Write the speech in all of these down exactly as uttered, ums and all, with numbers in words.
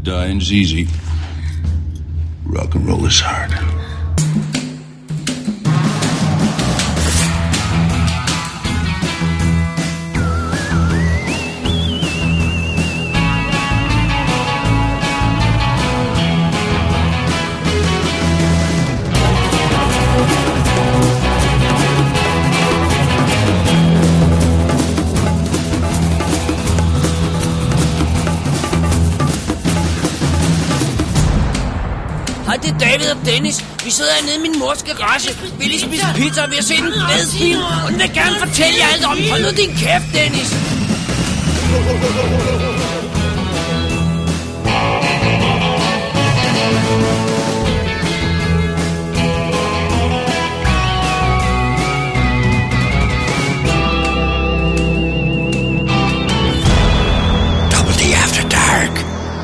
Dying's easy. Rock and roll is hard. Det er David og Dennis. Vi sidder hernede i min mors garage. Vi lige spise pizza, og vi har set en fed film. Og den vil gerne fortælle jer alt om. Hold nu din kæft, Dennis. Double D After Dark.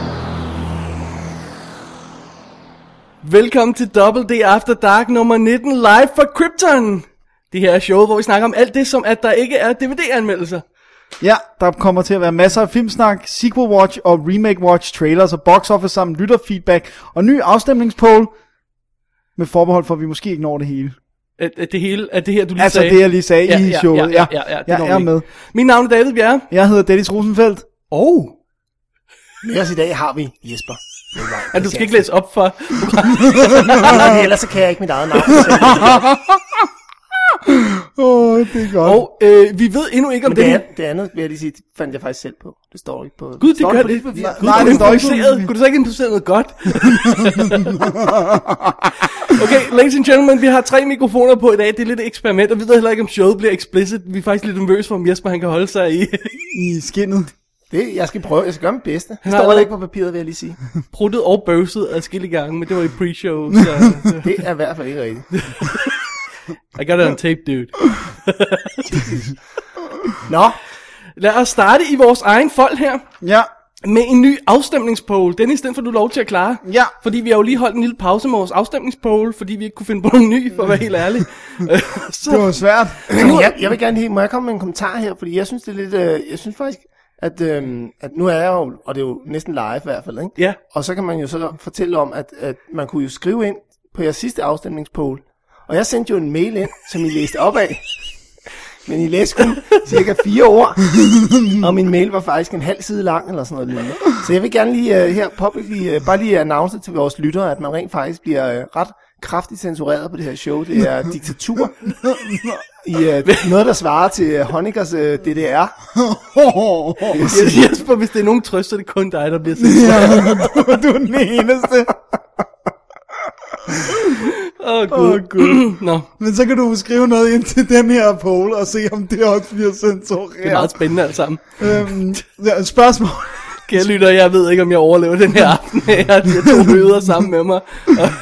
Velkommen til Double D After Dark nummer nitten live fra Krypton. Det her er showet, hvor vi snakker om alt det, som at der ikke er D V D-anmeldelser. Ja, der kommer til at være masser af filmsnak, sequel watch og remake watch, trailers og box office sammen, lytterfeedback og ny afstemningspoll. Med forbehold for, at vi måske ikke når det hele. Er, er det hele, er det her, du lige altså, sagde? Altså det, jeg lige sagde ja, i ja, showet. Ja, ja, ja, ja, det jeg er med. Min navn er David Bjerre. Jeg hedder Dennis Rosenfeldt. Oh. Med os i dag har vi Jesper. Ja, du skal ikke læse op for. Nej, ellers så kan jeg ikke mit eget navn. Åh, oh, det er godt. Og øh, vi ved endnu ikke om Men det, det. an, det andet vil jeg lige sige, det fandt jeg faktisk selv på. Det står ikke på. Gud, det står gør på det. Gud, Nej, det står ikke på. Kunne du så ikke introducere noget godt? Okay, ladies and gentlemen, vi har tre mikrofoner på i dag. Det er lidt et eksperiment, og vi ved heller ikke, om showet bliver explicit. Vi er faktisk lidt nervøse for, om Jesper han kan holde sig i I skinnet. Det, jeg skal prøve, jeg skal gøre mit bedste. Det har står allerede- ikke på papiret, vil jeg lige sige. pruttet og bøvset adskillige gange, men det var i pre-show, så, så. Det er i hvert fald ikke rigtigt. I got it on tape, dude. Nå, Lad os starte i vores egen fold her Ja, med en ny afstemningspoll. Dennis, den får du lov til at klare. ja. Fordi vi har jo lige holdt en lille pause med vores afstemningspoll, fordi vi ikke kunne finde på en ny, for at være helt ærlig. så, Det var svært. jeg, jeg vil gerne lige, må jeg komme med en kommentar her, fordi jeg synes det er lidt, øh, jeg synes faktisk, at, øh, at nu er jeg jo, og det er jo næsten live i hvert fald, ikke? Ja. Og så kan man jo så fortælle om, at, at man kunne jo skrive ind på jeres sidste afstemningspoll, og jeg sendte jo en mail ind, som I læste op af. Men I læste kun cirka fire ord, og min mail var faktisk en halv side lang, eller sådan noget lignende. Så jeg vil gerne lige uh, her publicly, uh, bare lige annonce til vores lyttere, at man rent faktisk bliver uh, ret kraftigt censureret på det her show. Det er diktatur i uh, noget, der svarer til uh, Honeckers uh, D D R. Jesper, hvis det er nogen trøst, så er det kun dig, der bliver censureret. Ja, du er den eneste. Åh, oh, Åh, Gud. Gud. Nå, Men så kan du skrive noget ind til den her poll, og se om det også bliver censureret. det er meget spændende alt sammen. Øhm, ja, spørgsmål. Kære lytter, jeg ved ikke, om jeg overlever den her aften. Jeg har de her to møder sammen med mig.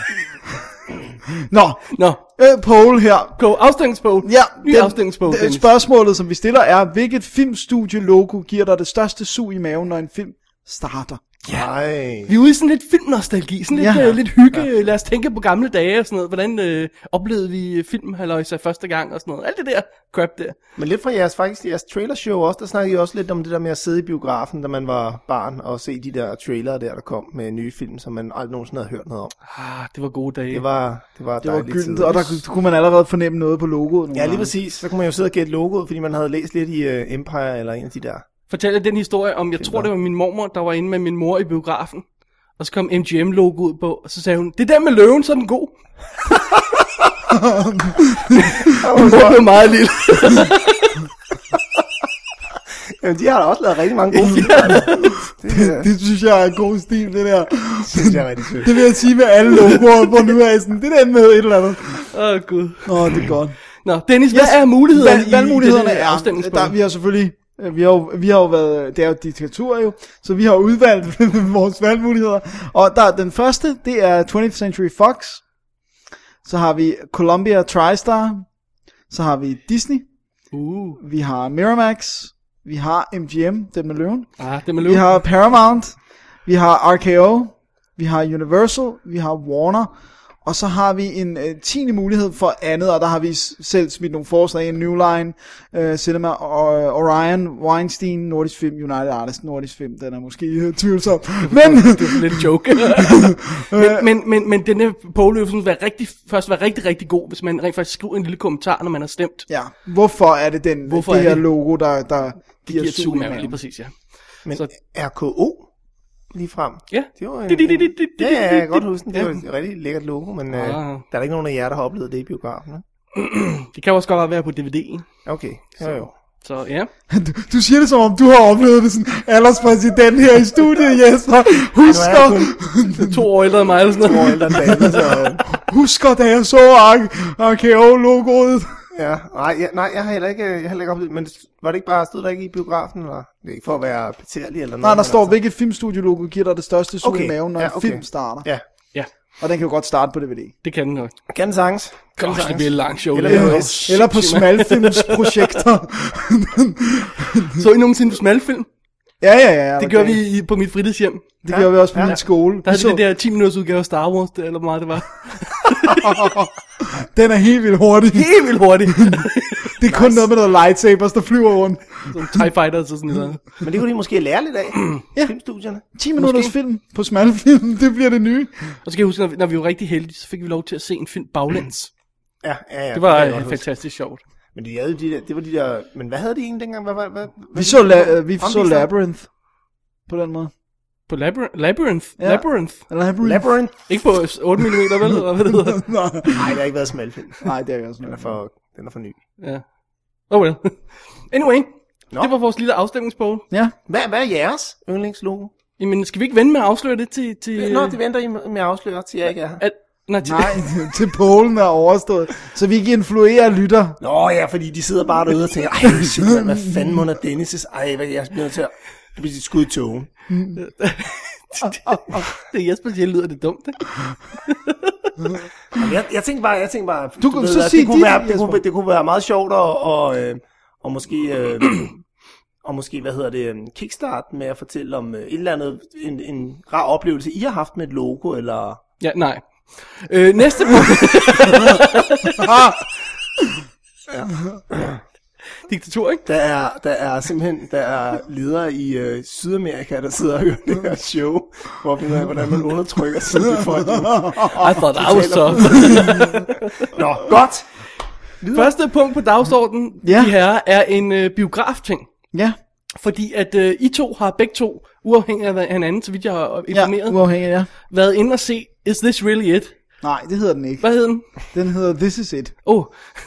Nå, Nå, øh, poll her. gå afstemningspoll. Ja, Ny den- afstemningspoll, det- Dennis. Spørgsmålet, som vi stiller, er, hvilket filmstudie-logo giver dig det største sug i maven, når en film starter? Nej. Vi er ude i sådan lidt filmnostalgi, sådan lidt, Ja. ja. øh, lidt hygge. Ja. Lad os tænke på gamle dage og sådan noget. Hvordan øh, oplevede vi filmhalløjsa første gang og sådan noget. Alt det der crap der. Men lidt fra jeres, faktisk, jeres trailershow også, der snakkede I også lidt om det der med at sidde i biografen, da man var barn, og se de der trailere der, der kom med nye film, som man aldrig nogensinde havde hørt noget om. Ah, det var gode dage. Det var, det var Det var dejligt gyldent, tid. og der kunne man allerede fornemme noget på logoet. nogle Ja, lige gange. præcis. Så kunne man jo sidde og gætte logoet, fordi man havde læst lidt i uh, Empire, eller en af de der. Fortæl jeg den historie om, jeg tror det var min mormor, der var inde med min mor i biografen. Og så kom M G M-logoet på, og så sagde hun, det der med løven, så er den god. Min mor blev meget lille. Jamen, de har da også lavet rigtig mange gode film. det, Det synes jeg er god stil, det der. synes jeg er rigtig sødt. Det vil jeg sige med alle logoer, hvor nu er jeg sådan, det der med et eller andet. Åh, oh, Gud. Åh, oh, det er godt. Nå, Dennis, hvad er mulighederne Valg, valgmulighederne i det er, afstemningspoll? der, vi har selvfølgelig, vi har, jo, vi har jo været, det er jo diktatur jo, så vi har udvalgt vores valgmuligheder. Og der, den første, det er twentieth Century Fox. Så har vi Columbia TriStar. Så har vi Disney. Uh. Vi har Miramax. Vi har M G M, den med løven. Ah, det med Vi løven. har Paramount. Vi har R K O. Vi har Universal. Vi har Warner. Og så har vi en øh, tiende mulighed for andet, og der har vi s- selv smidt nogle forslag. New Line, øh, Cinema, og, øh, Orion, Weinstein, Nordisk Film, United Artists, Nordisk Film. Den er måske øh, tvivlsom. Men, Det er lidt joke. men, men, men, men denne poll vil være rigtig, først være rigtig, rigtig god, hvis man rent faktisk skriver en lille kommentar, når man har stemt. ja, hvorfor er det den, Hvorfor det er her det? logo, der, der Det giver giver et sug sug i med lige maven? præcis, ja. Men Så- R K O lige frem. Ja. Det var en, Di- di- di- di- di- ja, ja, jeg kan godt huske den. Det Ja. var et rigtig lækkert logo, men øh, Ah. der er ikke nogen af jer, der har oplevet det i biografen. Ne? Det kan også godt være på D V D'en. Okay, jo jo. Så ja. Du, du siger det som om, du har oplevet det sådan, alderspræsident her i studiet, Jesper. Husker, kun To år ældre end mig eller sådan to noget. år ældre end David, så... husker, da jeg så R K O-logoet. Ja, nej, jeg, nej, jeg har heller ikke, jeg har heller ikke oplevet, men var det ikke bare, stod der ikke i biografen, eller? Det er ikke for at være petærlig eller noget. Nej, der men står, altså. hvilket filmstudio-logo giver dig det største sug Okay, i maven, når ja, en okay. film starter. Ja, Ja, Og den kan jo godt starte på D V D. det kan den nok. kan sagtens. Kan Gosh, det bliver et langt show. Eller det her. V H Oh, S. shit, Eller på mand. smalfilmsprojekter. Så I nogensinde smalfilm? ja, ja, ja. Det okay. gjorde vi i, på mit fritidshjem. Det gjorde vi også på Ja. min skole. Der Vi havde det der ti minutters udgave af Star Wars, det, eller hvor meget det var. Den er helt vildt hurtig. Helt vildt hurtigt. Det er kun noget med noget lightsabers, der flyver rundt. Som TIE Fighters og sådan noget. Men det kunne de måske lære lidt af. Ja. Filmstudierne. ti minutters film på smalfilm, det bliver det nye. Og så skal jeg huske, når vi, når vi var rigtig heldige, så fik vi lov til at se en film baglæns. Ja, ja, ja. Det var kan jeg øh, godt huske. fantastisk sjovt. Men de havde jo de der, det var de der, men hvad havde de egentlig dengang? Hvad, hvad, hvad, Vi så, la- vi så Fremviste? Labyrinth. På den måde. På Labyrinth? Labyrinth? Ja. Labyrinth? Labyrinth. Labyrinth? Ikke på otte millimeter, vel? Eller hvad det hedder? Nej, Nej, det har ikke været smalfilm. Nej, det er jo også Den er noget. for, den er for ny. Ja. Oh well. Anyway, Nå. det var vores lille afstemningspoll. Ja, Hvad, hvad er jeres yndlingslogo? Jamen, skal vi ikke vente med at afsløre det til... til Nå, det venter I med med at afsløre, til jeg ikke er her. at, nej, til, nej, til Polen er overstået. Så vi kan influere lytter. Nå ja, fordi de sidder bare derude og tænker, ej shit, man, hvad fanden må Dennis' ej, hvad, jeg bliver nødt til at blive et skud i togen. det er Jesper siger, lyder det dumt, ikke? Jamen, Jeg, jeg tænkte bare, jeg tænkte bare, Du kan så at sige det, kunne dit, være, det, Jesper. kunne, det kunne være meget sjovt og, og, øh, og måske, øh, og måske, hvad hedder det, en kickstart med at fortælle om øh, et eller andet, en, en rar oplevelse, I har haft med et logo, eller... Ja, nej. Øh, næste punkt. Diktatur, ikke? Der er, der er simpelthen der er ledere i øh, Sydamerika, der sidder og hører det her show, hvor vi ved, hvordan man undertrykker sin befolkning. I thought I was tough. Nå, godt. Første punkt på dagsordenen, Ja. de her, er en øh, biograf-ting. Ja, Fordi at øh, I to har begge to, uafhængigt af hinanden, så vidt jeg har ja, informeret, uafhængigt, ja. været inde og se Is This Really It? Nej, det hedder den ikke. Hvad hed den? Den hedder This Is It. Oh,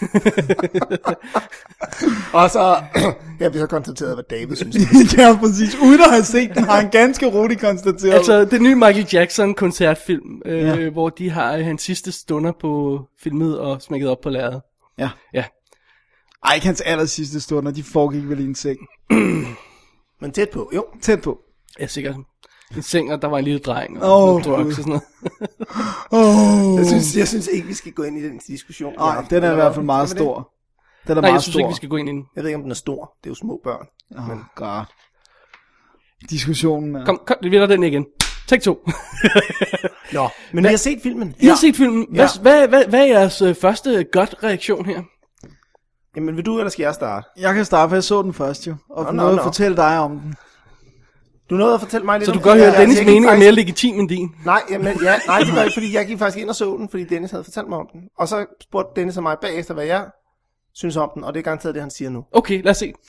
Og så jeg bliver så konstateret, hvad David synes. Ja, præcis. Uden at have set den, har han ganske roligt konstateret. altså det nye Michael Jackson koncertfilm, øh, Ja. hvor de har øh, hans sidste stunder på filmet og smækket op på lærredet. Ja. Ja. Ej, ikke hans aller sidste stunder, de foregik vel i en seng. Men tæt på, jo. Tæt på. Ja, sikkert. En seng, og der var en lille dreng, og Åh, oh, drugs og sådan noget. Oh. Jeg synes, jeg synes ikke, vi skal gå ind i den diskussion. Nej, Ja, den er i eller hvert hvad? fald meget Hvad med det? stor. Den er Nej, jeg meget synes stor. ikke, vi skal gå ind i den. Jeg ved ikke, om den er stor. Det er jo små børn. Oh, god. Diskussionen er... Kom, kom, vi vender den igen. Take to. Nå, men vi har set filmen. I har set filmen. Hvad, Ja. hvad, hvad, hvad er jeres øh, første godt reaktion her? Jamen, vil du, eller skal jeg starte? Jeg kan starte, for jeg så den først jo. Og Nå, nå, nå, noget nå. at fortælle dig om den. Du nåede at fortælle mig lidt Så om du kan godt høre, at Ja, Dennis' jeg gik mening er faktisk- mere legitim end din. Nej, jamen, ja, nej, det var ikke, fordi jeg gik faktisk ind og så den, fordi Dennis havde fortalt mig om den. Og så spurgte Dennis og mig bagefter, hvad jeg synes om den, og det er garanteret det, han siger nu. Okay, lad os se.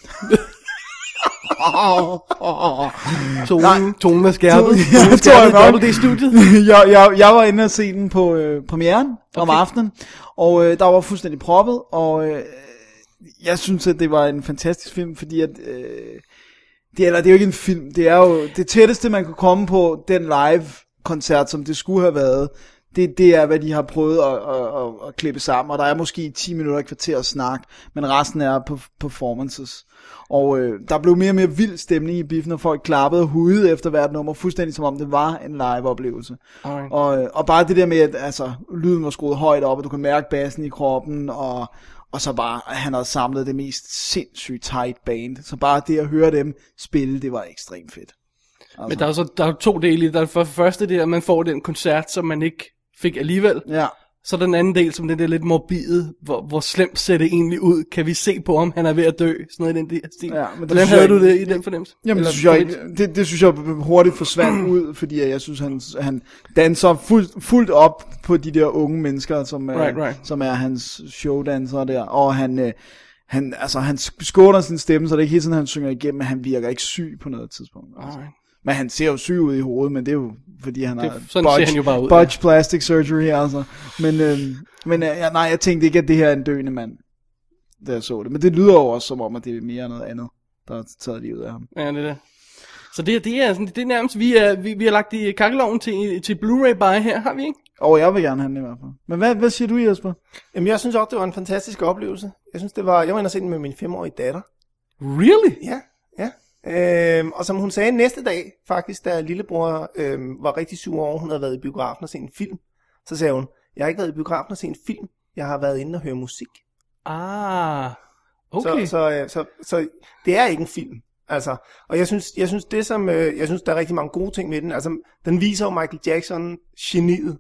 Tonen, tonen er skærpet. To- Tonen er jeg tror, jeg skærpet. nok- Dobbelt det i studiet. jeg, jeg, jeg var inde og se den på øh, premieren om Okay. aftenen, og øh, der var fuldstændig proppet, og øh, jeg synes, at det var en fantastisk film, fordi at, øh, det, eller, det er jo ikke en film, det er jo det tætteste, man kunne komme på den live-koncert, som det skulle have været. Det, det er, hvad de har prøvet at, at, at, at klippe sammen, og der er måske ti minutter et kvarter at snakke, men resten er på performances. Og øh, der blev mere og mere vild stemning i biffen, og folk klappede og hudede efter hvert nummer, fuldstændig som om det var en live-oplevelse. Alright. Og, øh, og bare det der med, at altså, lyden var skruet højt op, og du kan mærke bassen i kroppen, og, og så bare, at han havde samlet det mest sindssygt tight band. Så bare det at høre dem spille, det var ekstremt fedt. Altså. Men der er jo så der er jo to dele i det. Der er for første det, at man får den koncert, som man ikke fik alligevel. Ja. Så er der den anden del, som den der lidt morbide, hvor, hvor slemt ser det egentlig ud. Kan vi se på, om han er ved at dø? Sådan noget i den der stil. Ja, men Hvordan havde du det i den fornemmelse? Jamen, Eller det synes, jeg fornemmelse? ikke, det, det synes jeg hurtigt forsvandt ud, fordi jeg synes, han, han danser fuldt, fuldt op på de der unge mennesker, som er, Right, right. som er hans showdansere der, og han, øh, han, altså, han skåner sin stemme, så det er ikke helt sådan, han synger igennem, men han virker ikke syg på noget tidspunkt. Altså. Alright. Men han ser jo syg ud i hovedet, men det er jo, fordi han Det- har sådan ser han jo bare ud, budge plastic surgery, altså. Men, øh, men øh, ja, nej, jeg tænkte ikke, at det her er en døende mand, da jeg så det. Men det lyder jo også som om, at det er mere noget andet, der har taget livet af ham. Ja, det er det. Så det, det er sådan, det er nærmest, vi, er, vi, vi har lagt i kakkeloven til, til Blu-ray buy her, har vi ikke? Og jeg vil gerne have den i hvert fald. Men hvad, hvad siger du, Jesper? Jamen, jeg synes også, det var en fantastisk oplevelse. Jeg synes, det var... Jeg var inde og se den med min femårige datter. Really? Ja, ja. Øhm, og som hun sagde næste dag, faktisk, da lillebror øhm, var rigtig sur over, hun havde været i biografen og set en film, så sagde hun, jeg har ikke været i biografen og set en film, jeg har været inde og høre musik. Ah, okay. Så, så, øh, så, så det er ikke en film. Altså, og jeg synes, jeg synes det som, øh, jeg synes der er rigtig mange gode ting med den. Altså, den viser jo Michael Jackson geniet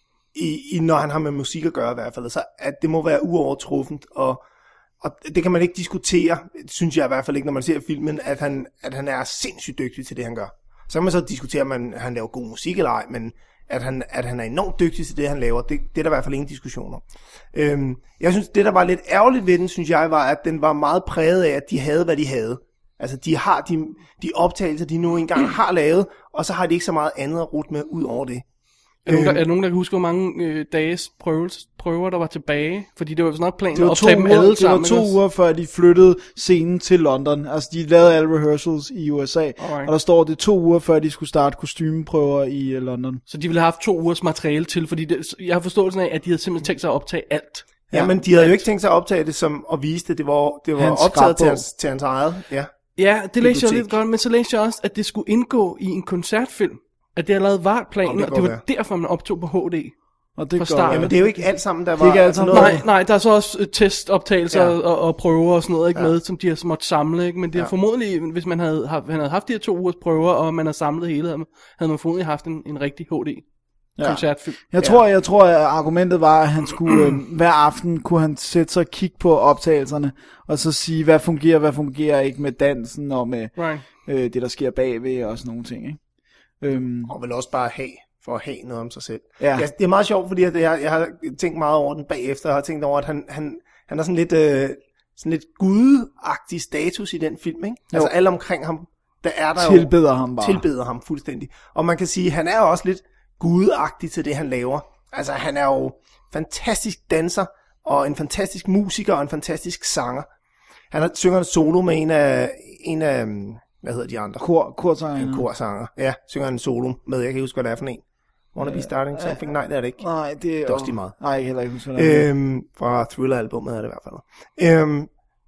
i, i når han har med musik at gøre i hvert fald. Så at det må være uovertruffent, og og det kan man ikke diskutere, synes jeg i hvert fald ikke, når man ser filmen, at han, at han er sindssygt dygtig til det, han gør. Så kan man så diskutere, om han, han laver god musik eller ej, men at han, at han er enormt dygtig til det, han laver, det, det er der i hvert fald ingen diskussion om. Øhm, jeg synes, det der var lidt ærgerligt ved den, synes jeg, var, at den var meget præget af, at de havde, hvad de havde. Altså, de har de, de optagelser, de nu engang har lavet, og så har de ikke så meget andet at rute med ud over det. Er der, nogen, der, er der nogen, der kan huske, hvor mange øh, dages prøver, prøver, der var tilbage? Fordi det var jo sådan nok planen Det at var to, optage dem uger, alle det sammen. var to ikke også? uger før de flyttede scenen til London. Altså de lavede alle rehearsals i U S A. Alright. Og der står det to uger før de skulle starte kostymeprøver i uh, London. Så de ville have haft to ugers materiale til, fordi det, jeg har forståelsen af, at de havde simpelthen tænkt sig at optage alt. Ja, ja, men de havde jo ikke tænkt sig at optage det som at vise det. Det var, det var Hans optaget til scrapbog. hans, til hans eget. Ja. Ja, det læste jeg Bibliotek. lidt godt, men så læste jeg også, at det skulle indgå i en koncertfilm. At det allerede var planen, Om det og det var godt derfor, man optog på H D. Og det Fra går, start. Jamen det er jo ikke alt sammen, der var... er ikke alt altså sammen. noget, Nej, nej, der er så også øh, testoptagelser Ja. ja. og, og prøver og sådan noget ikke Ja. med, som de har så måttet samle, ikke? Men det er Ja. formodentlig, hvis man havde, haft, han havde haft de her to ugers prøver, og man havde samlet hele, havde man- havde man formodentlig haft en, en rigtig H D-koncertfilm. Jeg Ja. tror, jeg tror, at argumentet var, at han skulle øh, hver aften kunne han sætte sig og kigge på optagelserne, og så sige, hvad fungerer, hvad fungerer ikke med dansen, og med Right. øh, det, der sker bagved, og sådan nogle ting, ikke? Øhm, og vel også bare have, for at have noget om sig selv. Ja. Ja, det er meget sjovt, fordi at jeg, jeg har tænkt meget over den bagefter, og har tænkt over, at han, han, han har sådan lidt, øh, sådan lidt gudagtig status i den film, ikke? Altså alle omkring ham, der er der tilbeder jo, ham bare. tilbeder ham fuldstændig. Og man kan sige, at han er også lidt gudagtig til det, han laver. Altså han er jo fantastisk danser, og en fantastisk musiker, og en fantastisk sanger. Han har, synger en solo med en af, en af, hvad hedder de andre? Kor, korsanger. En korsanger. Ja, synger en solo med, jeg kan ikke huske, hvad det er for en. Wanna be starting something? Nej, det er det ikke. Nej, det er, Det er også lige meget. Nej, jeg kan heller ikke huske, hvad det er. Øhm, fra Thriller-albummet er det i hvert fald. Øhm,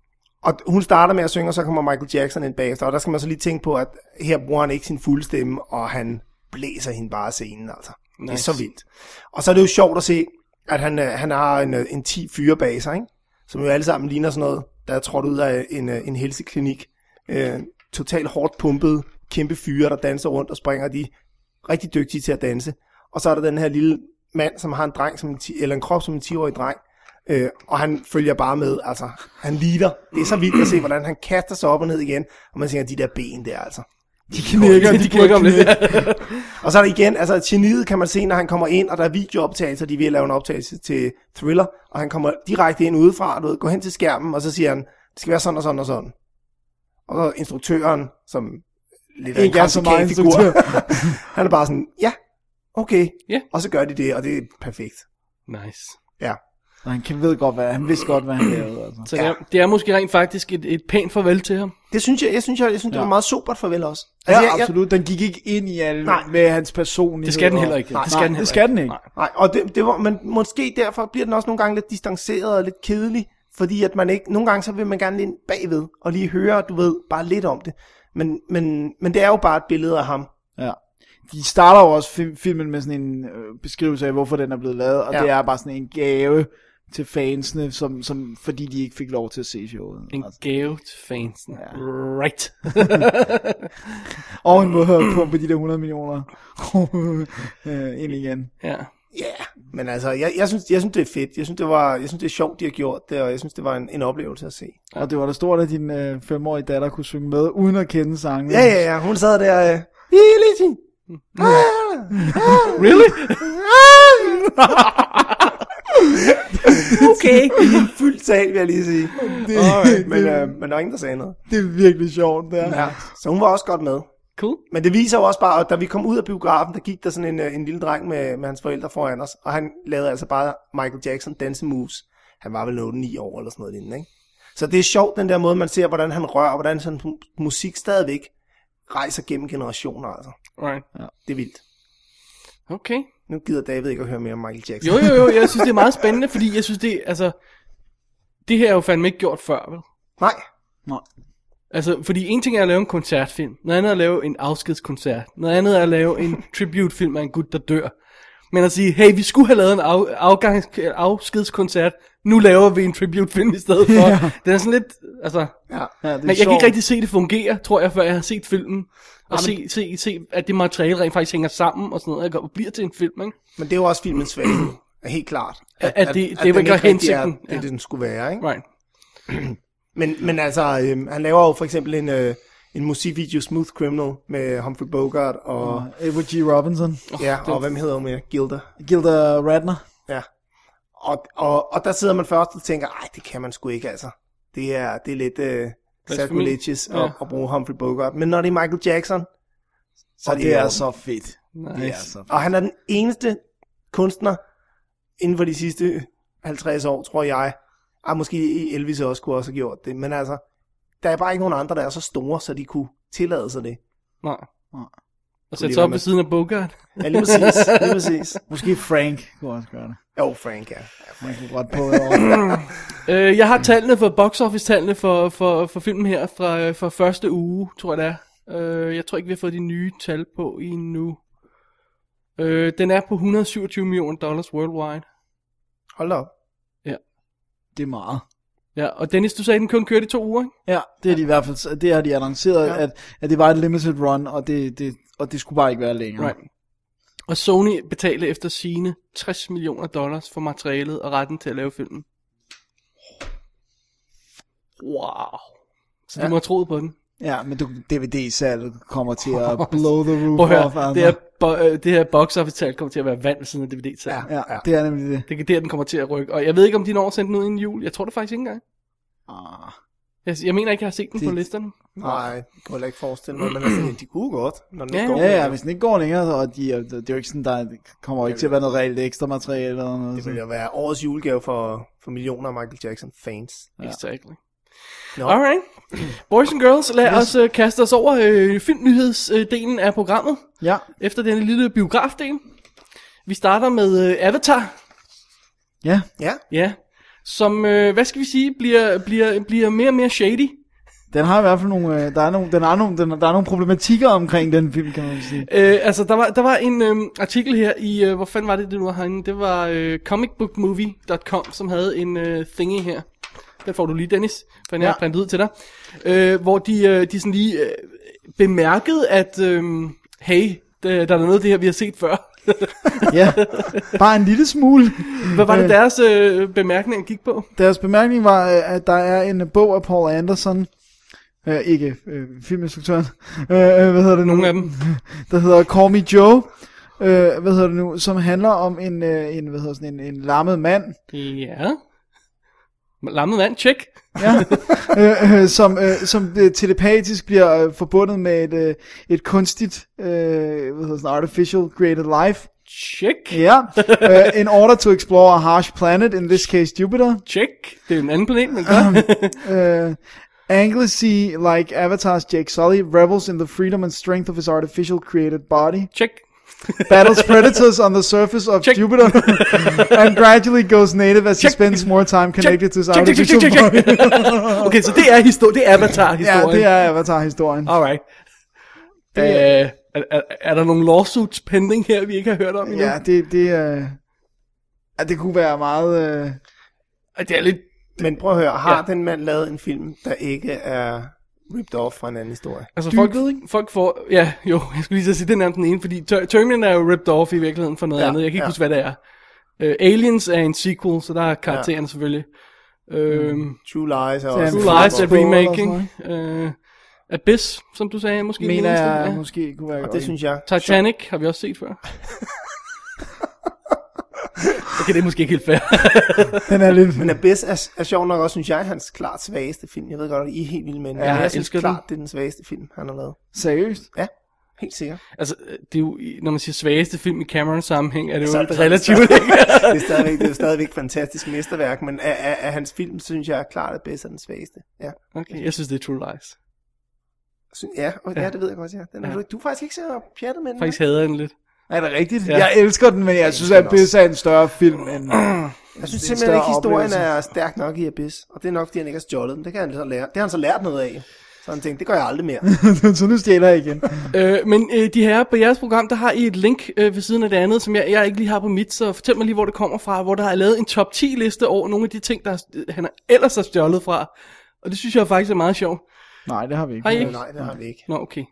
og hun starter med at synge, og så kommer Michael Jackson ind bagefter, og der skal man så lige tænke på, at her bruger han ikke sin fulde stemme, og han blæser hende bare af scenen, altså. Nice. Det er så vildt. Og så er det jo sjovt at se, at han, øh, han har en, øh, en ti fyre bag sig, ikke? Som jo alle sammen ligner sådan noget, der er trådt ud af en, øh, en helseklinik. Øh, totalt hårdt pumpet, kæmpe fyre, der danser rundt og springer, de er rigtig dygtige til at danse. Og så er der den her lille mand, som har en dreng som en ti, eller en krop som en ti-årig dreng, øh, og han følger bare med, altså, han lider. Det er så vildt at se, hvordan han kaster sig op og ned igen, og man tænker, de der ben der, altså. De knækker, De knækker om lidt. Og så er der igen, altså geniet kan man se, når han kommer ind, og der er videooptagelser, de vil lave en optagelse til Thriller, og han kommer direkte ind udefra, du ved, går hen til skærmen, og så siger han, det skal være sådan og sådan og sådan. Og så instruktøren, som lidt af en Ikke er så meget kamikaze-figur, instruktør. han er bare sådan, ja, okay. Ja. Og så gør de det, og det er perfekt. Nice. Ja. Og han kan ved godt, hvad han vidste godt, hvad han lavede. Altså. Så det, er, det er måske rent faktisk et, et pænt farvel til ham. Det synes jeg, jeg synes, jeg, jeg synes det Ja. var meget sobert farvel også. Ja, jeg, jeg, absolut. Den gik ikke ind i alle Nej. med hans personlighed. Det skal den og- heller ikke. Nej, det skal den det heller skal den ikke. Nej. Nej, og det, det var, men måske derfor bliver den også nogle gange lidt distanceret og lidt kedelig, fordi at man ikke, nogle gange så vil man gerne ind bagved, og lige høre, du ved, bare lidt om det. Men, men, men det er jo bare et billede af ham. Ja. De starter jo også film, filmen med sådan en øh, beskrivelse af, hvorfor den er blevet lavet, og Ja. det er bare sådan en gave til fansene, som, som, fordi de ikke fik lov til at se showet. En Altså. gave til fansen. Ja. Right. Og en måde at pumpe de der hundrede millioner øh, ind igen. Ja. Ja, yeah. Men altså, jeg, jeg, synes, jeg synes, det er fedt. Jeg synes, det, var, jeg synes, det er sjovt, de har gjort det, og jeg synes, det var en, en oplevelse at se. Ja. Og det var da stort, at din øh, femårige datter kunne synge med, uden at kende sangen. Ja, ja, ja. Hun sad der... Øh, Lille Really? Okay. Fyldt sal, vil jeg lige sige. Det, Alright, men, det, øh, men der var ingen, der sagde noget. det er virkelig sjovt, det er. Ja, så hun var også godt med. Cool. Men det viser jo også bare, at da vi kom ud af biografen, der gik der sådan en, en lille dreng med, med hans forældre foran os, og han lavede altså bare Michael Jackson dance moves. Han var vel otte ni år eller sådan noget lignende, ikke? Så det er sjovt, den der måde, man ser, hvordan han rører, hvordan sådan musik stadigvæk rejser gennem generationer, altså. Right. Ja, det er vildt. Okay. Nu gider David ikke at høre mere om Michael Jackson. Jo, jo, jo, jeg synes, det er meget spændende, fordi jeg synes, det altså, det her er jo fandme ikke gjort før, vel? Nej. Nej. Altså, fordi en ting er at lave en koncertfilm, noget andet er at lave en afskedskoncert, noget andet er at lave en tributefilm af en gut, der dør. Men at sige, hey, vi skulle have lavet en af, afgangs, afskedskoncert, nu laver vi en tributefilm i stedet for. Ja. Den er sådan lidt, altså... Ja. Ja, det er men jeg sjovt. kan ikke rigtig se, det fungere, tror jeg, før jeg har set filmen. Og se, se, se, at det materiale rent faktisk hænger sammen og sådan noget, og bliver til en film, ikke? Men det er jo også filmens svaghed, helt klart. At, at, at det, at det var den ikke hensigten. Er, det, det den skulle være, ikke? Right. men, men altså, øhm, han laver jo for eksempel en, øh, en musikvideo, Smooth Criminal, med Humphrey Bogart og... Uh, Edward G. Robinson. Ja, og hvem hedder hun med? Gilda. Gilda Radner. Ja. Og, og, og der sidder man først og tænker, ej, det kan man sgu ikke, altså. Det er, det er lidt øh, sacrilegious ja. at, at bruge Humphrey Bogart. Men når det er Michael Jackson, så og er det, det er jo, så fedt. Nice. Det er så fedt. Og han er den eneste kunstner inden for de sidste halvtreds år, tror jeg. Ah, måske Elvis også kunne også have gjort det. Men altså, der er bare ikke nogen andre, der er så store, så de kunne tillade sig det. Nej. Nej. Og sætte sig op ved siden af Bogart. Ja, lige præcis. Lige præcis. Måske Frank kunne også gøre det. Jo, Frank, ja. Ja, Frank kunne godt på det. øh, jeg har tallene for box office tallene for, for, for filmen her fra, fra første uge, tror jeg det er. Øh, jeg tror ikke, vi har fået de nye tal på endnu. Øh, den er på et hundrede og syvogtyve millioner dollars worldwide. Hold da op. Ja. Det er meget. Ja, og Dennis, du sagde, den kun kørte i to uger, ikke? Ja, det er de i hvert fald, det har de annonceret, Ja. at, at det var et limited run, og det, det, og det skulle bare ikke være længere. Right. Og Sony betalte efter sine tres millioner dollars for materialet og retten til at lave filmen. Wow. Så ja. Du må have troet på den. Ja, men du, D V D-salget kommer til at blow the roof Prøv at off. høre, Altså. det, her, bo- øh, det her box office tal kommer til at være vand ved siden af D V D-tal. Ja. Ja, ja, det er nemlig det. Det er der, den kommer til at rykke. Og jeg ved ikke, om de når at sende den ud inden jul. Jeg tror det faktisk ikke engang. Ah. Jeg, jeg mener ikke, jeg har set den Det- på listerne. Nej, jeg kunne heller ikke forestille mig, men altså, de kunne godt, når den Ja, går. Ja, ja, hvis den ikke går længere, og de, det er jo ikke sådan, der kommer jo ikke til at være noget reelt ekstra materiale eller noget. Det vil jo være årets julegave for, for millioner af Michael Jackson-fans. Ja. Exactly. No. Alright. Boys and girls, lad yes. os uh, kaste os over øh, filmnyhedsdelen af programmet. Ja, Efter denne lille biografdel. Vi starter med øh, Avatar. ja. Ja, Ja. Som, øh, hvad skal vi sige, bliver, bliver, bliver mere og mere shady. Den har i hvert fald nogle, øh, der er nogle, den er nogle, den, der er nogle problematikker omkring den film, kan man sige. Øh, altså, der var, der var en øh, artikel her i, øh, hvor fanden var det, det nu var herinde? Det var øh, comic book movie punktum com, som havde en øh, thingy her. Den får du lige, Dennis, for den ja. Ja. har printet ud til dig. Øh, hvor de, øh, de sådan lige øh, bemærkede, at øh, hey, der, der er noget af det her, vi har set før. Ja, bare en lille smule. Hvad var det Øh, deres øh, bemærkning gik på? Deres bemærkning var, øh, at der er en bog af Paul Anderson, øh, ikke øh, filminstruktøren, øh, øh, hvad hedder det nu? Nogle af dem. Der hedder Call Me Joe, øh, hvad hedder det nu, som handler om en, øh, en hvad hedder sådan en, en lammet mand, Ja. Lammet vand, check. ja, øh, øh, som, øh, som øh, telepatisk bliver øh, forbundet med et, øh, et kunstigt, øh, hvad hedder sådan, artificial created life. Check. Ja, uh, in order to explore a harsh planet, in this case Jupiter. Check. Det er en anden planet, men godt. Uh, Anglesey, like Avatar's Jake Sully, revels in the freedom and strength of his artificial created body. Check. Battles predators on the surface of Check. Jupiter, and gradually goes native as Check. he spends more time connected to his Check, check, check, artificial check, check, check. body. Okay, så det er histori- det er Avatar-historien. Ja, det er Avatar-historien. Alright. Det, er, er, er, er der nogle lawsuits pending her, vi ikke har hørt om endnu? Ja, det, det, uh, ja, det kunne være meget... Uh, Det er lidt... men prøv at høre, har Ja. den mand lavet en film, der ikke er ripped off fra en anden historie? Altså folk, folk får... Ja, jo, jeg skulle lige så sige, det er nærmest den ene, fordi Ter- Terminator er jo ripped off i virkeligheden for noget Ja, andet. Jeg kan ikke ja. huske, hvad det er. Øh, Aliens er en sequel, så der er karaktererne ja. selvfølgelig. Øh, Mm. True Lies er Så også... True Lies er Free remaking. Øh, Abyss, som du sagde, måske Mener den eneste. jeg Ja. måske kunne være Og det synes jeg... Titanic har vi også set før. Okay, det er måske ikke helt fair. Den er lidt... Men Abyss er, er sjov nok også, synes jeg, hans klart svageste film. Jeg ved godt, at I er helt vilde med den. Ja, men jeg jeg synes elsker klart, den. det er den svageste film, han har lavet. Seriøst? Ja, helt sikkert. Altså, det er jo, når man siger svageste film i Cameron-sammenhæng, er det jo Så- så, så- relativt, så- ikke? det, er stadigvæk, det er jo stadigvæk et fantastisk mesterværk, men af, af, af hans film, synes jeg klart, at Abyss er den svageste. Ja, Okay, jeg synes, det er True Lies. Syn- ja, og, ja. ja det ved jeg godt, ja. Den er, Ja. du, du er faktisk ikke så pjattet med den. Faktisk hader jeg den lidt. Er det rigtigt? Ja. Jeg elsker den, men jeg synes, at Abyss er en større film end... Jeg synes det er en simpelthen større ikke, historien oplevelse. er stærk nok i Abyss. Og det er nok, fordi han ikke har stjålet den. Det kan han så lære. Det har han så lært noget af. Så han tænkte, det gør jeg aldrig mere. Så nu stjæler jeg igen. Øh, men øh, de her på jeres program, der har I et link øh, ved siden af det andet, som jeg, jeg ikke lige har på mit, så fortæl mig lige, hvor det kommer fra, hvor der er lavet en top ti liste over nogle af de ting, der er- han ellers har stjålet fra. Og det synes jeg faktisk er meget sjovt. Nej, det har vi ikke. Har I Øh, ikke? Nej, det har vi ikke. Nå, okay.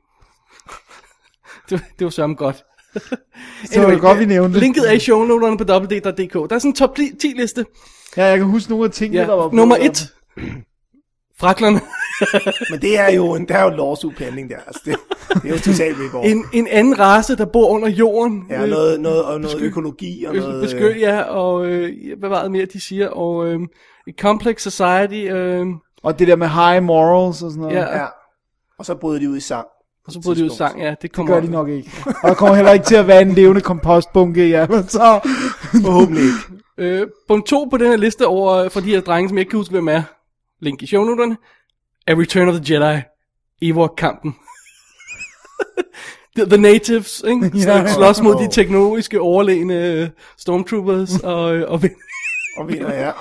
det, var- det var sørme godt. Så var det godt, vi nævnte det. Linket er i shownoterne på w w w punktum d k. Der er sådan en top ti liste. Ja, jeg kan huske nogle af tingene, Ja. der var på. Nummer et. Fraklerne. Men det er jo en, det er jo en lawsuit-pending der. Altså, det, det er jo totalt rip-off. En, en anden race, der bor under jorden. Ja, Øh, noget, noget, og noget økologi og noget... Beskyt, ja, og øh, hvad var det mere, de siger, og øh, et complex society, øh, Og det der med high morals og sådan noget. Ja. Ja. Og så bryder de ud i sang. og så bryder de ud i sang, ja, det Det kommer gør de nok ikke. Og der kommer heller ikke til at være en levende kompostbunke i Avatar. Forhåbentlig ikke. Øh, punkt to på den her liste over, for de her drenge, som jeg ikke kan huske, hvem er, link i shownoterne, er Return of the Jedi, Ewok-kampen. the, the Natives, ikke? Ja. Ja. Slås mod de teknologiske overlegne øh, Stormtroopers, og, øh, og vind. Og vinder, ja.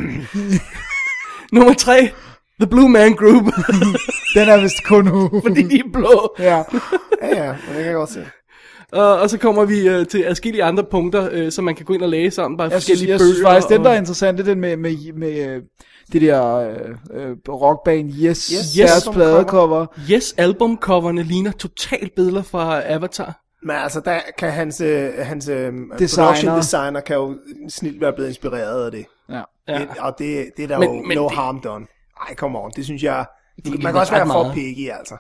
Nummer tre, The Blue Man Group, Den er vist kun nu. fordi de er blå. Ja. Ja, ja, men det kan jeg godt se. Og, og så kommer vi øh, til adskillige andre punkter, øh, som man kan gå ind og læse om, bare Jeg synes, forskellige jeg bøger. synes faktisk, den der er og- interessant, det er den med, med, med øh, det der øh, øh, rockband Yes, Yes, yes Yes, deres som pladecover. Yes, albumcoverne ligner totalt billeder fra Avatar. Men altså, der kan hans, øh, hans øh, Designer. production designer kan jo snilt være blevet inspireret af det. Ja. Ja. det og det, det er der Men- jo men no det- harm done. Ej, come on, det synes jeg... Det man er kan også ret være for meget. picky, altså.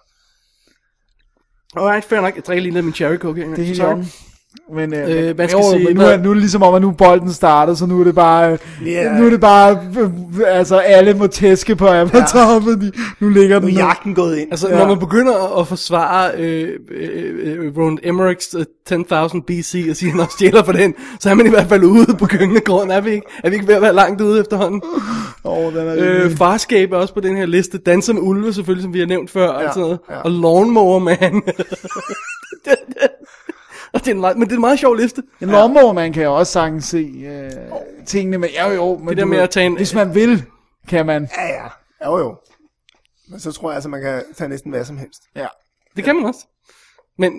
Alright, fair nok. Jeg drikker lige lidt af min cherry coke. Det er helt Sorry. om. Men, øh, Øh, men, man skal jo, sige, men nu, hvad- er, nu er det ligesom om, at nu er bolden startet, så nu er det bare, Ja. nu er det bare, øh, altså alle må tæske på Avatar, ja. Fordi nu ligger Nu den er jagten gået ind. Altså, Ja. når man begynder at forsvare øh, øh, øh, Roland Emmerichs uh, ti tusind B C og siger, at han også stjæler for den, så er man i hvert fald ude på gyngende grund. Er vi ikke, er vi ikke ved at være langt ude efterhånden? Åh, den er Øh, farskab er også på den her liste. Danser med ulve selvfølgelig, som vi har nævnt før. Ja, og, sådan noget. ja. Og Lawnmower Man. det, det, og det er en meget, men det er en meget sjov liste. En lawnmower man kan jo også sagtens se øh, tingene, men jo jo, men Det der du med ved, at tage en- hvis man vil, kan man. Ja, ja. Jo, jo. Men så tror jeg altså, man kan tage næsten hvad som helst. Ja. Det kan man også. Men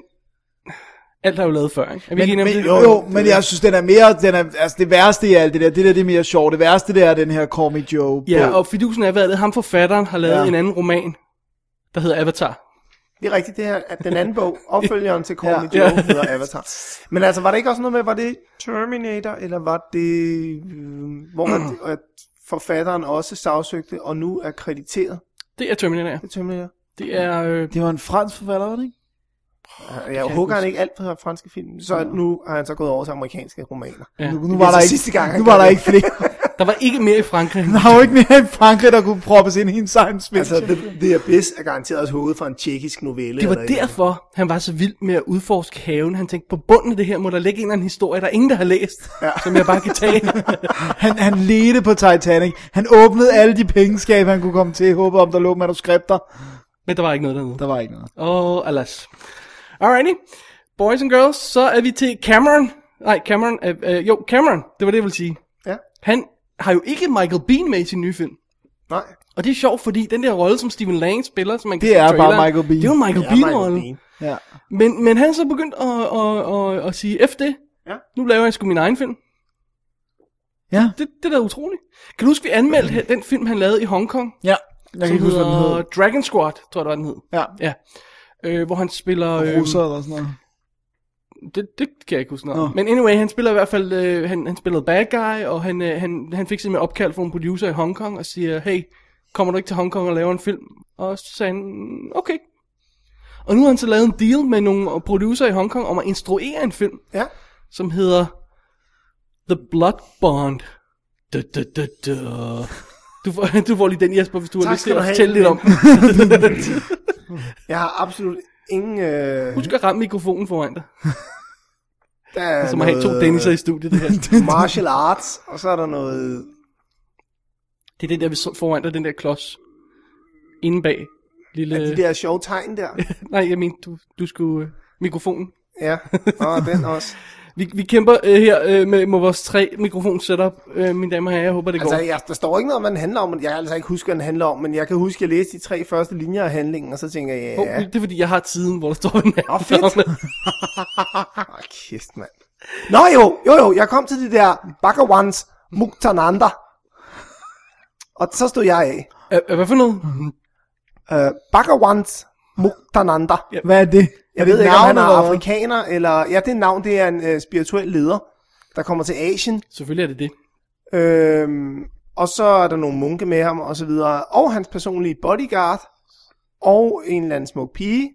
alt er jo lavet før, ikke? Er vi Men, ikke enige men, om jo, det? jo, men jeg synes, den er mere, den er, altså det værste i alt det der, det der det er mere sjovt, det værste det er den her Call Me Joe. Ja, bog. og fidusen er, hvad er det? Ham forfatteren har lavet Ja. ja. en anden roman, der hedder Avatar. Det er rigtigt, det her, at den anden bog, opfølgeren til Call Ja. Me Joe, ja. hedder Avatar. Men altså, var det ikke også noget med, var det Terminator, eller var det, øh, hvor at, at forfatteren også sagsøgte, og nu er krediteret? Det er Terminator. Det er Terminator. Det er... Øh, Det var en fransk forfatter, var det ikke? Jeg hugger han ikke alt for franske film, så nu har han så gået over til amerikanske romaner. ja. Nu, nu Det var er der så ikke, sidste gang, han nu gør var der det. ikke flere. Der var ikke mere i Frankrig. Der var jo ikke mere i Frankrig, der kunne proppes ind i en science fiction. Altså, The, The Abyss er garanteret også hugget fra en tjekkisk novelle. Det var eller et eller andet. derfor, han var så vild med at udforske haven. Han tænkte, på bunden af det her må der ligge en eller anden historie, der er ingen, der har læst, ja. som jeg bare kan tage. Han, han ledte på Titanic. Han åbnede alle de pengeskab, han kunne komme til. Håbede om, der lå manuskripter. Men der var ikke noget dernede. Der var ikke noget. Åh, oh, alas. Alrighty. Boys and girls, så er vi til Cameron. Nej, Cameron. Øh, øh, jo, Cameron. Det var det, jeg ville sige. Ja, Han har jo ikke Michael Biehn med i sin nye film. nej. Og det er sjovt, fordi den der rolle, som Stephen Lang spiller, som man kan Det se i er bare traileren, Michael Biehn. Det er jo en Michael Ja, Biehn-rolle. Michael Biehn. Ja. Men, men han er så begyndt at, at, at, at sige, efter det, Ja. nu laver jeg sgu min egen film. Ja. Det, det er da utroligt. Kan du huske, vi anmeldte den film, han lavede i Hongkong? Ja. Jeg kan Som ikke huske, hvad den hedder hed. Dragon Squad, tror jeg, det var, den hed. Ja. Ja. Øh, hvor han spiller... Øh, Russer eller sådan noget. Det, det kan jeg ikke huske noget. Men anyway, han spiller i hvert fald, øh, han, han spillede bad guy, og han, øh, han, han fik simpelthen opkald fra en producer i Hongkong, og siger, hey, kommer du ikke til Hongkong og laver en film? Og så sagde han, okay. Og nu har han så lavet en deal med nogle producer i Hongkong om at instruere en film, Ja. som hedder The Blood Bond. Da, da, da, da. Du, får, du får lige den, Jesper, hvis du Tak har lyst til skal at du have, fortælle lidt om den. Jeg har absolut ingen... Øh, Husk at ramme mikrofonen foran dig. der er Som at have to Dennis'er i studiet, det her. martial arts, og så er der noget... Det er den der, vi så foran dig, den der klods. Inde bag. Lille... Af de der sjove tegn der. Nej, jeg mener, du, du skulle... Uh, mikrofonen. Ja, og den også. Vi, vi kæmper uh, her uh, med, med vores tre mikrofon-setup, uh, mine damer og herrer. Jeg håber, det går. Altså, jeg, der står ikke noget, hvad den handler om. Jeg kan altså ikke huske, hvad den handler om, men jeg kan huske, at jeg læste de tre første linjer af handlingen, og så tænker jeg, ja... Oh, det er fordi, jeg har tiden, hvor der står den her. Åh, fedt. Åh, kæft, mand. Nå jo, jo jo, jeg kom til de der Bhagawans Muktananda. Og så stod jeg af. Uh, hvad for noget? Uh, Bhagawans Muktananda. Ja. Hvad er det? Jeg er ved det ikke, om han er navn, eller hvad? afrikaner, eller... Ja, det navn, det er en uh, spirituel leder, der kommer til Asien. Selvfølgelig er det det. Øhm, og så er der nogle munke med ham, og så videre. Og hans personlige bodyguard. Og en eller anden smuk pige.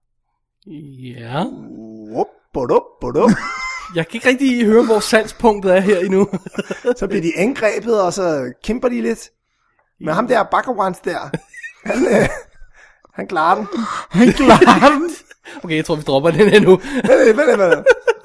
Ja. Wup, budup, budup. Jeg kan ikke rigtig høre, hvor salgspunktet er her endnu. Så bliver de angrebet, og så kæmper de lidt. Men ham der Bhagawans der, han, øh, han klarer den. Han klarer den. Okay, jeg tror, vi dropper den her nu. Vent lidt, vent lidt, vent lidt.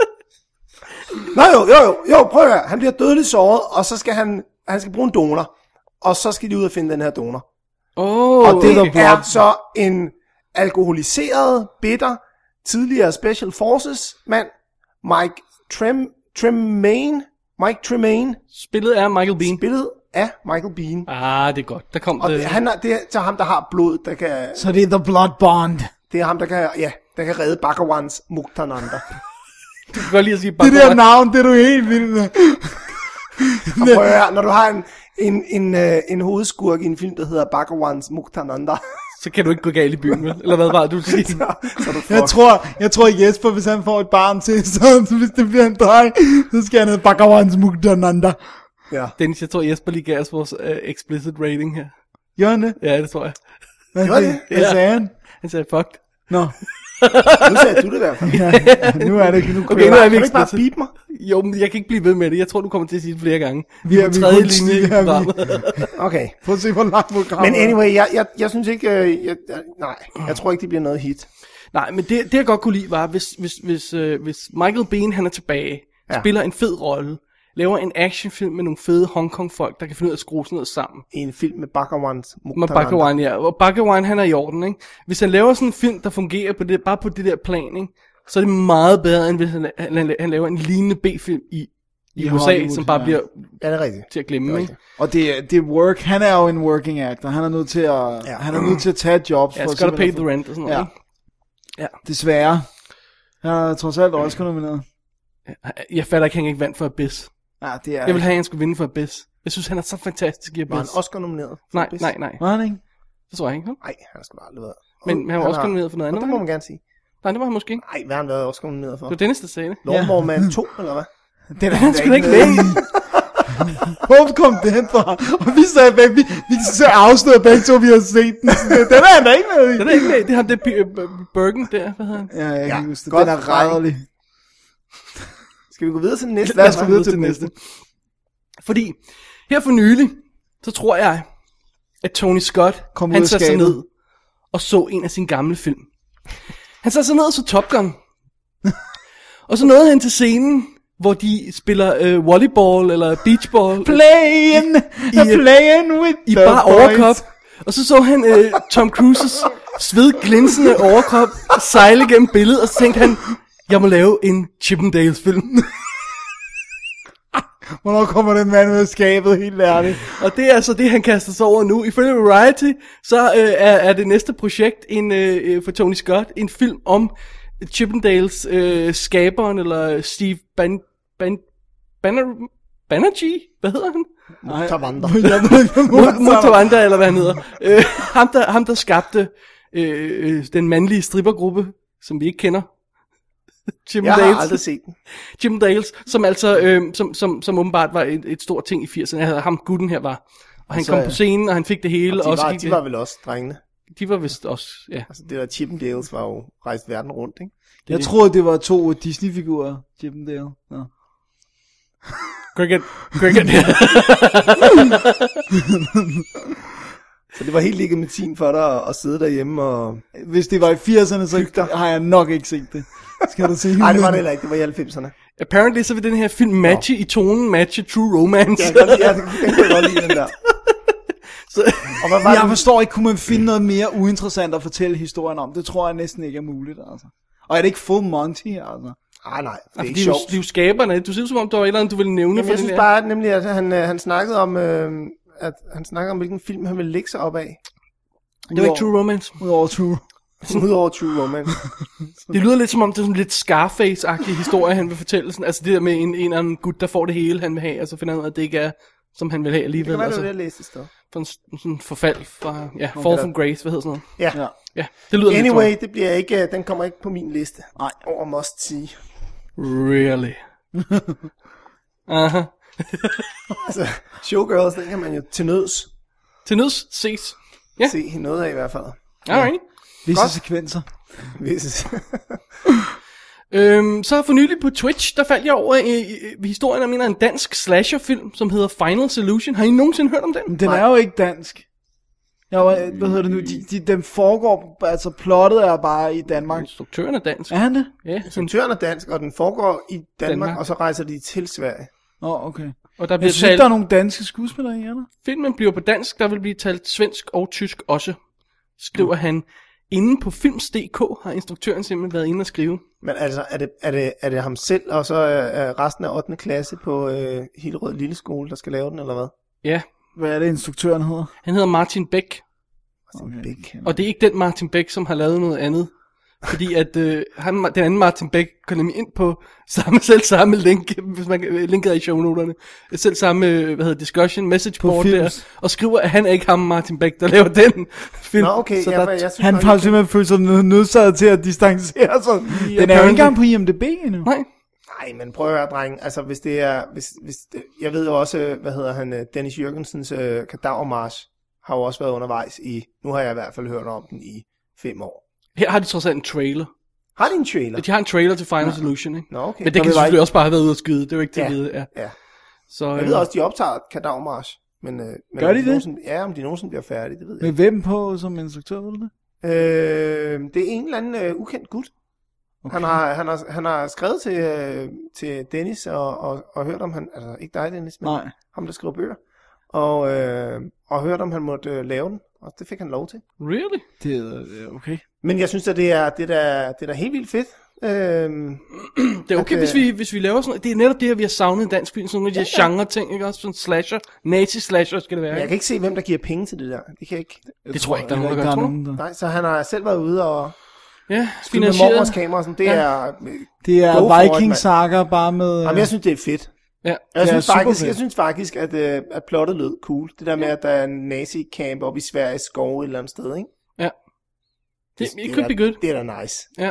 Nå jo, jo, jo, jo, prøv at høre. Han bliver dødeligt såret, og så skal han, han skal bruge en donor. Og så skal de ud og finde den her donor. Oh, Og det okay. er så en alkoholiseret, bitter, tidligere Special Forces mand, Mike Trem, Tremaine, Mike Tremaine, Spillet er Michael Biehn. spillet af Michael Biehn. Ah, det er godt. Der kom Og det. det, han er, det er så ham, der har blod, der kan, Så det er The Blood Bond. det er ham, der kan, ja, der kan redde Bhagawans Muktananda. Du kan godt lide at sige Det Bhagwan. der navn, det er du helt vild med. Og prøv at høre, når du har en, en, en, en, en hovedskurk i en film, der hedder Bhagawans Muktananda, Så kan du ikke gå galt i byen, vel? Eller hvad var det, du sige? så er du Jeg fucked. tror, jeg tror Jesper, hvis han får et barn til, så hvis det bliver en dreng, så skal han hedde Bhagawans Muktananda. Ja. Dennis, jeg tror Jesper lige gav os vores uh, explicit rating her. Gør han det? Ja, det tror jeg. Hvad, Gjorde det? det? Hvad Ja. sagde han? Han sagde, fuck. Nå, Nu sagde du det i hvert fald. ja, nu er det ikke. Nu Okay, nu er vi Kan du ikke bare explicit. beep mig? Jo, men jeg kan ikke blive ved med det. Jeg tror, du kommer til at sige det flere gange. Vi er- på vi er tredje kun- linje i vi er- vi- programmet. Okay. Prøv at se, hvor langt program Men anyway, jeg, jeg, jeg synes ikke, øh, jeg, jeg, nej, jeg tror ikke, det bliver noget hit. Nej, men det, det jeg godt kunne lide var, hvis, hvis, hvis, øh, hvis Michael Biehn, han er tilbage, Ja. ja. spiller en fed rolle, laver en actionfilm med nogle fede Hongkong-folk, der kan finde ud af at skrue sådan noget sammen. I en film med Bhagawans Med Muktananda. Bhagwan, ja. Og Bhagwan, han er i orden, ikke? Hvis han laver sådan en film, der fungerer på det, bare på det der plan, ikke? Så er det meget bedre, end hvis han, han, han laver en lignende B-film i, i, I U S A, Hollywood, som bare ja. bliver Ja, det er rigtigt. til at glemme, ikke? Og det, er- det er work. Han er jo en working actor. Han er nødt til at, ja. han er nødt til at tage jobs. Ja, for it's gotta pay simpelthen the at rent og sådan få- noget, Ja. ikke? Desværre. Han er trods alt Oscar nomineret. Jeg fatter ikke, han ikke vandt for Abyss. Ja, det er... Jeg vil have, at han skulle vinde for Abyss. Jeg synes, han er så fantastisk i Var han Abyss. Oscar nomineret? for Nej, Abyss? nej, nej. Var han ikke? Det tror jeg ikke. Nej, han har sgu da aldrig været. Men han var også nomineret for noget andet, Det var må han? man gerne sige. Nej, det var han måske ikke. Nej, hvad har han været Oscar nomineret for? Det var Dennis, der sagde det. Lawnmower Man to, eller hvad? Den er Han skulle da ikke med i. Hvor kom den fra? Og vi sagde begge, vi, vi så afslørede begge to, vi har set den. Den er han da ikke med i. Den er ikke med. Det er ham, det er P- P- Bergen der. Hvad hedder han? Ja, jeg kan Ja, ikke huske det. godt. Den er rædderlig. Skal vi gå videre til den næste? Lad os gå gå videre videre til til den næste. Fordi, her for nylig, så tror jeg, at Tony Scott, Kom ud han af satte sig skabet. ned og så en af sine gamle film. Han satte sig ned og så Top Gun. Og så nåede han til scenen, hvor de spiller øh, volleyball eller beachball Playing, I- playing with i the bare boys. overkrop. Og så så han øh, Tom Cruises svedglinsende overkrop sejle gennem billedet, og så tænkte han, jeg må lave en Chippendales film. Hvornår kommer den mand ud af skabet, helt ærligt? Og det er altså det, han kaster sig over nu. Ifølge Variety, så øh, er, er det næste projekt en, øh, for Tony Scott en film om Chippendales øh, skaberen, eller Steve Ban... Ban... Banner... Banerjee? Hvad hedder han? Muktananda. Jeg ved ikke, hvad Mu- hun Mutawanda, eller hvad han hedder. Øh, ham, der, ham, der skabte øh, øh, den mandlige strippergruppe, som vi ikke kender. Jim Jeg har Dales. aldrig set den. Jim Dales, som altså, øh, som, som, som åbenbart var et, et stort ting i firserne. Jeg havde ham gutten her var. Og han Altså, kom på scenen, og han fik det hele. Og de, også var, gik de det- var vel også drengene. de var vist også, ja. Altså det der Chippendales var jo rejst verden rundt, ikke? Jeg troede, det var to Disney-figurer, Chippendale. Ja. Cricket, cricket. Så det var helt legitim for dig at, at sidde derhjemme og... Hvis det var i firserne, så har jeg nok ikke set det. Skal du se? Nej, det var det heller ikke. Det var i halvfemserne. Apparently så vil den her film matche i tonen, matche True Romance. Jeg kan godt lide, jeg, den kunne jeg godt lide, den der. Så, Og hvad var Jeg det? forstår ikke, kunne man finde noget mere uinteressant at fortælle historien om? Det tror jeg næsten ikke er muligt, altså. Og er det ikke Full Monty, altså? Ah, nej, det er altså, ikke det, er jo, sjovt. det er jo skaberne. Du ser som om, der var et eller andet, du ville nævne Jamen, for jeg den synes her. bare nemlig, at han, øh, han snakkede om, øh, at han snakkede om, hvilken film han ville lægge sig op af. Det var ikke True Romance. Udover True. Udover True Romance. Det lyder lidt som om, det er sådan lidt Scarface-agtig historie, han vil fortælle. Sådan, altså det der med en, en eller anden gut, der får det hele, han vil have, og så finder han ud af, at det ikke er, som han vil have Det alligevel. kan være, det Altså, var det, jeg læste i stedet. for en, sådan en forfald fra, ja, Fall from Grace, hvad hedder sådan noget? Ja. Ja. Ja, det lyder Anyway, lidt det bliver ikke, øh, den kommer ikke på min liste. Nej. Over must see. som, really. Aha. Altså, Showgirls, den kan man jo til nøds Til nøds ses. Ja. se noget af i hvert fald. Alright. Visse Godt. sekvenser. Hvis... Øhm, så for nylig på Twitch, der faldt jeg over i, i, i historien om en af en dansk slasherfilm, som hedder Final Solution. Har I nogensinde hørt om den? Men den er jo ikke dansk. Jeg var, hvad hedder det nu? De, de, den foregår, altså plottet er bare i Danmark. Instruktøren er dansk. Er han det? Ja, Instruktøren er dansk, og den foregår i Danmark, Danmark. Danmark. Og så rejser de til Sverige. Åh, oh, okay. og der Jeg bliver synes ikke, talt, der er nogle danske skuespillere i, er der? filmen bliver på dansk, der vil blive talt svensk og tysk også, skriver han. Inde på Films punktum d k har instruktøren simpelthen været inde og skrive. Men altså, er det, er det, er det ham selv, og så er, er resten af ottende klasse på øh, Hillerød Lille Skole, der skal lave den, eller hvad? Ja, Hvad er det, instruktøren hedder? han hedder Martin Beck, Okay. Big. og det er ikke den Martin Beck, som har lavet noget andet. Fordi at øh, han, den anden Martin Beck går nemlig ind på samme, selv samme link, hvis man kan- linket er i shownoterne, selv samme, øh, hvad hedder discussion, message På board der, Films. og skriver, at han er ikke ham, Martin Beck, der laver den film. Nå, okay, så ja, der, men jeg synes Han nok har ikke- simpelthen følt sig nød- nødsaget til at distancere sig. Den er jo ikke apparently. engang på I M D B endnu. Nej, Nej, men prøv at høre, dreng. Altså, hvis det er... Hvis, hvis det, jeg ved jo også, øh, hvad hedder han, øh, Dennis Jørgensens øh, Kadavermarsch har jo også været undervejs i... Nu har jeg i hvert fald hørt om den i fem år. her har de trods alt en trailer. Har de en trailer? De har en trailer til Final Solution, ikke? Nå, okay. Men det kan vil bare selvfølgelig ikke- også bare have været ude at skyde, det er jo ikke til Ja. at vide, ja. Ja. Så, Jeg øh, ved også, de optager Kadavermarsch. Men, øh, men Gør om de det? nogensinde- Ja, om de nogensinde bliver færdige, det ved jeg Med hvem på som instruktør, ved du det? Øh, det er en eller anden øh, ukendt gut. Okay. Han, har, han, har, han har skrevet til, øh, til Dennis og, og, og hørt om han, altså ikke dig Dennis, men Nej. ham der skriver bøger, og, øh, og hørt om han måtte øh, lave den, og det fik han lov til. really? Det er øh, okay. Men jeg synes at det er, det er, det er da helt vildt fedt. Øhm, Det er okay, At, hvis, vi, hvis vi laver sådan det er netop det her, vi har savnet i dansk film, sådan nogle af de her genre-ting, ikke også? Sådan slasher, nazi-slasher skal det være, men jeg ikke? kan ikke se, hvem der giver penge til det der. Det kan jeg ikke. Det tror jeg ikke, der er nogen, der der gør, er tror du? nogen, der... Nej, så han har selv været ude og Ja, filmet mormors finansieret. kamera, sådan, det Ja. er... Det Go for er it, Viking mand. Saga bare med... Jamen, jeg synes, det er fedt. Ja, Jeg, Det er synes super faktisk, fedt. jeg synes faktisk, at, øh, at plottet lød cool. Det der med, at der er en nazi-camp oppe i Sveriges skove et eller andet sted, ikke? ja. Det, det it could er, be good. Det er da nice. Ja.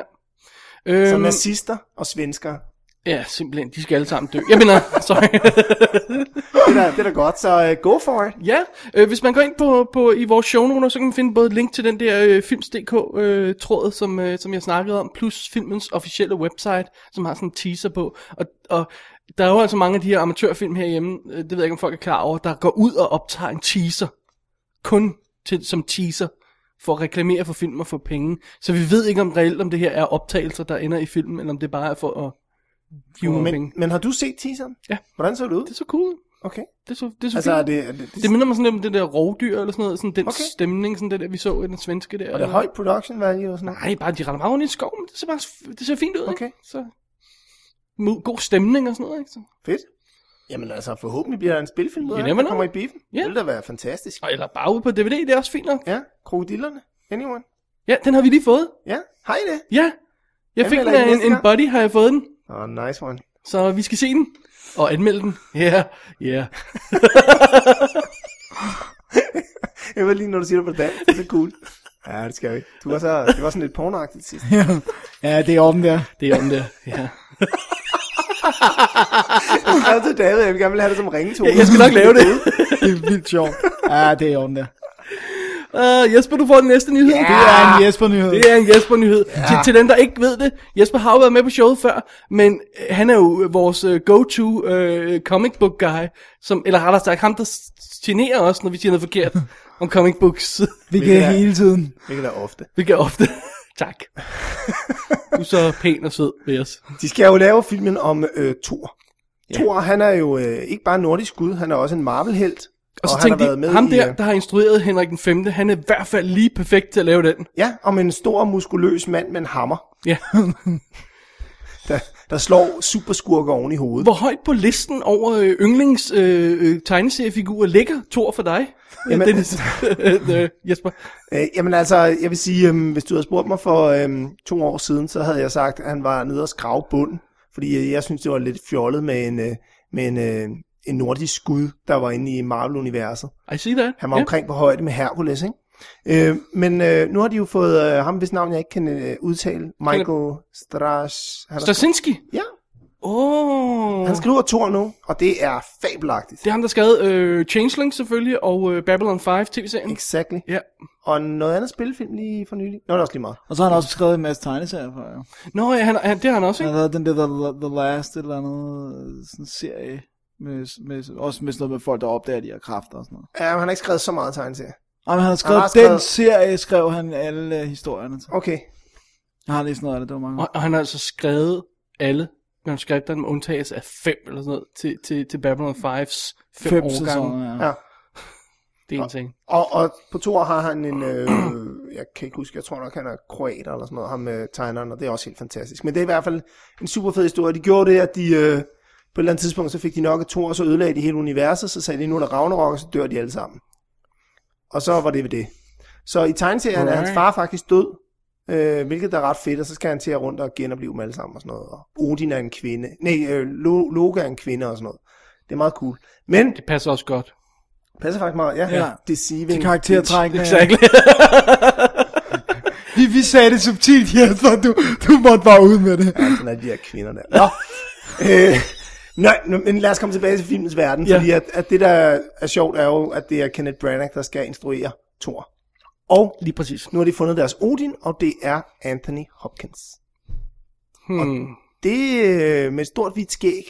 Så Øhm, nazister og svenskere. ja, simpelthen, de skal alle sammen dø. Jeg mener, sorry. Det er da, det er da godt, så uh, go for it. Ja, øh, hvis man går ind på, på i vores shownoter, så kan man finde både et link til den der øh, Films punktum d k øh, tråd, som, øh, som jeg snakkede om, plus filmens officielle website, som har sådan en teaser på. Og, og der er jo altså mange af de her amatørfilm herhjemme, øh, det ved jeg ikke, om folk er klar over, der går ud og optager en teaser. Kun til, som teaser, for at reklamere for film og få penge. Så vi ved ikke om reelt, om det her er optagelser, der ender i filmen, eller om det bare er for at hive nogle penge. Men, men har du set teaseren? Ja. Hvordan så det ud? Det er så cool. Okay. Det er så, det er så Altså, er fint. det, er det, det, Det minder mig sådan lidt om det der rovdyr, eller sådan noget, sådan den Okay. okay. stemning, sådan det der, vi så i den svenske der. er det højt production value og sådan noget? Nej, bare de render bare rundt i en skov, men det ser bare, det ser fint ud, Okay. ikke? Så, mod, god stemning og sådan noget, ikke? Så. Fedt. Jamen altså, forhåbentlig bliver der en spilfilm, You der never know. kommer i biffen. Ja. Det vil da være fantastisk. Og eller bare ude på D V D, det er også fint nok. Ja, krokodillerne. Anyone? Ja, den har vi lige fået. Ja, hej det. Ja, jeg fik Anmelder den I af en, næste en gang? buddy, har jeg fået den. Oh, nice one. Så vi skal se den. Og anmelde den. Ja, yeah, ja. Yeah. Jeg vil lige, når du siger det på dansk. Det er så cool. Ja, det skal vi. Du var så, det var sådan lidt pornoagtigt sidst. Ja, det er om der. Det er om det, ja. Jeg skrev til David, jeg vil gerne have det som ringetone. Jeg skal nok lave det. Det er vildt sjovt. Ja, det er om der. Uh, Jesper, du får den næste nyhed. Det er en Jesper-nyhed. Det er en Jesper-nyhed. Ja. Til, til dem, der ikke ved det, Jesper har jo været med på showet før, men øh, han er jo vores uh, go-to uh, comic book guy, som, eller rettere sagt, ham, der generer os, når vi siger noget forkert om comic books. Vi kan hele tiden. Hvilket er ofte. Hvilket er ofte. Tak. Du er så pæn og sød ved os. De skal jo lave filmen om øh, Thor. Ja. Thor, han er jo øh, ikke bare en nordisk gud, han er også en Marvel-helt. Og så og han har tænkte været med de, ham i, der, der har instrueret Henrik den femte, han er i hvert fald lige perfekt til at lave den. Ja, om en stor, muskuløs mand med en hammer, Ja. der, der slår superskurker oven i hovedet. Hvor højt på listen over øh, yndlings øh, øh, tegneseriefigurer ligger Thor for dig? Jamen, Dennis, øh, Jesper. Øh, jamen altså, jeg vil sige, øh, hvis du havde spurgt mig for øh, to år siden, så havde jeg sagt, at han var nede og skrave bunden. Fordi øh, jeg synes, det var lidt fjollet med en, øh, med en, øh, en nordisk gud, der var inde i Marvel-universet. I see that. Han var yeah. omkring på højde med Hercules, ikke? Øh, men øh, nu har de jo fået øh, ham, hvis navn jeg ikke kan øh, udtale. Michael Strasz... han har Straczynski? Ja, Åh. han skriver Thor nu, og det er fabelagtigt. Det er ham, der skrev øh, Changeling selvfølgelig, og øh, Babylon fem tv-serien. Exactly. Ja. Og noget andet spilfilm lige for nylig. Nå, det er også lige meget. Og så har han også skrevet en masse tegneserier for jer. Nå, ja, han, han, det har han også, Han ikke? har lavet den der The, The Last eller andet sådan en serie. Med, med, også med sådan noget med folk, der opdager de her kræfter og sådan noget. Ja, men han har ikke skrevet så meget tegneserie. Og han har skrevet, Han har den skrevet- serie, skrev han alle uh, historierne til. Okay. Jeg har læst noget af det, det var mange Og, og han har altså skrevet alle manuskripterne med undtagelse af fem eller sådan noget, til, til, til Babylon fem's fem, Fem årgange. sæsoner, ja. Ja. Det er en ting. Og, og på Thor har han en, øh, jeg kan ikke huske, jeg tror nok, han er kroater eller sådan noget, ham med tegneren, og det er også helt fantastisk. Men det er i hvert fald en super fed historie. De gjorde det, at de øh, på et eller andet tidspunkt, så fik de nok af Thor, og så ødelagde de hele universet, så sagde de, nu er der Ragnarok, og så dør de alle sammen. Og så var det ved det. Så i tegneserien er hans far faktisk død, øh, hvilket der er ret fedt, og så skal han til at rundt og genopleve dem alle sammen og sådan noget. Og Odin er en kvinde, nej, øh, Loke er en kvinde og sådan noget. Det er meget cool. Men Det passer også godt. passer faktisk meget, ja. Ja. Deceiving. Til karaktertrækkene. Exactly. Vi, vi sagde det subtilt, Jesper. Du, du måtte bare ud med det. Ja, sådan er de her kvinder der. Nå. øh, nej, men lad os komme tilbage til filmens verden, Ja. fordi at, at det, der er sjovt, er jo, at det er Kenneth Branagh, der skal instruere Thor. Og Lige præcis. nu har de fundet deres Odin, og det er Anthony Hopkins. Hmm. Det øh, med et stort hvidt skæg,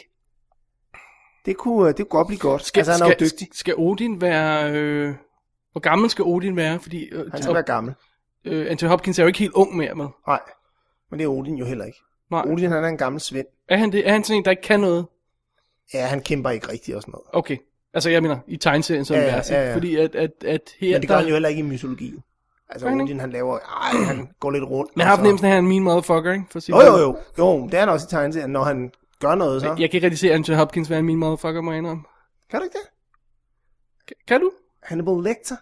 det kunne, det kunne godt blive godt. Skal, altså, han er jo dygtig. Skal Odin være... Øh, hvor gammel skal Odin være? Fordi øh, Han skal være gammel. øh, Anthony Hopkins er jo ikke helt ung mere med. Nej, men det er Odin jo heller ikke. Nej. Odin, han er en gammel svend. Er han det? Er han sådan en, der ikke kan noget? Ja, han kæmper ikke rigtigt og sådan noget. Okay. Altså, jeg mener, i tegneserien som Ja, ja, ja, vers, ja, ja. Fordi at, at, at her... Men det gør der, han jo heller ikke i mytologien. Altså, Gør han Odin, han laver... Ej, han går lidt rundt. Men jeg har og haft nemt sådan, at han er en mean motherfucker, ikke? For at sige Jo, det. jo, jo. Jo, det er han også i tegneserien, når han gør noget, så. Jeg kan ikke rigtig se Anthony Hopkins være en mean motherfucker, må jeg indrømme. Kan du ikke det? Kan, kan du? Hannibal Lecter.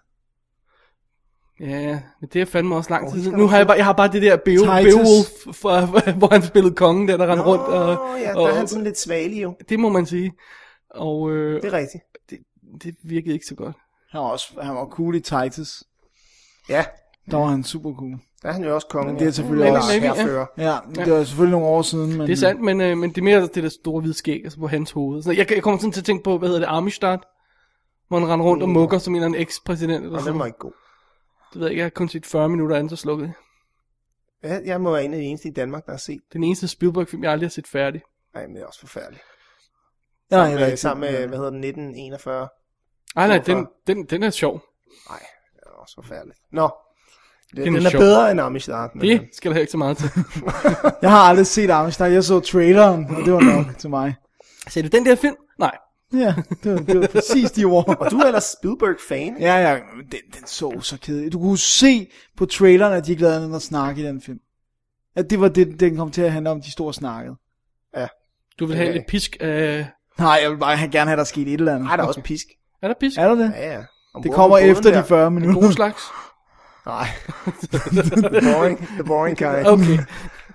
Ja, men det er fandme også lang Åh, tid det siden. skal Nu du har jeg se. bare, jeg har bare det der Beo, Titus. Beowulf, fra, hvor han spillede kongen, der, der rendte rundt. Og, ja, der og, er han sådan lidt svagelig jo. Det må man sige. Og øh, Det er rigtigt. det, det virkede ikke så godt. Han var også han var cool i Titus. Ja, Der var han super cool. der er han jo også kongen. Men det er selvfølgelig Eller også- herfører. Ja, det var selvfølgelig nogle år siden. Men Det er sandt, men, øh, men det er mere det der store hvide skæg, altså på hans hoved. Så jeg, jeg kommer sådan til at tænke på, hvad hedder det, Armistad, hvor han render rundt og mukker som en eller anden eks-præsident. Eller Og den sådan. var ikke god. Det ved jeg ikke, jeg har kun set fyrre minutter andet, så slukket. Ja, jeg må være en af de eneste i Danmark, der har set. Den eneste Spielberg-film, jeg aldrig har set færdig. Nej, men det er også forfærdeligt. Ja, Sammen heller med, ikke. sammen med hvad hedder den, nitten enogfyrre. Ej, nej, Hvorfor? den, den, den er sjov. Nej, det er også forfærdeligt. Nå, det, Den den, er er sjov. bedre end Amistad. men- Det skal der ikke så meget til. Jeg har aldrig set Armstrong. Jeg så traileren, og det var nok til mig. Ser du den der film? Nej. Ja, det var, det var præcis de ord. Og du er ellers Spielberg-fan. Ja, ja, men den, den så så kedelig. Du kunne se på traileren, at de ikke lavede andet end at snakke i den film. At det var det, den kom til at handle om, de store snakkede. Ja. Du vil have Okay. lidt pisk af... Nej, jeg vil bare have, gerne have, der skete et eller andet. Nej, der er også pisk. Er der pisk? Er der det? Ja, ja. Ombord Det kommer på båden efter der. de fyrre En minutter. god slags? Nej. the boring, the boring kind. Okay.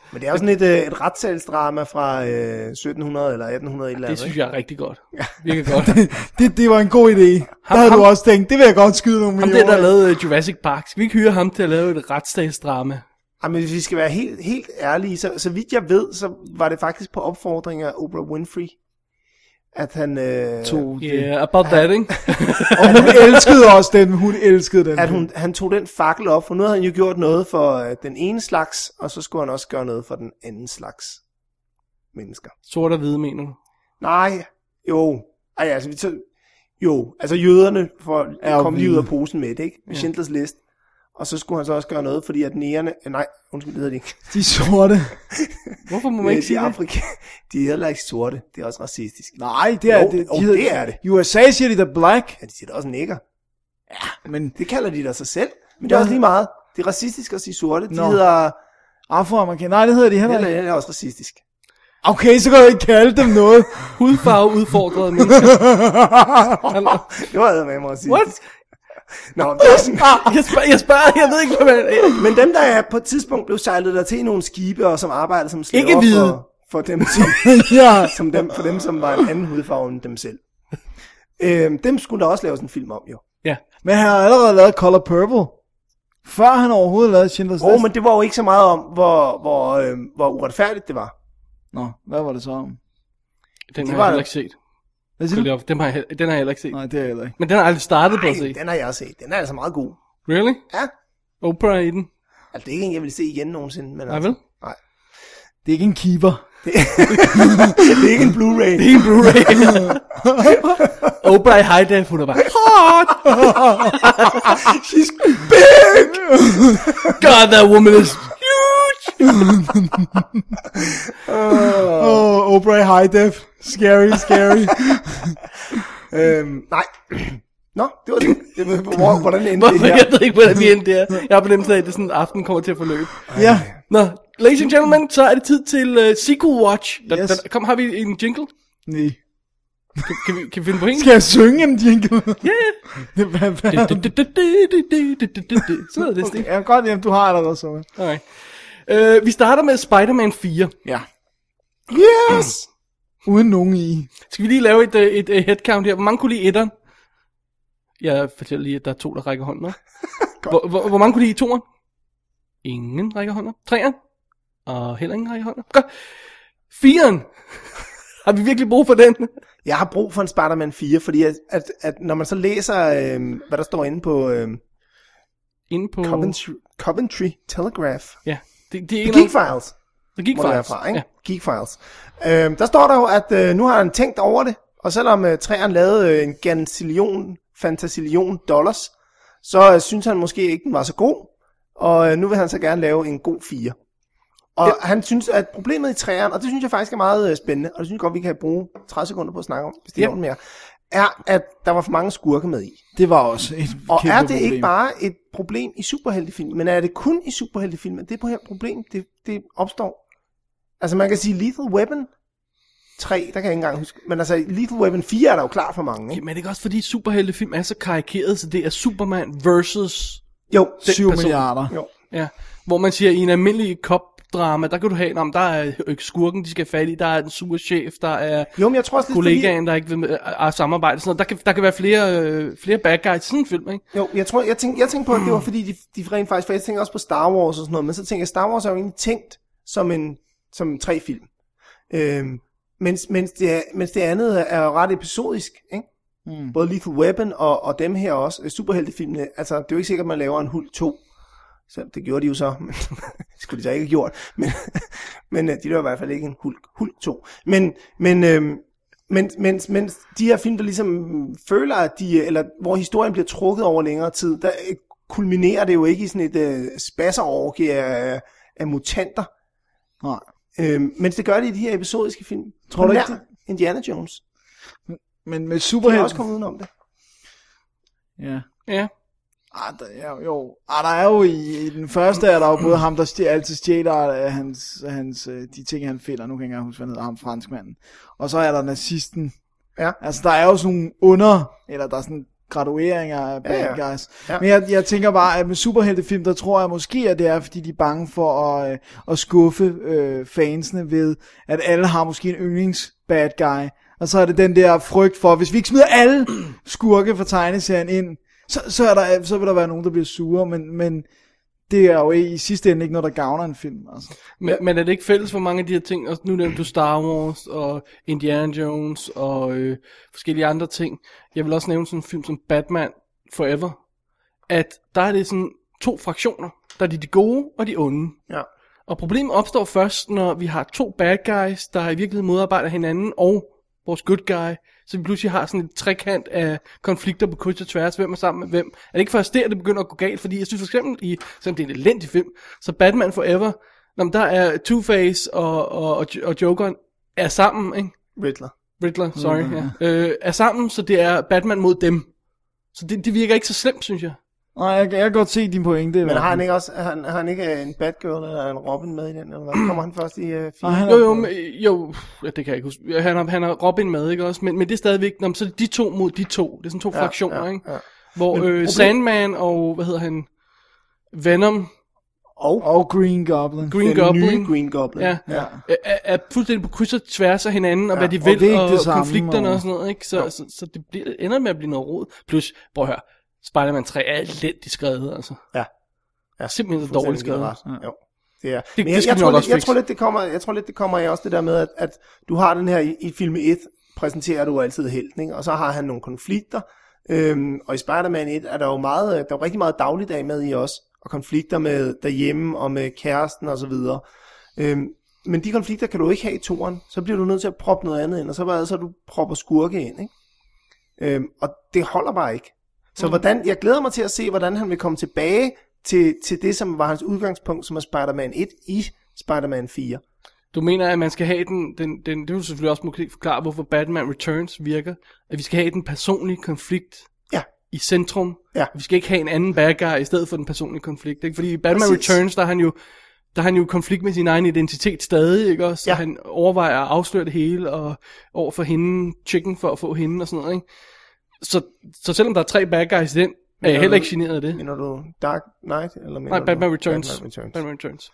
Men det er jo sådan et, øh, et retssalsdrama fra øh, sytten hundrede eller atten hundrede eller Det andet. synes ikke? jeg er rigtig godt. Virkelig godt. det, det var en god idé. Der havde ham- du også tænkt, det vil jeg godt skyde nogle Ham millioner. der, der lavede uh, Jurassic Park. Skal vi ikke hyre ham til at lave et retsstatsdrama? Jamen, hvis vi skal være helt, helt ærlige, så, så vidt jeg ved, så var det faktisk på opfordring af Oprah Winfrey, at han... Øh, tog det. Yeah, about that, ikke? Og hun elskede også den, hun elskede den. at hun, han tog den fakkel op, for nu havde han jo gjort noget for øh, den ene slags, og så skulle han også gøre noget for den anden slags mennesker. Sort og hvide, mener du? Nej, jo. Ej, altså, vi tager, jo, altså jøderne for Er jo at komme lige ud hvide. af posen med det, ikke? Med Schindlers List. Og så skulle han så også gøre noget, fordi at nærerne... Nej, undskyld, det hedder de ikke. De sorte. Hvorfor må man ikke de sige det? Afrika, de er heller ikke sorte. Det er også racistisk. Nej, det er Jo, det. jo, De hedder- det er det. I U S A siger de der black. Ja, de siger da også nækker. Men Det kalder de da sig selv. Men det er også lige meget. Det er racistisk at sige sorte. De Nå. hedder... afroamerikanere, nej, det hedder de heller Eller ikke. det er også racistisk. Okay, så kan du ikke kalde dem noget. Hudfarve udfordrede mennesker. Det var med mig racistisk. What? Nå, det er sådan... Jeg spørger, jeg spørger, jeg ved ikke, hvad man... Men dem, der er på et tidspunkt blev sejlet der til i nogle skibe, og som arbejdede som slaver Ikke hvide. for, for, dem, som, Ja. som dem, for dem, som var en anden hudfarve end dem selv. Øhm, dem skulle der også laves en film om, jo. Ja. Men han har allerede lavet Color Purple. Før han overhovedet lavede Schindler's Åh, List. men det var jo ikke så meget om, hvor, hvor, øhm, hvor uretfærdigt det var. Nå, hvad var det så om? Den Det har var- jeg heller ikke set. Hvad siger Følg du? op. Den har jeg, den har jeg heller ikke set. Nej, det er jeg heller ikke. Men den har jeg aldrig startet på at Nej, se. den har jeg set. Den er altså meget god. Really? Ja. Oprah i den? Altså, det er ikke en, jeg vil se igen nogensinde. Men Nej, altså, vel? Nej. Det er ikke en keeper. Det er ikke en Blu-ray. Det er en Blu-ray. Oprah i high def, hun er bare hot. She's big! God, that woman is huge. Åh, oh, Oprah High Def. Scary, scary. øhm, nej. Nå, det var det. det var, hvor, hvordan endte det Hvorfor? her? Jeg ved ikke, hvordan vi endte der. Jeg har på dem af, at det sådan en aften kommer til at forløbe. Ja. Nå, ladies and gentlemen, så er det tid til uh, Sequel Watch. Der, Yes. der, kom, har vi en jingle? Nej. Kan, kan, vi, kan vi finde på en? Skal jeg synge en jingle? Ja, Det- hvad- hvad- ja. Sådan noget, det er stil. Ja, godt, jamen, du har allerede så. Okay. Uh, vi starter med Spider-Man fire. Ja. Yes! Uden nogen i. Skal vi lige lave et, uh, et uh, headcount her? Hvor mange kunne lide etteren? Jeg fortæller lige, at der er to, der rækker hånden op. hvor, hvor, hvor mange kunne lide toeren? Ingen rækker hånden op. Treeren? Og heller ingen rækker hånden op. Godt. Fireren? Har vi virkelig brug for den? Jeg har brug for en Spider-Man fire, fordi at, at, at når man så læser, øhm, hvad der står inde på øhm, Inde på... Coventry, Coventry Telegraph, Ja, det, det er The en Geek Files, The Geek må det være Files. fra, ikke? Ja. Geek Files. Øhm, der står der jo, at øh, nu har han tænkt over det, og selvom øh, træerne lavede øh, en gansillion, fantasillion dollars, så øh, synes han måske ikke, den var så god, og øh, nu vil han så gerne lave en god fire. Og ja. Han synes, at problemet i træerne, og det synes jeg faktisk er meget øh, spændende, og det synes jeg godt, vi kan bruge tredive sekunder på at snakke om, hvis det er Ja. ja. mere, er, at der var for mange skurke med i. Det var også et Og kæmpe er det problem. ikke bare et problem i superheltefilm, men er det kun i superheltefilm, at det her problem, det, det opstår? Altså man kan sige Lethal Weapon tre, der kan jeg ikke engang huske, men altså Lethal Weapon fire er der jo klar for mange, ikke? Jamen er det ikke også fordi superheltefilm er så karikeret, så det er Superman versus... Jo, syv person. milliarder. jo. Ja, hvor man siger, i en almindelig cop-drama, der kan du have, om der er skurken, de skal have fat i, der er den sure chef, der er Jo, men jeg tror også, det er kollegaen, der ikke vil med, at samarbejde. Sådan noget. Der, kan, der kan være flere, øh, flere bad guys i sådan en film, ikke? Jo, jeg tror, jeg tænkte, jeg tænkte på, at det var fordi, de, de rent faktisk, for jeg tænker også på Star Wars og sådan noget, men så tænker jeg, Star Wars er jo egentlig tænkt som en, som tre film. Øhm, mens, mens, det er, mens det andet er jo ret episodisk, ikke? Mm. Både Lethal Weapon og, og dem her også, superheltefilmene, altså det er jo ikke sikkert, at man laver en Hulk to. Så det gjorde de jo så, men det skulle de så ikke have gjort. Men, men de laver i hvert fald ikke en Hulk, Hulk to. Men, men, øhm, men, mens, mens de her film, der ligesom føler, at de, eller hvor historien bliver trukket over længere tid, der kulminerer det jo ikke i sådan et øh, spasserorgie af, af mutanter. Nej. Øhm, mens det gør det i de her episodiske film. Tror du ikke Nær Indiana Jones. Men med De er superhelt... også kommet udenom det. Ja. Ja. Ah, der, ja, jo. Ah, der er jo i, i den første er der jo både ham, der stjæ, altid stjæler øh, hans, hans, øh, de ting, han finder. Nu kan jeg ikke engang huske, hvad han hedder, ham franskmanden. Og så er der nazisten. Ja. Altså, der er jo sådan nogle under, eller der er sådan gradueringer af bad Ja, ja. guys. Ja. Men jeg, jeg tænker bare, at med superheltefilm, der tror jeg måske, at det er, fordi de er bange for at, øh, at skuffe øh, fansene ved, at alle har måske en yndlings bad guy. Og så er det den der frygt for, hvis vi ikke smider alle skurke fra tegneserien ind, så, så, er der, så vil der være nogen, der bliver sure, men, men det er jo i sidste ende ikke noget, der gavner en film. Altså. Men, men er det ikke fælles for mange af de her ting? Og nu nævnte du Star Wars og Indiana Jones og øh, forskellige andre ting. Jeg vil også nævne sådan en film som Batman Forever. At der er det sådan to fraktioner. Der er de, de gode og de onde. Ja. Og problemet opstår først, når vi har to bad guys, der i virkeligheden modarbejder hinanden, og vores good guy. Så vi pludselig har sådan et trekant af konflikter på kryds og tværs, hvem er sammen med hvem. Er det ikke først der, det begynder at gå galt? Fordi jeg synes for eksempel, i, selvom det er en elendig film, så Batman Forever, når der er Two-Face og, og, og, og Jokeren er sammen, ikke? Riddler. Riddler, sorry, mm-hmm. ja. Øh, er sammen, så det er Batman mod dem. Så det, det virker ikke så slemt, synes jeg. Nej, jeg, jeg kan godt se din pointe. Men har han ikke også, har, har han ikke en Batgirl eller en Robin med i den, eller hvad? Kommer han først i uh, fire? Nej, han er- Jo, jo, men, jo, ja, det kan jeg ikke huske. Han har, han har Robin med, ikke også? Men, men det er stadigvæk, nå, så er det de to mod de to. Det er sådan to Ja, fraktioner, ja, ikke? ja. Hvor Men øh, problem- Sandman og, hvad hedder han, Venom, Og, Og Green Goblin. Green den Goblin, nye Green Goblin. ja, Ja. er, er fuldstændig på kryds og tværs af hinanden, og Ja, hvad de og vil, det er ikke og, det samme, konflikterne og- og sådan noget, ikke? Så, Jo. så, så det bliver, ender med at blive noget rod. Plus, prøv at høre, Spider-Man tre er elendigt skrevet, altså. Ja. Ja, Simpelthen så fuldstændig dårligt skrevet. ret. Jo. Det er. Det- Men jeg, det skal jeg, vi tror nok lidt, også jeg fikse. tror lidt, det kommer, jeg tror lidt, det kommer i også det der med, at, at du har den her i, i film et, præsenterer du altid helten, ikke? Og så har han nogle konflikter, øhm, og i Spider-Man et er der jo meget, der er jo rigtig meget dagligdag med i os, og konflikter med derhjemme, og med kæresten, og så videre. Øhm, men de konflikter kan du ikke have i toren, så bliver du nødt til at proppe noget andet ind, og så er det så, du propper skurke ind, ikke? Øhm, og det holder bare ikke. Så mm. hvordan, jeg glæder mig til at se, hvordan han vil komme tilbage til, til det, som var hans udgangspunkt, som er Spider-Man et i Spider-Man fire. Du mener, at man skal have den, den, den det vil du selvfølgelig også måske forklare, hvorfor Batman Returns virker, at vi skal have den personlige konflikt Ja, i centrum. Ja. Vi skal ikke have en anden bad guy i stedet for den personlige konflikt, ikke? Fordi i Batman Præcis. Returns, der er han jo der er han jo i konflikt med sin egen identitet stadig, ikke også? Så Ja. han overvejer at afsløre det hele, og over for hende, chicken for at få hende og sådan noget, ikke? Så, så selvom der er tre bad guys i den, er jeg Mener heller du- ikke generet af det. mener du Dark Knight? Eller mener Nej, du Batman Returns. Batman Returns. Batman Returns.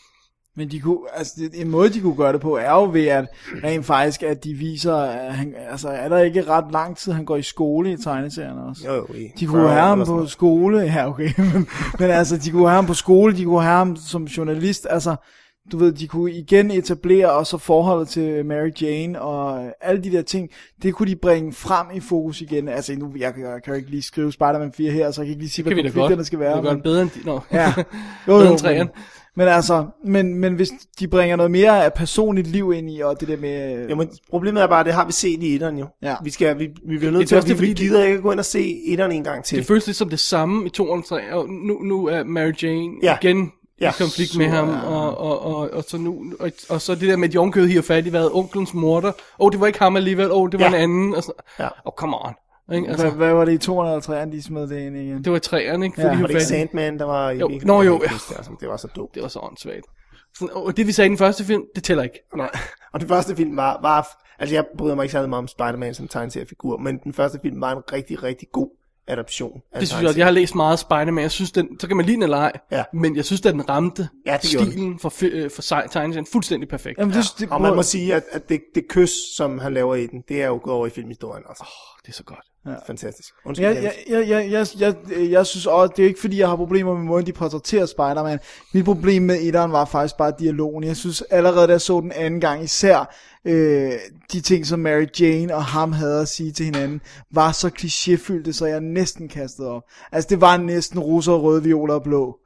Men de kunne, altså det, en måde de kunne gøre det på er jo ved at rent faktisk at de viser at han, altså er der ikke ret lang tid han går i skole i tegneserierne også. Jo, jo, i De kunne fyrre have år ham eller sådan på noget. skole, ja okay, men, men altså de kunne have ham på skole, de kunne have ham som journalist, altså du ved, de kunne igen etablere også forholdet til Mary Jane og alle de der ting, det kunne de bringe frem i fokus igen. Altså nu, jeg, jeg kan jo ikke lige skrive Spider-Man fire her, så jeg kan ikke lige sige, Det kan hvad vi da konflikterne godt. skal Vi være. kan gøre men- det bedre end de... Nå. Ja, jo, Bedre jo, end træerne. men, men altså, men, men hvis de bringer noget mere af personligt liv ind i, og det der med... Jo, men problemet er bare, at det har vi set i etteren jo. Ja. Vi, skal, vi, vi bliver nødt Det er til at, også vi, fordi vi det- gider ikke gå ind og se etteren en gang til. Det føles lidt som det samme i to og tre, og nu, nu er Mary Jane Ja. igen Ja. i konflikt med ham, og, og, og, og, så nu, og, og så det der med, at de ovenkøbet hiver fat i, hvad onklens morter, åh, oh, det var ikke ham alligevel, åh, oh, det var Ja. en anden, og så, Ja. åh, oh, come on, ikke? Altså, Altså, hvad, hvad var det i to og tre, de smed det ind igen? det var i træerne, ikke? Ja. Fordi de Var det hiver ikke fat i. Sandman, der var i Jo, virkeligheden? nå, jo, Jeg kan ja. ikke huske det, altså, det var så dumt. Det var så åndssvagt. Sådan, og det vi sagde i den første film, det tæller ikke. Nej. Og den første film var, var, altså jeg bryder mig ikke særlig meget om Spider-Man som tegneseriefigur, men den første film var en rigtig, rigtig god adaption af Det synes jeg også. Jeg har læst meget Spider-Man. Jeg synes, den, så kan man lide den eller ej. Ja. Men jeg synes, at den ramte Ja, det gjorde stilen for, fi- øh, for sej- tegneserien fuldstændig perfekt. Jamen, Ja. det, det, Og man må sige, at, at det, det kys, som han laver i den, det er jo gået over i filmhistorien også. Oh, det er så godt. Fantastisk. Undskyld, Jeg, jeg, jeg, jeg, jeg, jeg, jeg synes også, det er ikke fordi, jeg har problemer med måden, de portrætterer Spider-Man. Mit problem med etteren var faktisk bare dialogen. Jeg synes allerede, da jeg så den anden gang, især øh, de ting, som Mary Jane og ham havde at sige til hinanden, var så klichéfyldte, så jeg næsten kastede op. Altså, det var næsten roser, røde, violer og blå.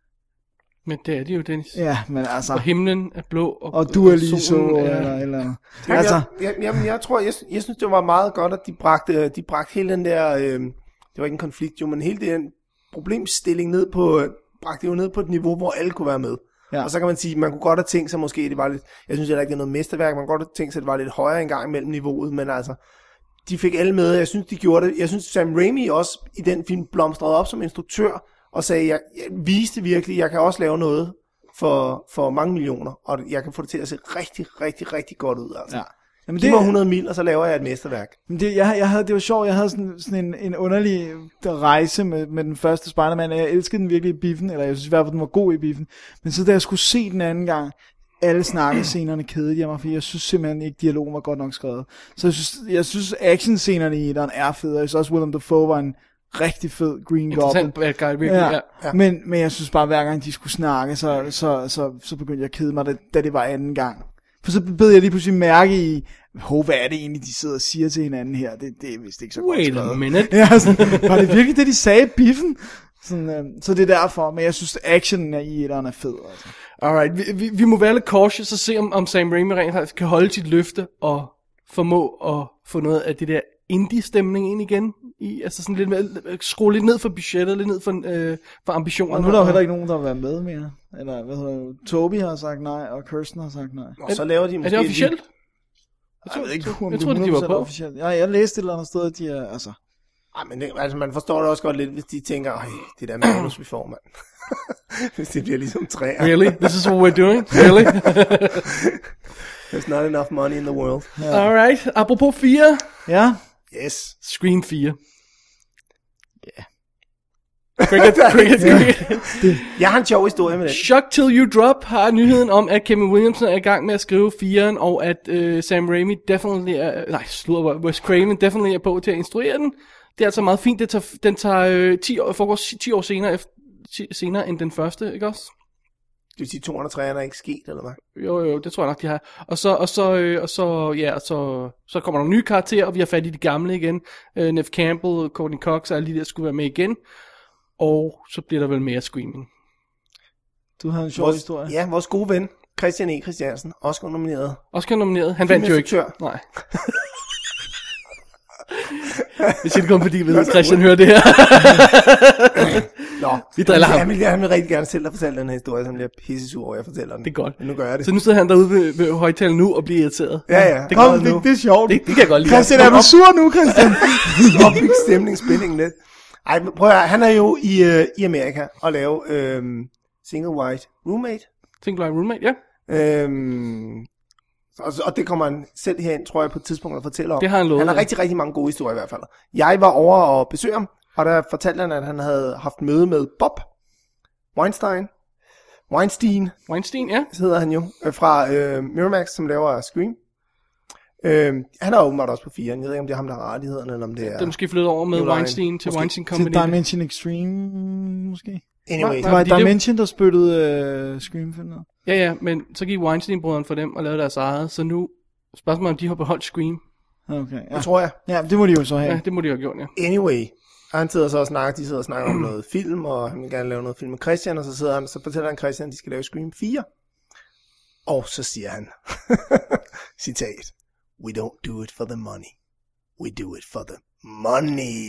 Men det er det jo, Dennis. Ja, men altså... Og himlen er blå. Og, Og du er lige så, solen er- eller eller andet. Jamen, Altså, jeg, jeg, jamen, jeg tror, jeg, jeg synes, det var meget godt, at de bragte, de bragte hele den der, øh, det var ikke en konflikt jo, men hele den problemstilling ned på, øh, bragte jo ned på et niveau, hvor alle kunne være med. Ja. Ja. Og så kan man sige, man kunne godt have tænkt sig måske, det var lidt, jeg synes heller ikke, det er noget mesterværk, man kunne godt have tænkt sig, at det var lidt højere engang mellem niveauet, men altså, de fik alle med, jeg synes, de gjorde det. Jeg synes, Sam Raimi også i den film blomstrede op som instruktør, og sagde, jeg, jeg viste virkelig, jeg kan også lave noget for, for mange millioner, og jeg kan få det til at se rigtig, rigtig, rigtig godt ud, altså. Ja. Jamen, Giv mig hundrede mil, og så laver jeg et mesterværk. Men det, jeg, jeg havde, det var sjovt, jeg havde sådan, sådan en, en underlig rejse med, med den første Spider-Man, og jeg elskede den virkelig i biffen, eller jeg synes i hvert fald, den var god i biffen. Men så da jeg skulle se den anden gang, alle snakkescenerne kedede jeg mig, fordi jeg synes simpelthen ikke, dialogen var godt nok skrevet. Så jeg synes, jeg synes actionscenerne i den er fede, og jeg synes også, Willem Dafoe var en rigtig fed Green Goblin. Interessant bad guy, virkelig, Ja, ja. ja. Men, men jeg synes bare, hver gang de skulle snakke, så, så, så, så begyndte jeg at kede mig, da, da det var anden gang. For så bed jeg lige pludselig mærke i, hov, hvad er det egentlig, de sidder og siger til hinanden her? Det, det er vist ikke så godt Wait skrevet. a minute. Ja, sådan, var det virkelig det, de sagde i biffen? Sådan, øh, så det er derfor, men jeg synes, actionen i etteren er fed. Altså. Alright, vi, vi, vi må være lidt cautious og se, om, om Sam Raimi rent faktisk kan holde sit løfte og formå at få noget af det der indie-stemning ind igen. I, altså sådan lidt med, skrue lidt ned for budgettet, lidt ned for, øh, for ambitionerne. Og nu er der jo heller ikke nogen, der vil være med mere. Eller hvad hedder det? Toby har sagt nej, og Kirsten har sagt nej. Og så laver de måske... Er det officielt? Jeg tror ikke, om jeg det troede, er de var hundrede procent på. officielt. Ja, jeg læste et eller andet sted, at de er, altså... Ej, men det, altså, man forstår det også godt lidt, hvis de tænker, øj, det der manus, vi får, mand. Hvis det bliver ligesom træer. Really? This is what we're doing? Really? There's not enough money in the world. Ja. Alright, apropos fire. Ja. Yes. Scream fire. Ja. Cricket, cricket, cricket. Jeg har en sjov historie med det. Shock Till You Drop har nyheden om, at Kevin Williamson er i gang med at skrive firen, og at øh, Sam Raimi definitely er, nej, slutter, Wes Craven definitely er på til at instruere den. Det er altså meget fint, det tager, den tager øh, ti år, foregår ti år senere, efter, ti, senere end den første, ikke også? Det vil sige, to hundrede og tre er ikke sket, eller hvad? Jo, jo, det tror jeg nok, de har. Og så, og så, øh, og så, ja, så, så kommer der nogle nye karakterer, og vi har fat i de gamle igen. Øh, Neve Campbell, Courtney Cox og alle de der skulle være med igen. Og så bliver der vel mere screaming. Du har en sjov Vores, historie. ja, vores gode ven, Christian E. Christiansen, Oscar nomineret. Oscar nomineret. Han vandt jo ikke. Filminstruktør. Nej. Det siger det kun fordi, hvis Christian hører det her. Nå, Vi driller ham. Han vil, han vil rigtig gerne selv have fortalt den her historie, så han bliver pissesur over, at jeg fortæller den. Det er godt. Men nu gør jeg det. Så nu sidder han derude ved, ved højtalen nu og bliver irriteret. Ja, ja. Det, Kom, kan det, det er sjovt. det, det kan jeg godt lide. Christian, er du sur nu, Christian? Opbygge stemning, spændingen lidt. Ej, men prøv at høre, han er jo i, øh, i Amerika og lave øhm, Single White Roommate. Single White Roommate, ja. Øhm, og, og det kommer han selv herind, tror jeg, på et tidspunkt at fortælle om. Det har han lovet, Han har ja. rigtig, rigtig mange gode historier i hvert fald. Jeg var over og besøge ham, og der fortalte han, at han havde haft møde med Bob Weinstein. Weinstein, Weinstein, ja. hedder han jo, øh, fra øh, Miramax, som laver Scream. Øh, han er åbenbart også på firen. Jeg ved ikke, om det er ham, der har rettighederne, eller om det er... Det er måske flyttet over med New Line. Weinstein til Måske. Weinstein Til Company. Dimension Extreme, måske? Anyway, Det var fordi det- Dimension, der spyttede uh, Scream-filmer. Ja, ja, men så gik Weinstein-brødrene for dem og lavede deres eget, så nu spørgsmålet om de har beholdt Scream. Okay, ja. det tror jeg. Ja, det må de jo så have. Ja, det må de have gjort, ja. Anyway, og han sidder så og snakker, de sidder og snakker om noget film, og han vil gerne lave noget film med Christian, og så sidder han, så fortæller han Christian, at de skal lave Scream fire. Og så siger han, citat, "We don't do it for the money. We do it for the money."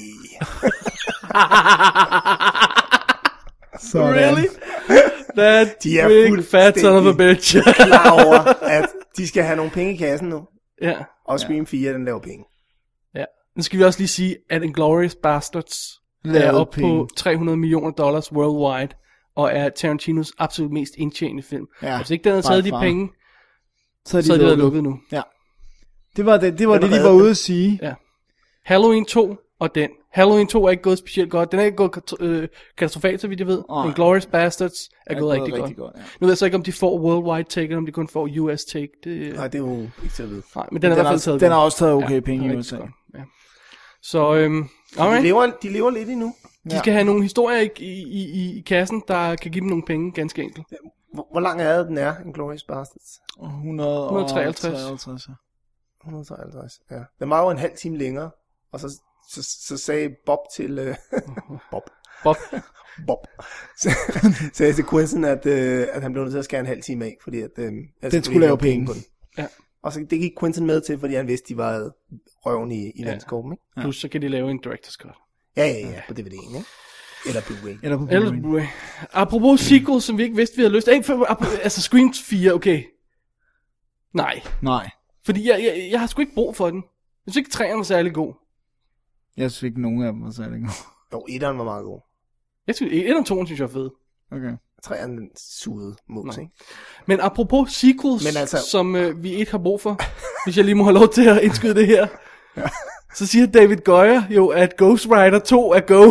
Sådan. Really? That De er big fat son of a fuldstændig bitch. Klar over, at de skal have nogle penge i kassen nu, Ja, og Scream fire, den laver penge. ja. Nu skal vi også lige sige, at Inglourious Basterds er Lavede op penge. på tre hundrede millioner dollars worldwide, og er Tarantinos absolut mest indtjenende film. Ja, Hvis ikke den havde by taget de far. penge, Så er så de havde det været lukket. lukket nu. Ja. Det var det, det, var Den det har de var reddet ude at sige. Ja. Halloween to og den. Halloween to er ikke gået specielt godt. Den er ikke gået øh, katastrofalt, så vidt jeg ved. Nej. Inglourious Basterds er, Er gået gået rigtig, rigtig godt. godt, ja. Nu ved jeg så ikke, om de får worldwide take, eller om de kun får U S take. Det, Nej, det er jo ikke til at vide. nej, men den er i Den hvert fald har, taget den har godt. også taget okay Ja, penge den er i U rigtig S A. godt. Ja. Så, øhm, De alright. lever, de lever lidt endnu. De skal have nogle historier i, i, i, i kassen, der kan give dem nogle penge, ganske enkelt. Hvor, hvor lang er den er, Inglourious Basterds? hundrede og treoghalvtreds. et hundrede og treoghalvtreds, ja. Den var jo en halv time længere, og så, så, så sagde Bob til... Øh, Bob. Bob. Bob. Så, sagde til Quentin, at, øh, at han blev nødt til at skære en halv time af, fordi at, øh, at Den skulle lave penge. på den. Ja. Og så det gik Quentin med til, fordi han vidste, de var røven i, i Ja. landskåben, ikke? Plus så kan de lave en director's cut. Ja, ja, ja, på D V D'en, ikke? Eller Blu-ray. Eller på Ellers, Blu-ray. Blu-ray. Apropos sequel, som vi ikke vidste, vi havde lyst til. Ikke for, apropos, altså Scream fire, okay. Nej. Nej, Fordi jeg, jeg, jeg har sgu ikke brug for den. Jeg synes ikke, træerne var særlig god. jeg synes ikke nogen af dem var særlig gode. Jo, etteren var meget god. Jeg synes, et og toen synes jeg er fed. Okay. træerne den sugede mus, ikke? Men apropos sequels, Men altså- som øh, vi ikke har brug for, hvis jeg lige må have lov til at indskyde det her, ja. Så siger David Goyer jo, at Ghost Rider to er go.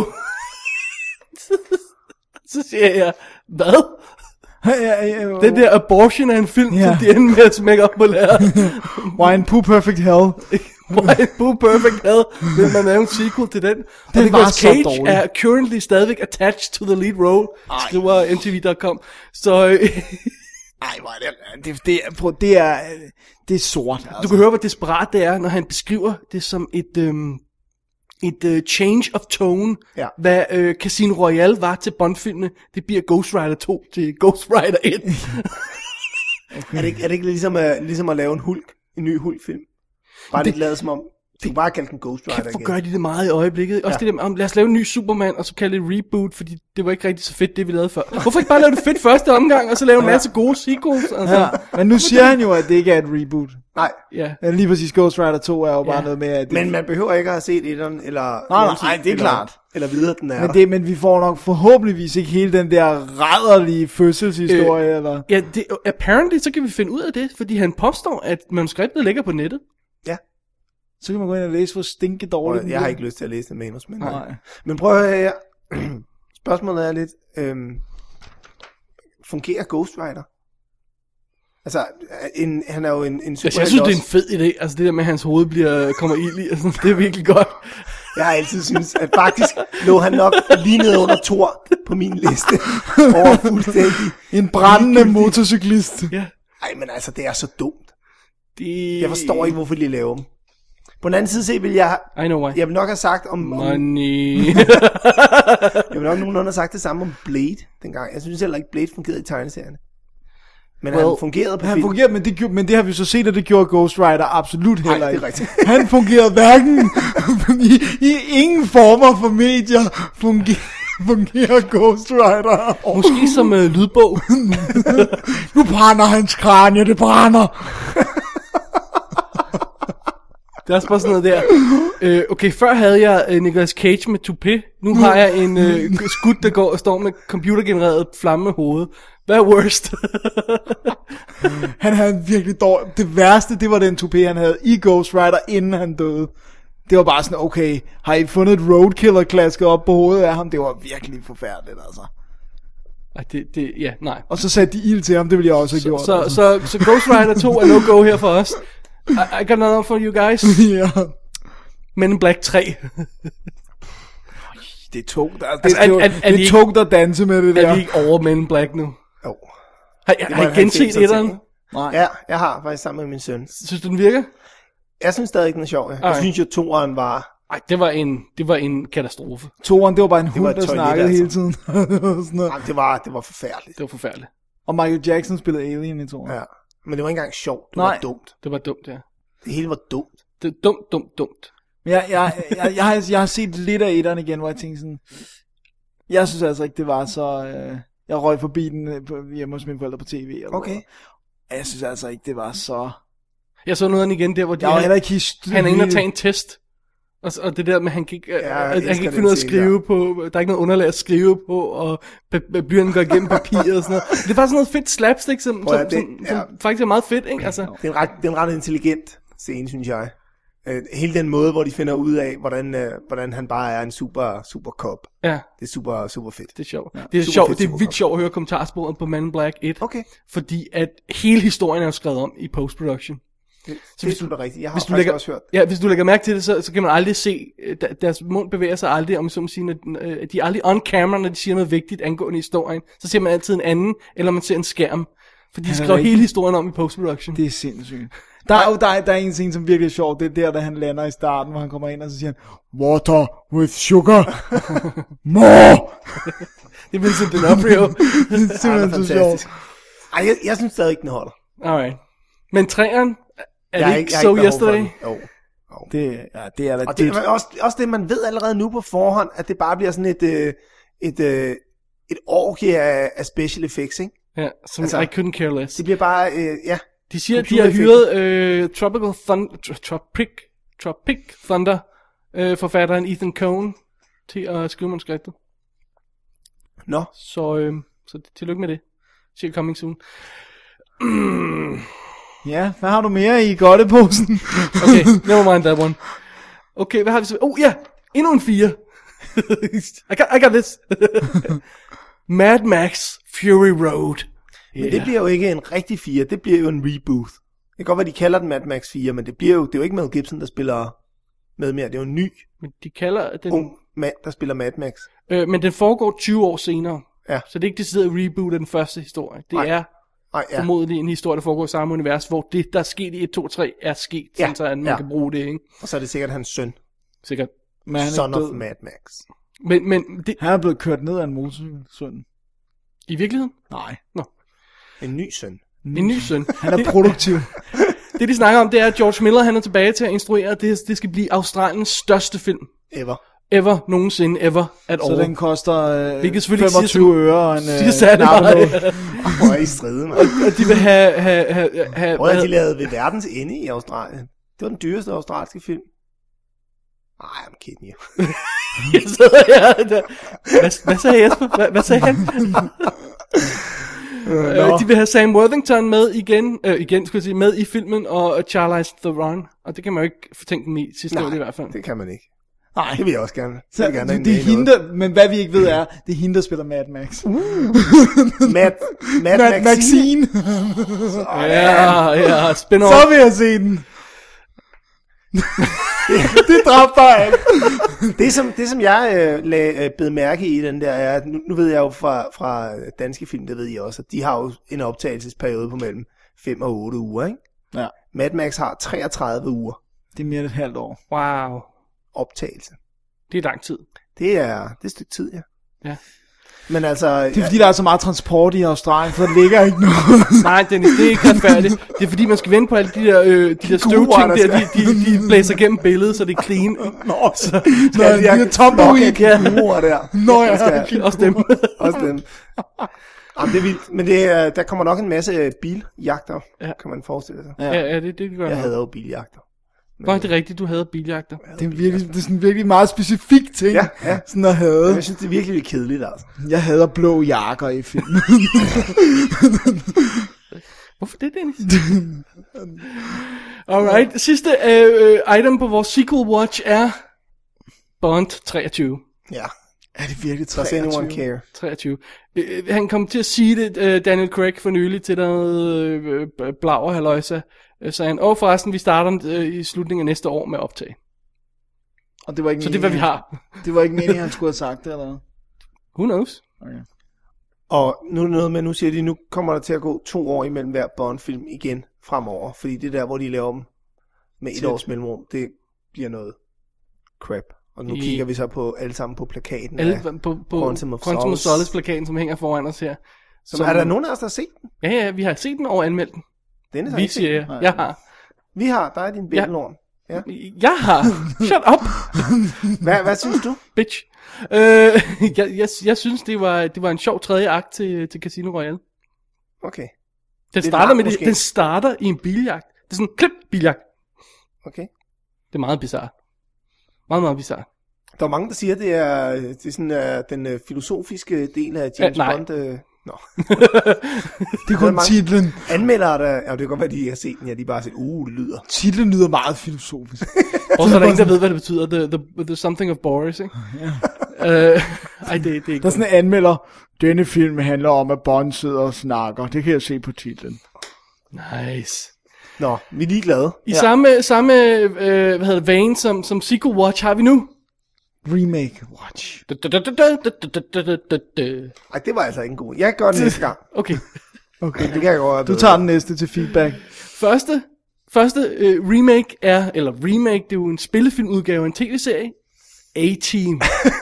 Så siger jeg, hvad? Ja, ja, ja, Den der abortion af en film, Ja. som de ender med at smække op på lærer. Why in Pooh Perfect Hell? Why Pooh Perfect Hell, vil man lave en sequel til den. Og Den var Nicolas så Cage dårlig. er currently stadigvæk attached to the lead role, skriver M T V punktum com. Så øh, Ej, hvor er det, det, det, er, prøv, det er, det er sort, altså. du kan høre, hvor desperat det er, når han beskriver det som et, øhm, et uh, change of tone. Ja. Hvad øh, Casino Royale var til Bond-filmene, det bliver Ghost Rider to til Ghost Rider et. Er det ikke, er det ikke ligesom, at, ligesom at lave en Hulk, en ny Hulk-film? Bare det, lidt lavet som om, du kan bare kalde den Ghost Rider Kæft, hvor igen. gør de det meget i øjeblikket. Også Ja. det der, om, lad os lave en ny Superman, og så kalde det reboot, fordi det var ikke rigtig så fedt, det vi lavede før. Hvorfor ikke bare lave det fedt første omgang, og så lave en masse gode sequels? Altså, Ja, men nu siger han jo, at det ikke er et reboot. Nej, ja. Ja, lige præcis Ghost Rider to er jo bare Ja. noget med, at det, men man behøver ikke at have set etteren, eller... Nej, nej, nogensinde, nej, det er eller, klart. Eller videre, den er men, der. det, men vi får nok forhåbentligvis ikke hele den der rædderlige fødselshistorie, øh, eller... Ja, det, apparently, så kan vi finde ud af det, fordi han påstår, at manuskriptet ligger på nettet. Ja, Så kan man gå ind og læse, hvor stinke dårligt den jeg har er. ikke lyst til at læse det manus, men... Nej. Men prøv at høre her. Spørgsmålet er lidt... Øhm, fungerer Ghost Rider? Altså, en, han er jo en, en Altså, jeg superhelt synes, det er en også. fed idé. Altså, det der med, at hans hoved bliver, kommer ild i, altså, det er virkelig godt. Jeg har altid synes, at faktisk lå han nok lige nede under Thor på min liste. Over fuldstændig. En brændende motorcyklist. Ja. Ej, men altså, det er så dumt. Det... Jeg forstår ikke, hvorfor de laver dem. På den anden side se, vil jeg... I know why. Jeg vil nok have sagt om... om Money. jeg vil nok nogenlunde have sagt det samme om Blade dengang. Jeg synes heller ikke, Blade fungerede i tegneserierne. Men well, Well, han fungerede på Han film. fungerede, men det, gjorde- men det har vi så set, at det gjorde Ghost Rider absolut heller det er ikke. rigtigt. Han fungerede hverken i, i ingen former for medier fungerer, fungerer Ghost Rider. Måske som uh, lydbog. Nu brænder hans kranie, det brænder. Det er også bare sådan noget der. Øh, okay, før havde jeg uh, Nicolas Cage med toupé. Nu har jeg en uh, skud, der går og står med computergenereret flamme hoved. Hvad er worst? Han havde virkelig dårligt. Det værste, det var den toupé, han havde i Ghost Rider, inden han døde. Det var bare sådan, okay, har I fundet et roadkiller klasket op på hovedet af ham? Det var virkelig forfærdeligt, altså. Ej, det, det, ja, nej. Og så satte de ild til ham, det ville jeg også have gjort. Så, altså. så, så Ghost Rider to er no-go her for os. I, I got another for you guys. ja. Men in Black tre. Det er tungt, altså, Altså, det, er- er, er- det, er det de er ikke- tungt at danse med det der. Er vi ikke over Men in Black nu? Jo. Har, Det har var I en genset halvfemser etteren? ting. Nej. Ja, jeg har faktisk sammen med min søn. Synes du, den virker? Jeg synes stadig ikke, den er sjov. Jeg, Ej. jeg synes jo, toeren var... Ej, det var en, det var en katastrofe. Toren, det var bare en hund, var et der toilet, snakkede altså. hele tiden. Sådan noget. Jamen, det var, det var forfærdeligt. Det var forfærdeligt. Og Michael Jackson spillede Alien i toren. Ja. Men det var ikke engang sjovt. Det Nej. var dumt. Det var dumt, ja. Det hele var dumt. Det er dumt, dumt, dumt. Men jeg, jeg, jeg, jeg, har, jeg har set lidt af etteren igen, hvor jeg tænkte sådan... Jeg synes altså ikke, det var så... Øh, jeg røg forbi den øh, på, hjemme hos mine forældre på tv. Eller Okay. noget. Jeg synes altså ikke, det var så... Jeg så noget af den igen der, hvor de, Jeg var heller han, ikke hist- han er inde og tage en test. Og, så- og det der med, han kan ikke, Ja, jeg ja, han elsker kan ikke den finde ud af at scene skrive på, der er ikke noget underlag at skrive på, og pa- blyanten går igennem papiret og sådan noget. Det er bare sådan noget fedt slapstick, som, Prøv at som, det- som, som ja. faktisk er meget fedt, ikke? Altså, Det er en ret, det er en ret intelligent scene, synes jeg. Øh, hele den måde, hvor de finder ud af, hvordan, øh, hvordan han bare er en super, super cop. ja, Det er super, super fedt. det er sjovt. Ja, det er super sjovt, fedt, det er super vildt godt. sjovt at høre kommentarsporet på Man in Black et. Okay. Fordi at hele historien er jo skrevet om i post-production. Det, det er super rigtigt. Jeg har Hvis du, faktisk lægger, også hørt. ja, hvis du lægger mærke til det, så, så kan man aldrig se, øh, der- deres mund bevæger sig aldrig, om så må sige, når, øh, de er aldrig on camera, når de siger noget vigtigt angående historien. Så ser man altid en anden, eller man ser en skærm. For de er skriver rigtigt. hele historien om i post-production. Det er sindssygt. Der er jo der, er- der er en scene, som virkelig er sjov. Det er der, da han lander i starten, hvor han kommer ind, og så siger han, water with sugar. More! Det er Vincent D'Onofrio. Det er Ja, det simpelthen er så sjovt. fantastisk. Ej, jeg, jeg synes stadig ikke, den holder. Alright. Men træeren, er Jeg det har ikke jeg har So behov for Yesterday? den. Jo. Jo. Det, ja, det er da Og det det. er også, også det, man ved allerede nu på forhånd, at det bare bliver sådan et, øh, et, øh, et orgie af, af special effects, ikke? Ja, som Altså, I couldn't care less. Det bliver bare, øh, ja, De siger, at de har computereffekter. hyret øh, Tropical Thunder, Tropic, Tropic Thunder, øh, forfatteren Ethan Coen, til at skrive manuskriptet. Nå, Så øh, Så tillykke med det. Shit coming soon. Ja, hvad har du mere i godteposen? Okay, never mind that one. Okay, hvad har vi så? Oh ja, yeah, endnu en fire. I, got, I got this. Mad Max Fury Road. Men yeah. det bliver jo ikke en rigtig fire, det bliver jo en reboot. Det kan godt være, de kalder den Mad Max fire, men det, bliver jo, det er jo ikke Mel Gibson, der spiller med mere. Det er jo en ny Men de kalder den... ung mand, der spiller Mad Max. Øh, men den foregår tyve år senere. Ja. Så det er ikke decideret reboot af den første historie. Det Nej. er Nej, ja. formodentlig en historie, der foregår i samme univers, hvor det, der er sket i et, to, tre, er sket, Ja, sådan så at man ja. kan bruge det, ikke? Og så er det sikkert hans søn. Sikkert. Men han er Son død. of Mad Max. Men, men det, Han er blevet kørt ned af en motorcykel, søn. i virkeligheden? Nej. Nå. En ny søn. En ny søn. Han er produktiv. Det de snakker om, det er, at George Miller, han er tilbage til at instruere, det, det skal blive Australiens største film. Ever. Ever, nogensinde, ever, at Så all. den koster øh, Hvilket selvfølgelig ikke siger femogtyve øre og en siger øh, særlig meget. Hvor er I stride, mand? Og de vil have... have, have, have Hvor er de hvad- lavet ved verdens ende i Australien? Det var den dyreste australske film. Nej, I'm kidding you. Jeg sidder her. Der. Hvad, hvad sagde Jesper? Hvad, hvad sagde han? øh, de vil have Sam Worthington med igen, øh, igen skulle jeg sige, med i filmen, og Charlize Theron. Og det kan man jo ikke fortænke dem i sidste år i hvert fald. det kan man ikke. Nej. Det vil jeg også gerne. Jeg Så, vil gerne have det, det er en med i hende, der, men hvad vi ikke ved er, det er hende, der spiller Mad Max. Uh. noget. Mad, Mad, Mad Maxine. Maxine. Ja, ja, spin-off. Så vil jeg se den. Det dræbte dig ikke. Det som, det, som jeg øh, lag, øh, bed mærke i den der, er, at nu, nu ved jeg jo fra, fra danske film, det ved I også, at de har jo en optagelsesperiode på mellem fem og otte uger, ikke? Ja, Mad Max har treogtredive uger det er mere end et halvt år. Wow, optagelse. det er lang tid. Det er, det er et stykke tid, ja. Ja. Men altså... Det er fordi, der er så meget transport i Australien, for der ligger ikke noget. Nej, Dennis, det er ikke retfærdigt. Det er fordi, man skal vente på alle de der, øh, de der støvting Gurer, der der, de, de, de blæser gennem billedet, så det er clean. Nå, så Nå, de er tumbleweed. ja. der. Nå ja, Skal- Også dem. Også dem. Jamen, det er vildt. Men det er, der kommer nok en masse biljagter, Ja. kan man forestille sig. Ja, ja, det, det gør Jeg jeg. hader jo biljagter. Nå, det er rigtigt, du havde biljagter. Det er, virkelig, det er sådan virkelig meget specifik ting, Ja, ja. sådan at have. Jeg synes, det er virkelig lidt kedeligt, altså. Jeg hader blå jakker i filmen. Hvorfor det, Dennis? Alright, sidste øh, øh, item på vores sequel watch er Bond treogtyve. Ja. Er det virkelig Does anyone treogtyve? care? treogtyve. Øh, han kom til at sige det, øh, Daniel Craig for nylig, til noget øh, blau og halløjsa. Øh, så han, åh forresten, vi starter øh, i slutningen af næste år med optag. Og det var ikke Så det er, hvad vi meningen, har. Det var ikke meningen, han skulle have sagt det, eller hvad? Who knows? Okay. Og nu er det noget med, nu siger de, nu kommer der til at gå to år imellem hver Bond-film igen fremover. Fordi det der, hvor de laver dem med et Tæt. års mellemrum, det bliver noget crap. Og nu I- kigger vi så på alle sammen på plakaten. Alle af- på, på Quantum of Quantum of Solace. Solace-plakaten, som hænger foran os her. Som, er der nogen af os, der har set den? Ja, ja, vi har set den og anmeldt den. Dennis har Vi ikke set siger, den. jeg har. Vi har, der er din bældelorm. Ja. Jeg har. Shut up, Hvad, hvad synes du? bitch. Øh, jeg, jeg, jeg synes, det var, det var en sjov tredje akt til, til Casino Royale. Okay, Den er starter, langt med det, måske. den starter i en biljagt. Det er sådan, klip, biljagt. okay. Det er meget bizarrt. Meget, meget bizarrt. Der er mange, der siger, at det er, det er sådan, uh, den uh, filosofiske del af James Ja, nej. Bond. Uh, Nå. Det er kun mange- titlen. Anmeldere, der, ja, det kan godt være, de ikke har set den, ja, de har bare set, uh, det lyder. Titlen lyder meget filosofisk. Og så er der ingen, der ved, hvad det betyder. The, the, the something of Boris, ikke? Ja. Øh, ej, det, det er ikke Der er sådan en anmelder. Denne film handler om, at Bond sidder og snakker. Det kan jeg se på titlen. nice. Nå, vi er lige glade. I ja. samme, samme øh, hvad hedder det, vein som, som Sequel Watch har vi nu. Remake Watch. Du, du, du, du, du, du, du, du, du, du. Ej, det var altså ikke en god. Jeg gør det næste gang. Okay. Okay. Det kan jeg godt. Du tager den næste til feedback. Første, første øh, remake er, eller remake, det er jo en spillefilmudgave af en tv-serie. A-Team.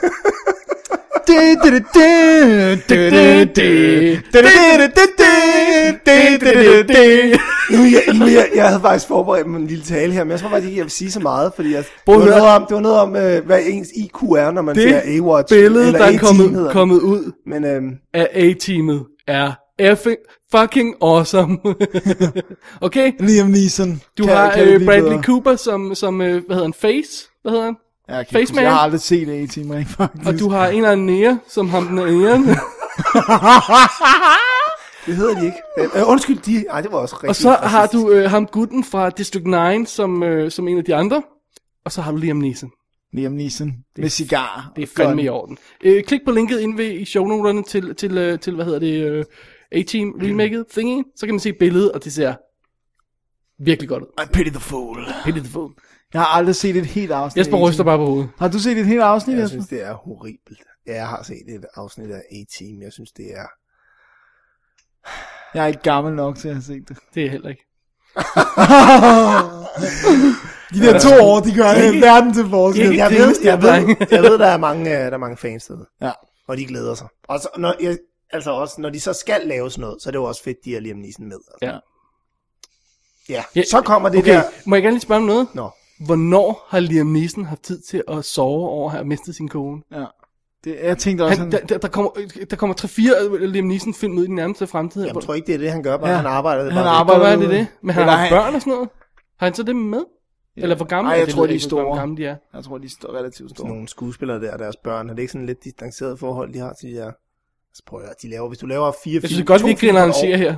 Nu, jeg, nu, jeg, jeg havde faktisk forberedt mig en lille tale her, men jeg tror faktisk ikke, jeg vil sige så meget, fordi jeg, det, Prøv var at høre. noget om, det var noget om, øh, hvad ens I Q er, når man ser Det A-Watch. billede, eller der er A-Team kommet, hedder det. kommet ud Men øhm, af A-Teamet, er effing fucking awesome. Okay? Liam Neeson. Du Kan- har kan det øh, blive Bradley bedre? Cooper som, som øh, hvad hedder han, Face? Hvad hedder han? Ja, jeg, kan ikke Face huske- Man. jeg har aldrig set A-Team rent faktisk. Og du har en eller anden nære, som ham den er næren. Det hedder de ikke. Øh, undskyld, de... Ej, det var også rigtig. Og så har du øh, ham gutten fra District nine som, øh, som en af de andre. Og så har du Liam Neeson. Liam Neeson med cigar. Det er fandme i orden. Øh, klik på linket inde ved i shownoterne til, til, til, til hvad hedder det, øh, A-Team remaket thingy. Så kan man se billedet, og det ser virkelig godt ud. I pity the fool. Pity the fool. Jeg har aldrig set et helt afsnit. Jesper ryster bare på hovedet. Har du set et helt afsnit, Jeg Jesper? synes, det er horribelt. Ja, jeg har set et afsnit af A-Team. Jeg synes, det er... Jeg er ikke gammel nok til at have set det. Det er jeg heller ikke. De der to år, de gør en verden til forskel. Jeg det ved, husker jeg, jeg ved, jeg ved, der er mange, øh, der er mange fans til det. Ja. Og de glæder sig. Og så, når, jeg, altså også, når de så skal lave sådan noget, så er det jo også fedt, de har Liam Neeson med. Altså. Ja. Ja, Ja, så kommer det okay, der... må jeg gerne lige spørge om noget? Nå. Hvornår har Liam Neeson haft tid til at sove over at have mistet sin kone? Ja. Det, jeg tænkte også... Han, der, der, der kommer, der kommer tre fire Liam Neeson film ud i den nærmeste fremtid. Jeg tror ikke, det er det, han gør, bare Ja. han arbejder. Det Han bare arbejder- Hvad er det det? Men har Eller han han- børn og sådan noget? Har han så dem med? Eller hvor gamle Ej, er jeg det? tror, ved de er ikke, hvor store. gamle de er. Jeg tror, de er relativt sådan store. nogle skuespillere der og deres børn. Er det ikke sådan lidt distanceret forhold, de har til de der... Så prøv at høre, de laver, hvis du laver fire Jeg synes film, det er godt, to vi ikke film på et generaliserer her.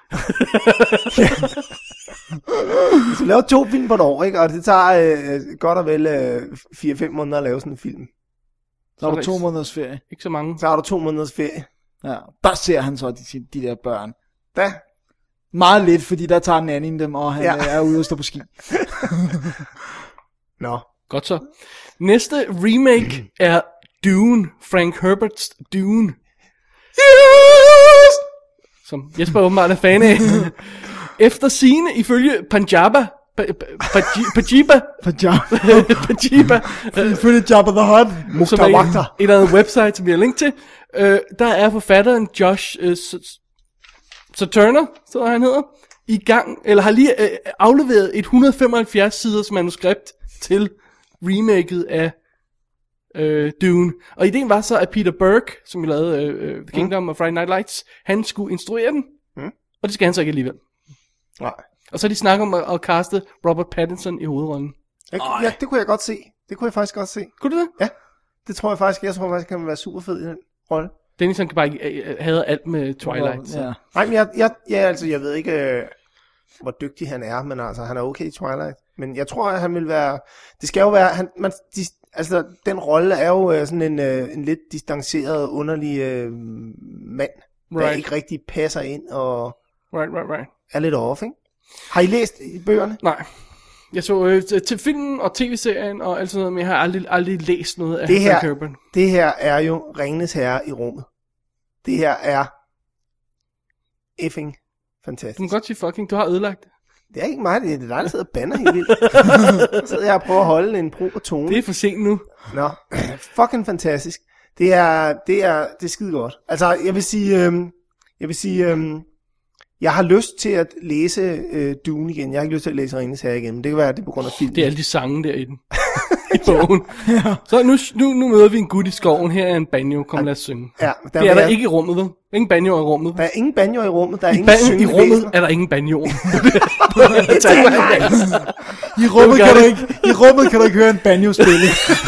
år. Hvis du laver to film på et år, ikke? Og det tager øh, godt og vel øh, fire fem måneder at lave sådan en film. Så er der to måneders ferie. Ikke så mange. Så har du to måneders ferie. Ja. Der ser han så de, de der børn. Hvad? Meget lidt, fordi der tager nannyen dem, og han Ja. ja. er ude og stå på ski. Nå. Godt så. Næste remake er Dune. Frank Herberts Dune. Som Jesper åbenbart er fan af. Efter sigende ifølge Panjaba. Pa- pa- Paji- Pajiba. Pajama. Pajiba. Ifølge Jabba the Hutt. Som er et, et eller andet website, som vi har link til. Øh, der er forfatteren Josh øh, Saturner, så han hedder, i gang, eller har lige øh, afleveret et et hundrede femoghalvfjerds siders manuskript til remaket af øh, Dune. Og ideen var så, at Peter Berg, som jo lavede øh, The Kingdom mm. og Friday Night Lights, han skulle instruere den. Mm. Og det skal han så ikke alligevel. Nej. Og så har de snakket om at, at kaste Robert Pattinson i hovedrollen. Jeg, ja, det kunne jeg godt se. Det kunne jeg faktisk godt se. Kunne du det? Ja, det tror jeg faktisk. Jeg tror faktisk, han vil være super fed i den rolle. Dennis han kan bare ikke have alt med Twilight. Så. Ja. Nej, men jeg, jeg, ja, altså, jeg ved ikke, øh, hvor dygtig han er, men altså, han er okay i Twilight. Men jeg tror, at han vil være... Det skal jo være... Han, man, de, altså, den rolle er jo øh, sådan en, øh, en lidt distanceret, underlig øh, mand, der Right. ikke rigtig passer ind og Right, right, right. er lidt off, ikke? Har I læst i bøgerne? Nej. Jeg så øh, til, til filmen og tv-serien og alt sådan noget, men jeg har aldrig, aldrig læst noget af Det her, Frank Herbert. det her er jo Ringenes Herre i rummet. Det her er effing fantastisk. Du må godt sige fucking, du har ødelagt det. Det er ikke mig, det er dig, der sidder og bander helt vildt. Så sidder jeg og prøver at holde en pro og tone. Det er for sent nu. Nå, fucking fantastisk. Det er, det er, det er skide godt. Altså, jeg vil sige, øhm, jeg vil sige, øhm, jeg har lyst til at læse øh, Dune igen. Jeg har ikke lyst til at læse Ringenes Herre igen, men det kan være, at det er på grund af filmen. Det er alle de sange der i den. I bogen. Ja. Så nu, nu, nu møder vi en gut i skoven. Her er en banjo. Kom, lad os synge. Ja, der Det er vil der jeg- ikke i rummet, vel? Ingen banjo i rummet. Der er ingen banjo i rummet, der er I, ingen ban- I syngende rummet væsener. er der ingen banjoer. I rummet, gør kan du det. ikke, I rummet kan du ikke høre en banjo spille.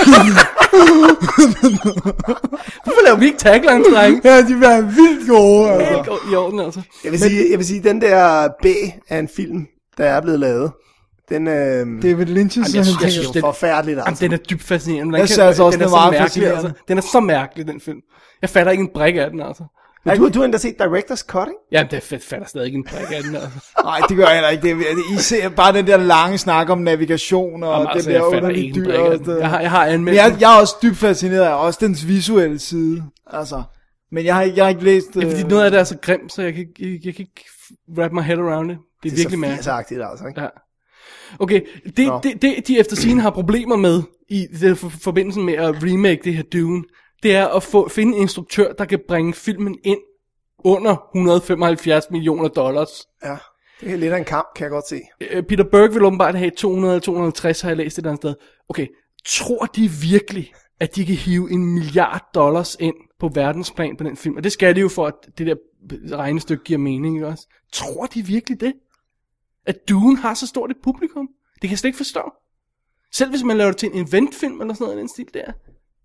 Hvorfor laver vi ikke taglines, drenge? Ja, de vil være vildt gode, altså. Helt go- I orden, altså. Jeg vil, sige, jeg vil sige, den der B af en film, der er blevet lavet, den, øh, David Lynch, jeg så synes- han jeg tænker, synes, er det- jo forfærdeligt, Jamen, altså. den er dybt fascinerende. Den Jeg kan- synes altså også, den er den så er meget mærkelig, fascinerende. altså. Den er så mærkelig, den film. Jeg fatter ikke en brik af den, altså. Men du, du har endda set Director's Cut, ikke? Ja, det f- fatter stadig ikke en brik af den, altså. nej, det gør jeg heller ikke. Det, er- I ser bare den der lange snak om navigation, og Jamen, den altså, der jeg fatter underlige ikke en dyr. brik Og af den. det. Jeg har, jeg har Men anmeldt jeg, den. jeg er også dybt fascineret af også dens visuelle side. Altså, men jeg har, jeg har ikke læst... Det er fordi øh, noget af det er så grimt, så jeg kan, ikke- jeg, jeg kan ikke wrap my head around it. Det er, Det er virkelig så mærkeligt. firsagtigt, altså, ikke? Ja. Okay, det, Nå. det, det de efter sigende har problemer med i det for, forbindelse med at remake det her Dune, det er at få, finde en instruktør, der kan bringe filmen ind under et hundrede femoghalvfjerds millioner dollars. Ja, det er lidt af en kamp, kan jeg godt se. Øh, Peter Berg vil åbenbart have to hundrede til to hundrede og halvtreds, har jeg læst et eller andet sted. Okay, tror de virkelig, at de kan hive en milliard dollars ind på verdensplan på den film? Og det skal de jo for, at det der regnestykke giver mening, ikke også? Tror de virkelig det? At Dune har så stort et publikum? Det kan jeg slet ikke forstå. Selv hvis man laver det til en eventfilm eller sådan noget i den stil der.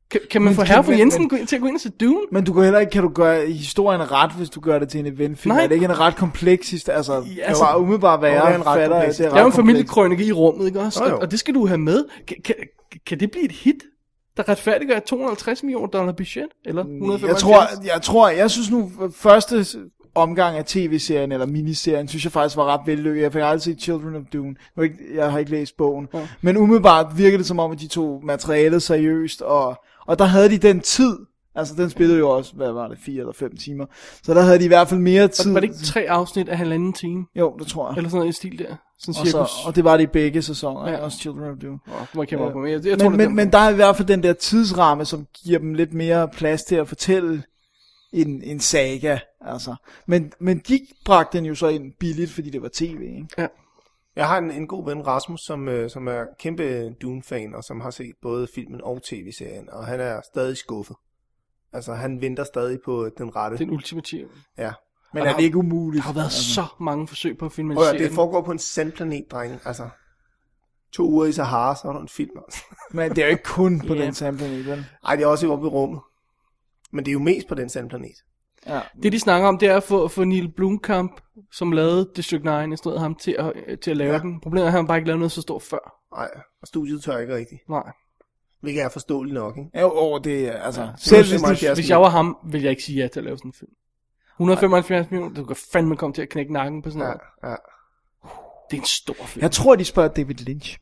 Kan, kan man Men få kan- Herre for men- Jensen men- gå ind, til at gå ind og se Dune? Men du kan heller ikke, kan du gøre historien ret, hvis du gør det til en eventfilm. Nej. Er det ikke en ret kompleks historie? Altså, Ja, ja, altså- bare umiddelbart, hvad Jo, det er jeg en ret fatter, kompleks. det er Der er jo en ret kompleks. familiekrønike i rummet, ikke også? Jo, jo. Og, og det skal du have med. Kan, kan, kan det blive et hit, der retfærdiggør et to hundrede og halvtreds millioner dollar budget? Eller et hundrede og Jeg femoghalvfjerds? tror, jeg tror, jeg synes nu, første omgang af tv-serien, eller miniserien, synes jeg faktisk var ret vellykket. Jeg fik aldrig set Children of Dune. Nu ikke, jeg har ikke læst bogen. Ja. Men umiddelbart virkede det som om, at de tog materialet seriøst, og, og der havde de den tid. Altså, den spillede jo også, hvad var det, fire eller fem timer. Så der havde de i hvert fald mere tid. Og var det ikke tre afsnit af halvanden time? Jo, det tror jeg. Eller sådan noget i stil der? Sådan Og, cirkus. så, og det var det i begge sæsoner, Ja. ja. Også Children of Dune. Åh, det må jeg kæmpe op på. Men, jeg, jeg tror, Men, det men, men der er i hvert fald den der tidsramme, som giver dem lidt mere plads til at fortælle en, en saga. Altså. Men, men de bragte den jo så ind billigt, fordi det var tv, ikke? Ja. Jeg har en, en god ven, Rasmus, som, øh, som er kæmpe Dune-fan, og som har set både filmen og tv-serien, og han er stadig skuffet. Altså, han venter stadig på den rette. Den ultimative. Ja. Men Og er der det ikke umuligt? Der har været Altså. så mange forsøg på at Og filmatisere ja, det foregår på en sandplanet, dreng. Altså, to uger i Sahara, så er der en film. Altså. Men det er jo ikke kun på Ja. den sandplanet, vel? Ej, det er også oppe i rummet. Men det er jo mest på den sandplanet. Ja. Det de snakker om, det er at få, få Neil Blomkamp, som lavede District nine, i stedet ham til at, til at lave Ja. ja. den. Problemet er, at han bare ikke lavet noget så stort før. Nej, og studiet tør ikke rigtigt. Nej. Hvilket er forståeligt nok, ikke? Jo, oh, det er, altså... Ja. Selv hvis femoghalvfjerds det, Hvis jeg var ham, ville jeg ikke sige ja til at lave sådan en film. et hundrede og femoghalvfjerds millioner, du kan fandme komme til at knække nakken på sådan Ja, noget. ja. Det er en stor film. jeg tror, de spørger David Lynch.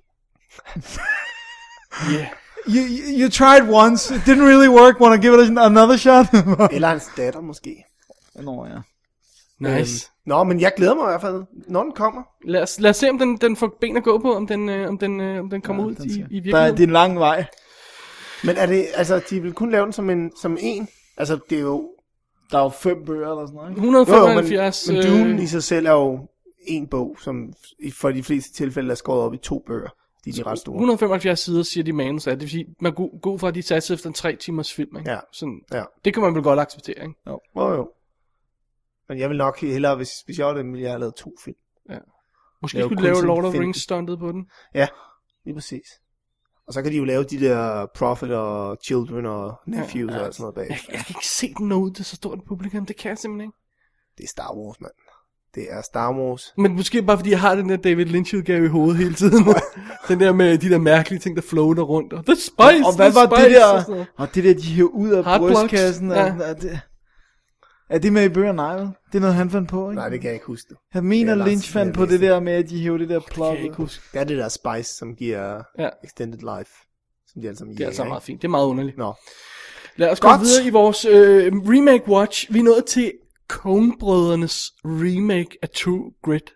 Yeah. You, you, you tried once, it didn't really work, wanna give it another shot? Eller hans datter, måske. Nå, ja. Nice. Nå, men jeg glæder mig i hvert fald, når den kommer. Lad os, lad os se, om den, den får ben at gå på, om den, øh, om den, øh, om den kommer Ja, ud den i, skal- i Der er, virkeligheden. det er en lang vej. Men er det, altså, de vil kun lave den som en, som en? Altså, det er jo... Der er jo fem bøger eller sådan noget, ikke? Jo, jo, men, hundrede og femoghalvfjerds men øh, Dune i sig selv er jo en bog, som i- for de fleste tilfælde er skåret op i to bøger. De er de ret store. et hundrede og femoghalvfjerds sider, siger de manus af. Det vil sige, man går, går ud fra, at de satte efter en tre timers film. Ikke? Ja. Sådan, Ja. det kan man vel godt acceptere, ikke? Jo, jo. Men jeg vil nok hellere, hvis, hvis jeg var det, ville jeg have lavet to film. Måske Det er jo skulle de kun lave sådan Lord of the femten. Rings stuntet på den. Ja, lige præcis. Og så kan de jo lave de der Prophet og Children og Nephews Ja, ja. og sådan noget bag. Jeg, jeg kan ikke se den nå ud til så stort et publikum. Det kan jeg simpelthen ikke. Det er Star Wars, mand. Det er Star Wars. Men måske bare fordi jeg har den der David Lynch-udgave i hovedet hele tiden. Den der med de der mærkelige ting, der floater rundt. Og the spice, Og hvad the var spice, det og sådan der? noget. Og det der, de hæver ud af Hard blocks, brystkassen. ja. Ja. Er, det, er det med i bøger? Nej, vel? Det er noget, han fandt på, ikke? Nej, det kan jeg ikke huske. Jeg mener, Det er Lynch Lars, fandt jeg på det læste. der med, at de hæver det der Kan plot. jeg ikke huske. Det er det der Spice, som giver Ja. Extended Life. Som de alle sammen Det er altså ikke? meget fint. Det er meget underligt. Nå. Lad os gå Godt. videre i vores øh, remake watch. Vi er nået til Coen-brødrenes remake af True Grit.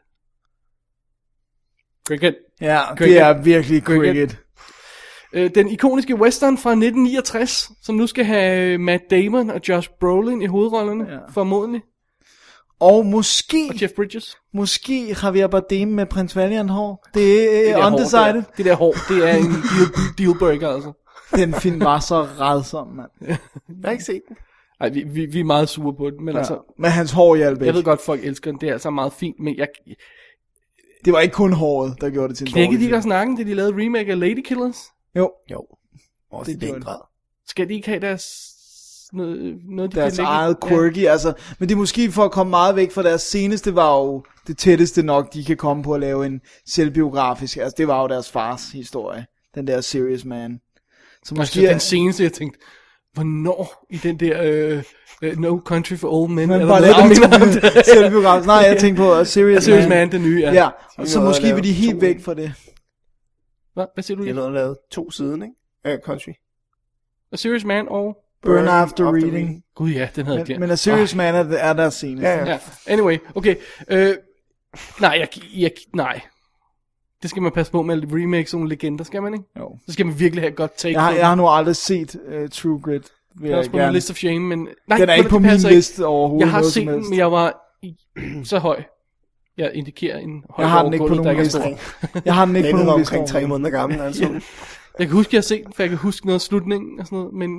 Cricket. Ja, Cricket. det er virkelig Cricket. cricket. Øh, den ikoniske western fra nitten niogtres, som nu skal have Matt Damon og Josh Brolin i hovedrollerne, Ja. formodentlig. Og måske, Og Jeff Bridges. måske Javier Bardem med prins Valiant hår. Det er Det der undecided. hår, det, der, det der hår, det er en deal, dealbreaker, altså. Den film var så rædsom, mand. Jeg har ikke set den. Ej, vi, vi, vi er meget sure på den, men ja. altså, Ja. Men hans hår hjalp jeg ikke. ved godt, folk elsker den, det er altså meget fint, men jeg Det var ikke kun håret, der gjorde det til en knækkede dårlig de ikke film. også nakken, da de lavede remake af Lady Killers? Jo, Jo. Også Det i den gjorde grad. Skal de ikke have deres noget, noget de deres kan lægge? eget quirky, ja. Altså, men det er måske for at komme meget væk fra deres seneste, var jo det tætteste nok, de kan komme på at lave en selvbiografisk, altså det var jo deres fars historie, den der Serious Man. Så Måske måske den seneste, jeg tænkte, hvornår i den der øh, uh, No Country for Old Men, men er bare der noget, der minder om lavet det? selvbiografisk. Nej, jeg tænkte på uh, Serious, Serious Man. Man, den nye, ja. Ja, De og så nåede at måske lave vil de helt to. væk fra det. Hvad, hvad siger du? De har Jeff? noget lavet to siden, ikke? Uh, country. A Serious Man og... Burn After Reading. Gud ja, den havde jeg Men, glemt. men A Serious Man er, er deres seneste. Ja, ja. Ja, anyway, okay. Øh, nej, jeg, jeg, nej. Det skal man passe på med at remake sådan nogle legender, skal man ikke? Jo. Så skal man virkelig have et godt take Jeg har, på jeg har den. nu aldrig set uh, True Grit. Vil Det er jeg også på min gerne. list of shame, men... Nej, Den er ved ikke du, på det min passer ikke. liste overhovedet. Jeg har noget set som den, helst. men jeg var i, så høj. Jeg indikerer en høj Jeg har den ikke på overgulvet, der nogen ikke er liste. stor. Jeg har den ikke på David var nogen liste. omkring tre overhovedet. måneder gammel, altså. Jeg kan huske, at jeg har set den, for jeg kan huske noget af slutningen og sådan noget, men...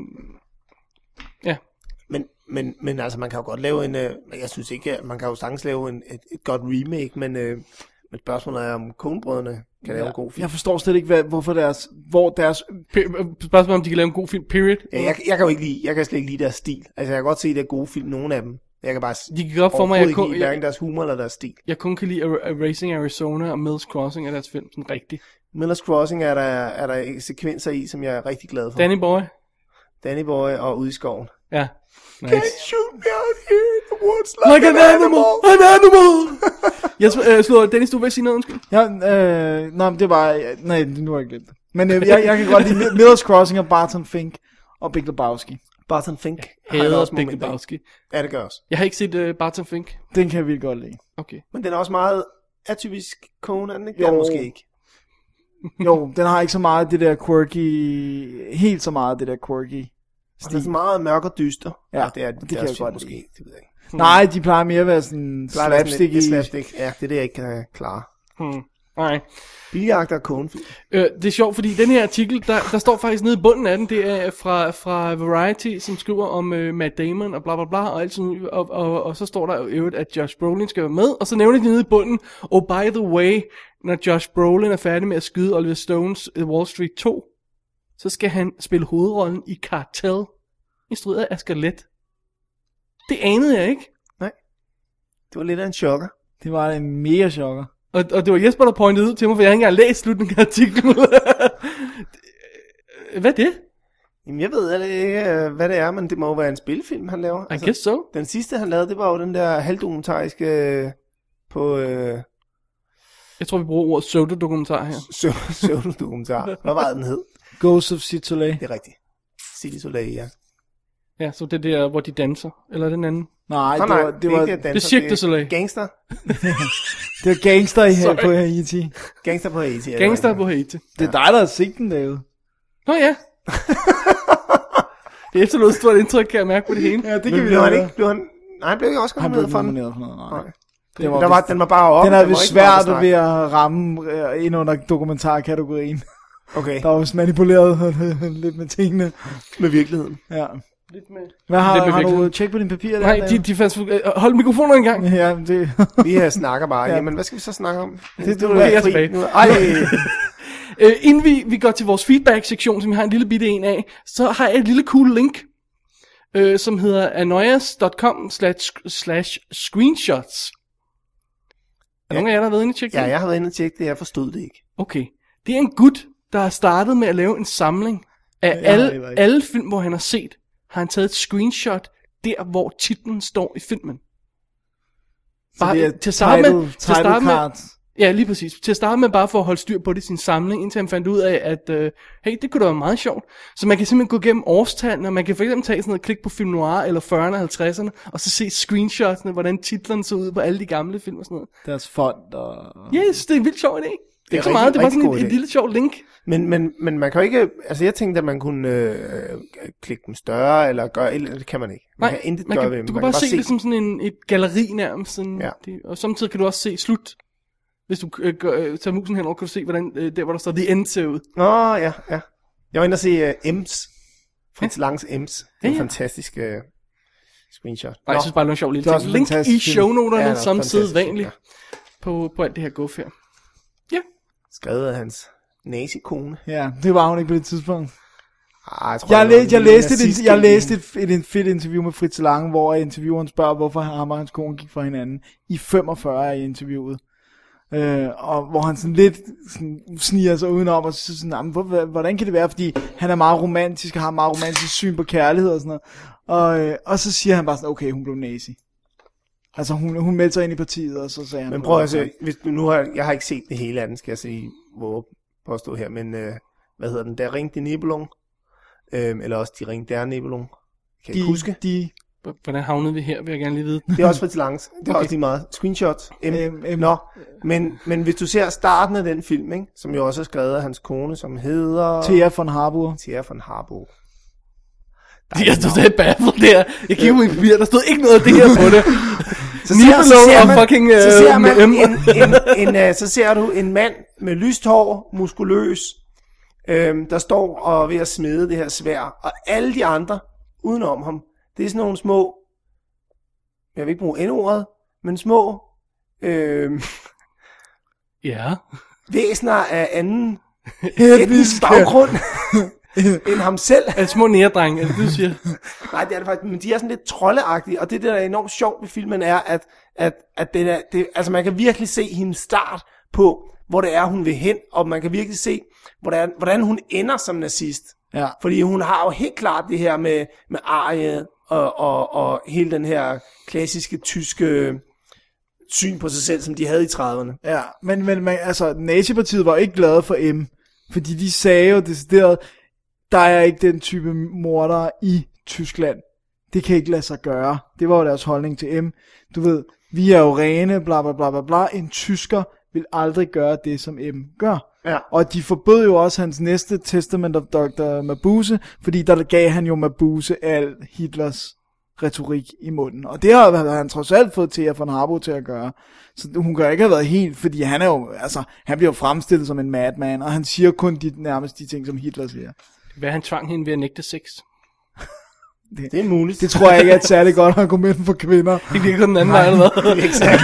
Ja, Men, men, men altså, man kan jo godt lave en... Øh, jeg synes ikke, at man kan jo sagtens lave en, et, et godt remake, men, øh, Men spørgsmålet er, om Coen-brødrene kan lave en god film. Jeg forstår slet ikke, hvad, hvorfor deres, hvor deres... Spørgsmålet om de kan lave en god film, period. Ja, jeg, jeg kan jo ikke lide, jeg kan slet ikke lide deres stil. Altså, jeg kan godt se, at det er gode film, nogle af dem. Jeg kan bare de kan godt for mig, jeg, kun, kun, lide hverken deres humor eller deres stil. Jeg kun kan lide Racing Arizona og Mills Crossing af deres film, sådan rigtigt. Miller's Crossing er der, er der sekvenser i, som jeg er rigtig glad for. Danny Boy. Danny Boy og Ude i skoven. Ja. Nice. Can't shoot me out here in the woods like, like an, an animal. An animal. Jeg øh, slår, Dennis, du vil sige noget, undskyld? Ja, øh, nej, det var, nej, nu har jeg glemt det. Men øh, jeg, jeg kan godt lide Miller's Crossing og Barton Fink og Big Lebowski. Barton Fink. Hader Big Lebowski. Ja, det gør også. Jeg har ikke set uh, Barton Fink. Den kan jeg virkelig godt lide. Okay. Men den er også meget atypisk Conan, ikke? Jo. Den måske ikke. Jo, den har ikke så meget det der quirky, helt så meget det der quirky. Det er så meget mørk og dyster. Ja, og det er det kan jeg godt måske. lide. Det ved jeg ikke. Hmm. Nej, de plejer mere at være sådan slapstick i. Slapstick, ja, det er det, jeg ikke kan klare. Hmm. Nej. Biljagter og Coen-film. Øh, det er sjovt, fordi den her artikel, der, der står faktisk nede i bunden af den, det er fra, fra Variety, som skriver om øh, Matt Damon og bla bla bla, og, alt sådan, og, og, og så står der jo at Josh Brolin skal være med, og så nævner de nede i bunden, oh by the way, når Josh Brolin er færdig med at skyde Oliver Stones Wall Street to, så skal han spille hovedrollen i Cartel, instrueret af Asger Lett. Det anede jeg ikke. Nej. Det var lidt af en chokker. Det var en mega chokker. Og, og det var Jesper, der pointede ud til mig, for jeg har ikke engang læst slutningen af artiklen. Hvad er det? Jamen, jeg ved ikke, hvad det er, men det må jo være en spilfilm, han laver. I altså, guess so. Den sidste, han lavede, det var jo den der halvdokumentariske på... Øh... Jeg tror, vi bruger ordet pseudodokumentar her. Pseudodokumentar. Hvad var den hed? Ghost of City Soleil. Det er rigtigt. City Soleil, ja. Ja, så det der, hvor de danser. Eller den anden? Nej, det nej, var... Det, det var, det, danser, det er Cirque du Soleil. Gangster. Det var gangster i her på Haiti. Gangster på Haiti. Ja, gangster på Haiti. Det er dig, der har set den, David. Nå ja. Det efterlod et stort indtryk, kan jeg mærke på det hele. Ja, det kan men vi blev da han ikke... Blev han... Nej, han blev ikke også nomineret for den. Han blev ikke nomineret for noget, nej. Det var, der var, den var bare op. Den er vist svært ved at ramme uh, ind under dokumentarkategorien. Okay. Der var vist manipuleret lidt med tingene. Med virkeligheden. Ja. Lidt med... Hvad har, lidt med har du tjekket på dine papirer? Nej, der, de, de fandt... Hold mikrofonen en gang. Ja, det... Vi her snakker bare. Ja. Jamen, hvad skal vi så snakke om? Det, det, det er jeg tilbage. Ej. Uh, inden vi, vi går til vores feedback-sektion, som vi har en lille bitte en af, så har jeg et lille cool link, uh, som hedder anoyas punktum com slash screenshots. Er ja. nogen af jer, der har været inde og tjekke Ja, det? jeg har været inde og tjekke det, jeg forstod det ikke. Okay. Det er en gut, der har startet med at lave en samling af Ja, alle, alle film, hvor han har set, har han taget et screenshot der, hvor titlen står i filmen. Bare det er til at starte title, med, til at starte med, cards. ja, lige præcis. Til at starte med bare for at holde styr på det i sin samling, indtil han fandt ud af, at øh, hey, det kunne da være meget sjovt. Så man kan simpelthen gå gennem årstallene, og man kan for eksempel tage sådan noget klik på film noir eller fyrrerne og halvtredserne, og så se screenshotsene, hvordan titlerne så ud på alle de gamle film og sådan noget. Deres font og... Yes, det er en vildt sjov idé. Det er ikke så rigtig, meget, det var sådan god et, et lille sjovt link. Men, men, men man kan jo ikke... Altså, jeg tænkte, at man kunne øh, klikke dem større, eller gøre... Eller, det kan man ikke. Man Nej, kan intet man gøre kan, ved dem. du kan Man bare, kan se, se det som sådan en, et galleri nærmest. Sådan, Ja. det, og samtidig kan du også se slut. Hvis du øh, gør, øh, tager musen henover, kan du se, hvordan øh, der, hvor der står The End, ser ud. Åh, oh, ja, ja. Jeg var inde og se uh, Ems. Fritz ja. Langs Ems. Det er ja, en ja. fantastisk uh, screenshot. Nej, jeg synes bare, det var en sjov lille Det er ting. også Link i fantastisk film. shownoterne, Ja, ja, det er som fantastisk sædvanligt film, på, på alt det her guf her. Ja. Skrevet af hans nazi-kone. Ja, det var hun ikke på det tidspunkt. Ah, jeg, tror, Jeg, det var læ- jeg en læste, et, nazist- jeg læste et, et, et fedt interview med Fritz Lang, hvor intervieweren spørger, hvorfor ham og hans kone gik fra hinanden i femogfyrre i interviewet. Øh, og hvor han sådan lidt sådan, sniger sig udenom, og så sådan, hvor, hvordan kan det være, fordi han er meget romantisk, og har meget romantisk syn på kærlighed og sådan noget. Og, øh, og så siger han bare sådan, okay, hun blev nazi. Altså hun, hun meldte sig ind i partiet, og så sagde han... Men prøv at se, hvis du nu har, jeg har ikke set det hele af den, skal jeg sige, hvor påstå her, men øh, hvad hedder den, Der ringte Nibelung, øh, eller også De ringte der Nibelung, kan jeg ikke huske. De, Hvordan havnede vi her, vil jeg gerne lige vide. Det er også Fritz Langs, det er Okay. også lige meget. Screenshots. M. Øhm, øhm. Nå, men, men hvis du ser starten af den film, ikke, som jo også er skrevet af hans kone, som hedder... Thea von Harburg. Thea von Harburg. Jeg stod stadig bafflet der. Jeg kiggede på min papir, der stod ikke noget af det her på det. Så ser, så ser og man, fucking, så ser øh, man med M. en, en, en, uh, så ser du en mand med lyst hår, muskuløs, øhm, der står og er ved at smede det her svær, og alle de andre udenom ham, det er sådan nogle små, jeg vil ikke bruge N-ordet, men små, øhm, Ja. væsener af anden etnisk baggrund end ham selv. Er det små nærdrenge, er det det, du siger? Nej, det er det faktisk, men de er sådan lidt troldeagtige, og det, der er enormt sjovt ved filmen, er, at, at, at det er, det, altså man kan virkelig se hendes start på, hvor det er, hun vil hen, og man kan virkelig se, hvordan, hvordan hun ender som nazist. Ja. Fordi hun har jo helt klart det her med, med ariet, og, og, og hele den her klassiske tyske syn på sig selv, som de havde i trediverne. Ja, men, men, men altså, Nazipartiet var ikke glade for M, fordi de sagde jo decideret, der er ikke den type mordere i Tyskland. Det kan ikke lade sig gøre. Det var jo deres holdning til M. Du ved, vi er jo rene, bla bla bla bla bla. En tysker vil aldrig gøre det, som M gør. Ja. Og de forbød jo også hans næste Testament of doktor Mabuse, fordi der gav han jo Mabuse al Hitlers retorik i munden. Og det har han trods alt fået Thea von Harbo til at gøre. Så hun kan ikke have været helt, fordi han er jo, altså, han bliver jo fremstillet som en madman, og han siger kun de, nærmest de ting, som Hitler siger. Hvad han tvang hende ved at nægte sex? Det, det er muligt. Det tror jeg ikke er et særligt godt argument for kvinder. Det virker den anden vej, eller hvad? Exakt.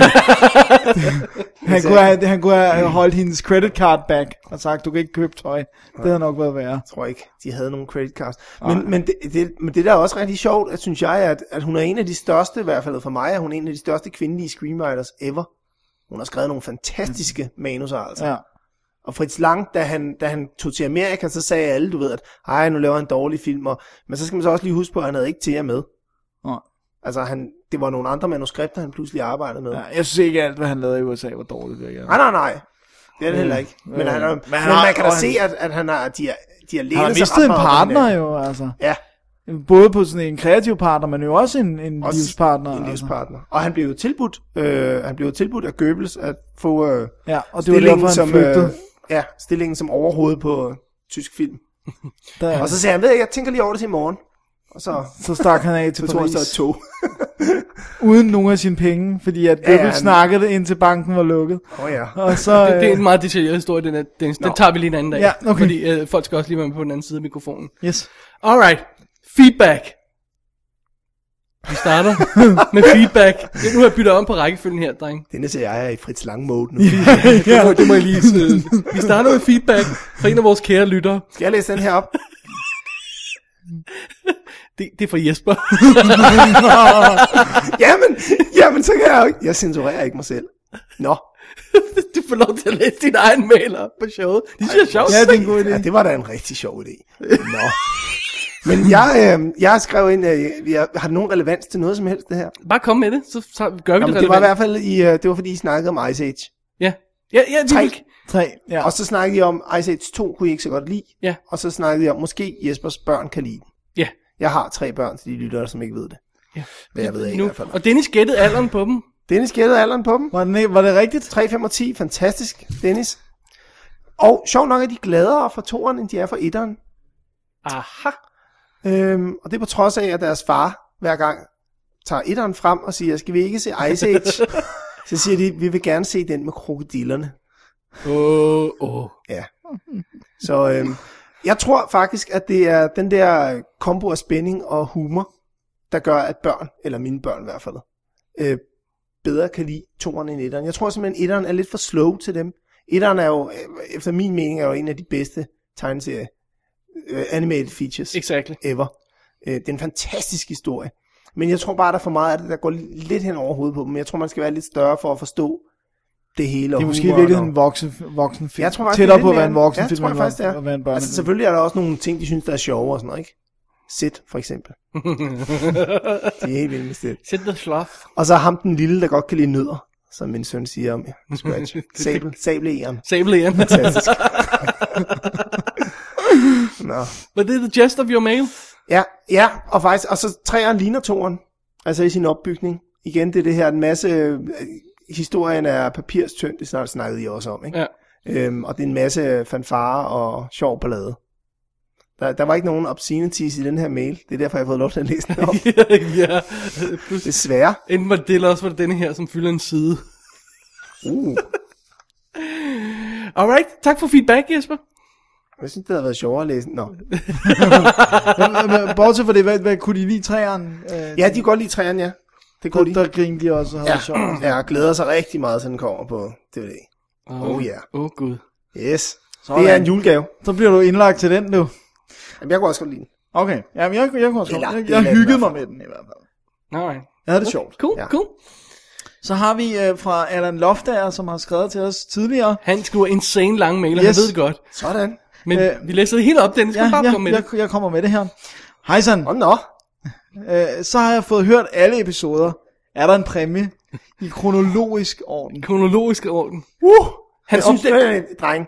Han kunne, have, han kunne have holdt hendes credit card back og sagt, du kan ikke købe tøj. Det havde nok været værre. Jeg tror ikke, de havde nogen credit cards. Men, men, det, det, men det der er også rigtig sjovt, at synes jeg, at, at hun er en af de største, i hvert fald for mig, er hun en af de største kvindelige screenwriters ever. Hun har skrevet nogle fantastiske manuser, altså. Ja. Og Fritz Lang, da han, da han tog til Amerika, så sagde alle, du ved, at ej, nu laver han en dårlig film. Og, men så skal man så også lige huske på, at han havde ikke Thea med. Ja. Altså, han, det var nogle andre manuskripter, han pludselig arbejdede med. Ja, jeg synes ikke, alt, hvad han lavede i U S A var dårligt. Det, nej, nej, nej. Det er det heller ikke. Men, han, men, men han man kan da se, at, at han har, de har, de har lænet sig ret meget. Han har mistet en partner jo, altså. Ja. Både på sådan en kreativ partner, men jo også en, en også livspartner. En livspartner. Altså. Og han blev jo tilbudt, øh, han blev jo tilbudt af Goebbels at få øh, ja, og det var derfor, han som, flygtede. Øh, ja, stillingen som overhoved på tysk film. Der, og så sagde han, ved jeg, jeg tænker lige over det til i morgen. Og så, så stak han af til så Paris. Så tog så tog. Uden nogen af sine penge, fordi at Goebbels ja, ja, snakkede det, indtil banken var lukket. Åh oh, ja. Og så, det, det er en meget detaljeret historie, den, er, den, den tager vi lige en anden dag. Ja, okay. Fordi øh, folk skal også lige være med på den anden side af mikrofonen. Yes. Alright, feedback. Vi starter med feedback. Ja, nu har jeg byttet om på rækkefølgen her, dreng. Denne ser jeg er i Fritz Lang mode nu. ja, det, må, det må jeg lige sige. Vi starter med feedback fra en af vores kære lyttere. Skal jeg læse den her op? Det, det er fra Jesper. jamen, jamen, så kan jeg jo ikke. Jeg censurerer ikke mig selv. Nå. Du får lov til at læse din egen mail op på showet. Det synes jeg er sjovt. Ja, det er en god idé. Ja, det var da en rigtig sjov idé. Nå. Men jeg, øh, jeg skrev ind, øh, jeg, har det nogen relevans til noget som helst det her? Bare kom med det, så, så gør vi Jamen, det relevant. Det var i hvert fald, i, øh, det var fordi I snakkede om Ice Age. Ja. Ja, ja, Tre. vil... Tre, ja. Og så snakkede I om Ice Age to, kunne I ikke så godt lide. Ja. Og så snakkede I om, måske Jespers børn kan lide den. Ja. Jeg har tre børn til de lyttere, som ikke ved det. Ja. Hvad jeg ved ikke nu. i hvert fald. Og Dennis gættede alderen på dem. Dennis gættede alderen på dem. Var det, var det rigtigt? tre, fem og ti, fantastisk, Dennis. Og sjovt nok er de gladere for toeren, end de er for etteren. Aha. Øhm, og det er på trods af, at deres far hver gang tager etteren frem og siger, skal vi ikke se Ice Age? Så siger de, vi vil gerne se den med krokodillerne. Åh, oh, åh. Oh. Ja. Så øhm, jeg tror faktisk, at det er den der kombo af spænding og humor, der gør, at børn, eller mine børn i hvert fald, øh, bedre kan lide toeren end etteren. Jeg tror simpelthen, at etteren er lidt for slow til dem. Etteren er jo, efter min mening, er jo en af de bedste tegneserier, uh, animated features exactly. ever. Uh, det er en fantastisk historie. Men jeg tror bare, der er for meget af det, der går lidt hen over hovedet på dem. Jeg tror, man skal være lidt større for at forstå det hele. Det er måske virkelig en voksen, voksen film. Jeg tror faktisk, tættere på at være en voksen ja, film, tror jeg faktisk, det er. at være en børnefilm. Altså selvfølgelig er der også nogle ting, de synes, der er sjove og sådan noget, ikke? Sit, for eksempel. De er helt vildt med Sit. Sit the sloth. Og så ham den lille, der godt kan lide nødder, som min søn siger om Scratch. Sabel, sableæren. Sableæren. Fantastisk. Nå. Var det the gist of your mail? Ja, ja, og faktisk, og så træeren ligner toeren, altså i sin opbygning. Igen, det er det her, en masse, øh, historien er papirstyndt, det snart snakkede I også om, ikke? Ja. Øhm, og det er en masse fanfare og sjov ballade. Der, der var ikke nogen obscenities i den her mail, det er derfor, jeg har fået lov til at læse den op. ja, plus, desværre. Enten var det, eller også var det denne her, som fylder en side. Uh. Alright, tak for feedback, Jesper. Jeg synes, det havde været sjovere at læse. Nå. Bortset for det, hvad, hvad kunne de lide træerne? Øh, ja, de kunne godt lide træerne, ja. Det kunne der, de. Der griner de også og har ja. det sjovt. Ja, og glæder sig rigtig meget, så den kommer på D V D. Oh ja. Åh, oh, gud. Yes. Sådan. Det er en julegave. Så bliver du indlagt til den, du. Jamen, jeg kunne også godt lide den. Okay, jamen jeg, jeg, jeg kunne også Eller, godt. Jeg, det er jeg den i hyggede hvert mig fald. med den i hvert fald. Alright. Jeg havde det sjovt. Cool, Ja. cool. Så har vi øh, fra Allan Loftager, som har skrevet til os tidligere. Han skriver insane lange mailer, Yes. han ved det godt. Sådan. Men Øh, vi læser det helt op, Dennis. Skal Ja, bare ja komme med jeg, det. jeg kommer med det her. Hejsan, Åh, nå. øh, så har jeg fået hørt alle episoder. Er der en præmie i kronologisk orden? Kronologisk orden. Uh, Han synes, det... det... dreng.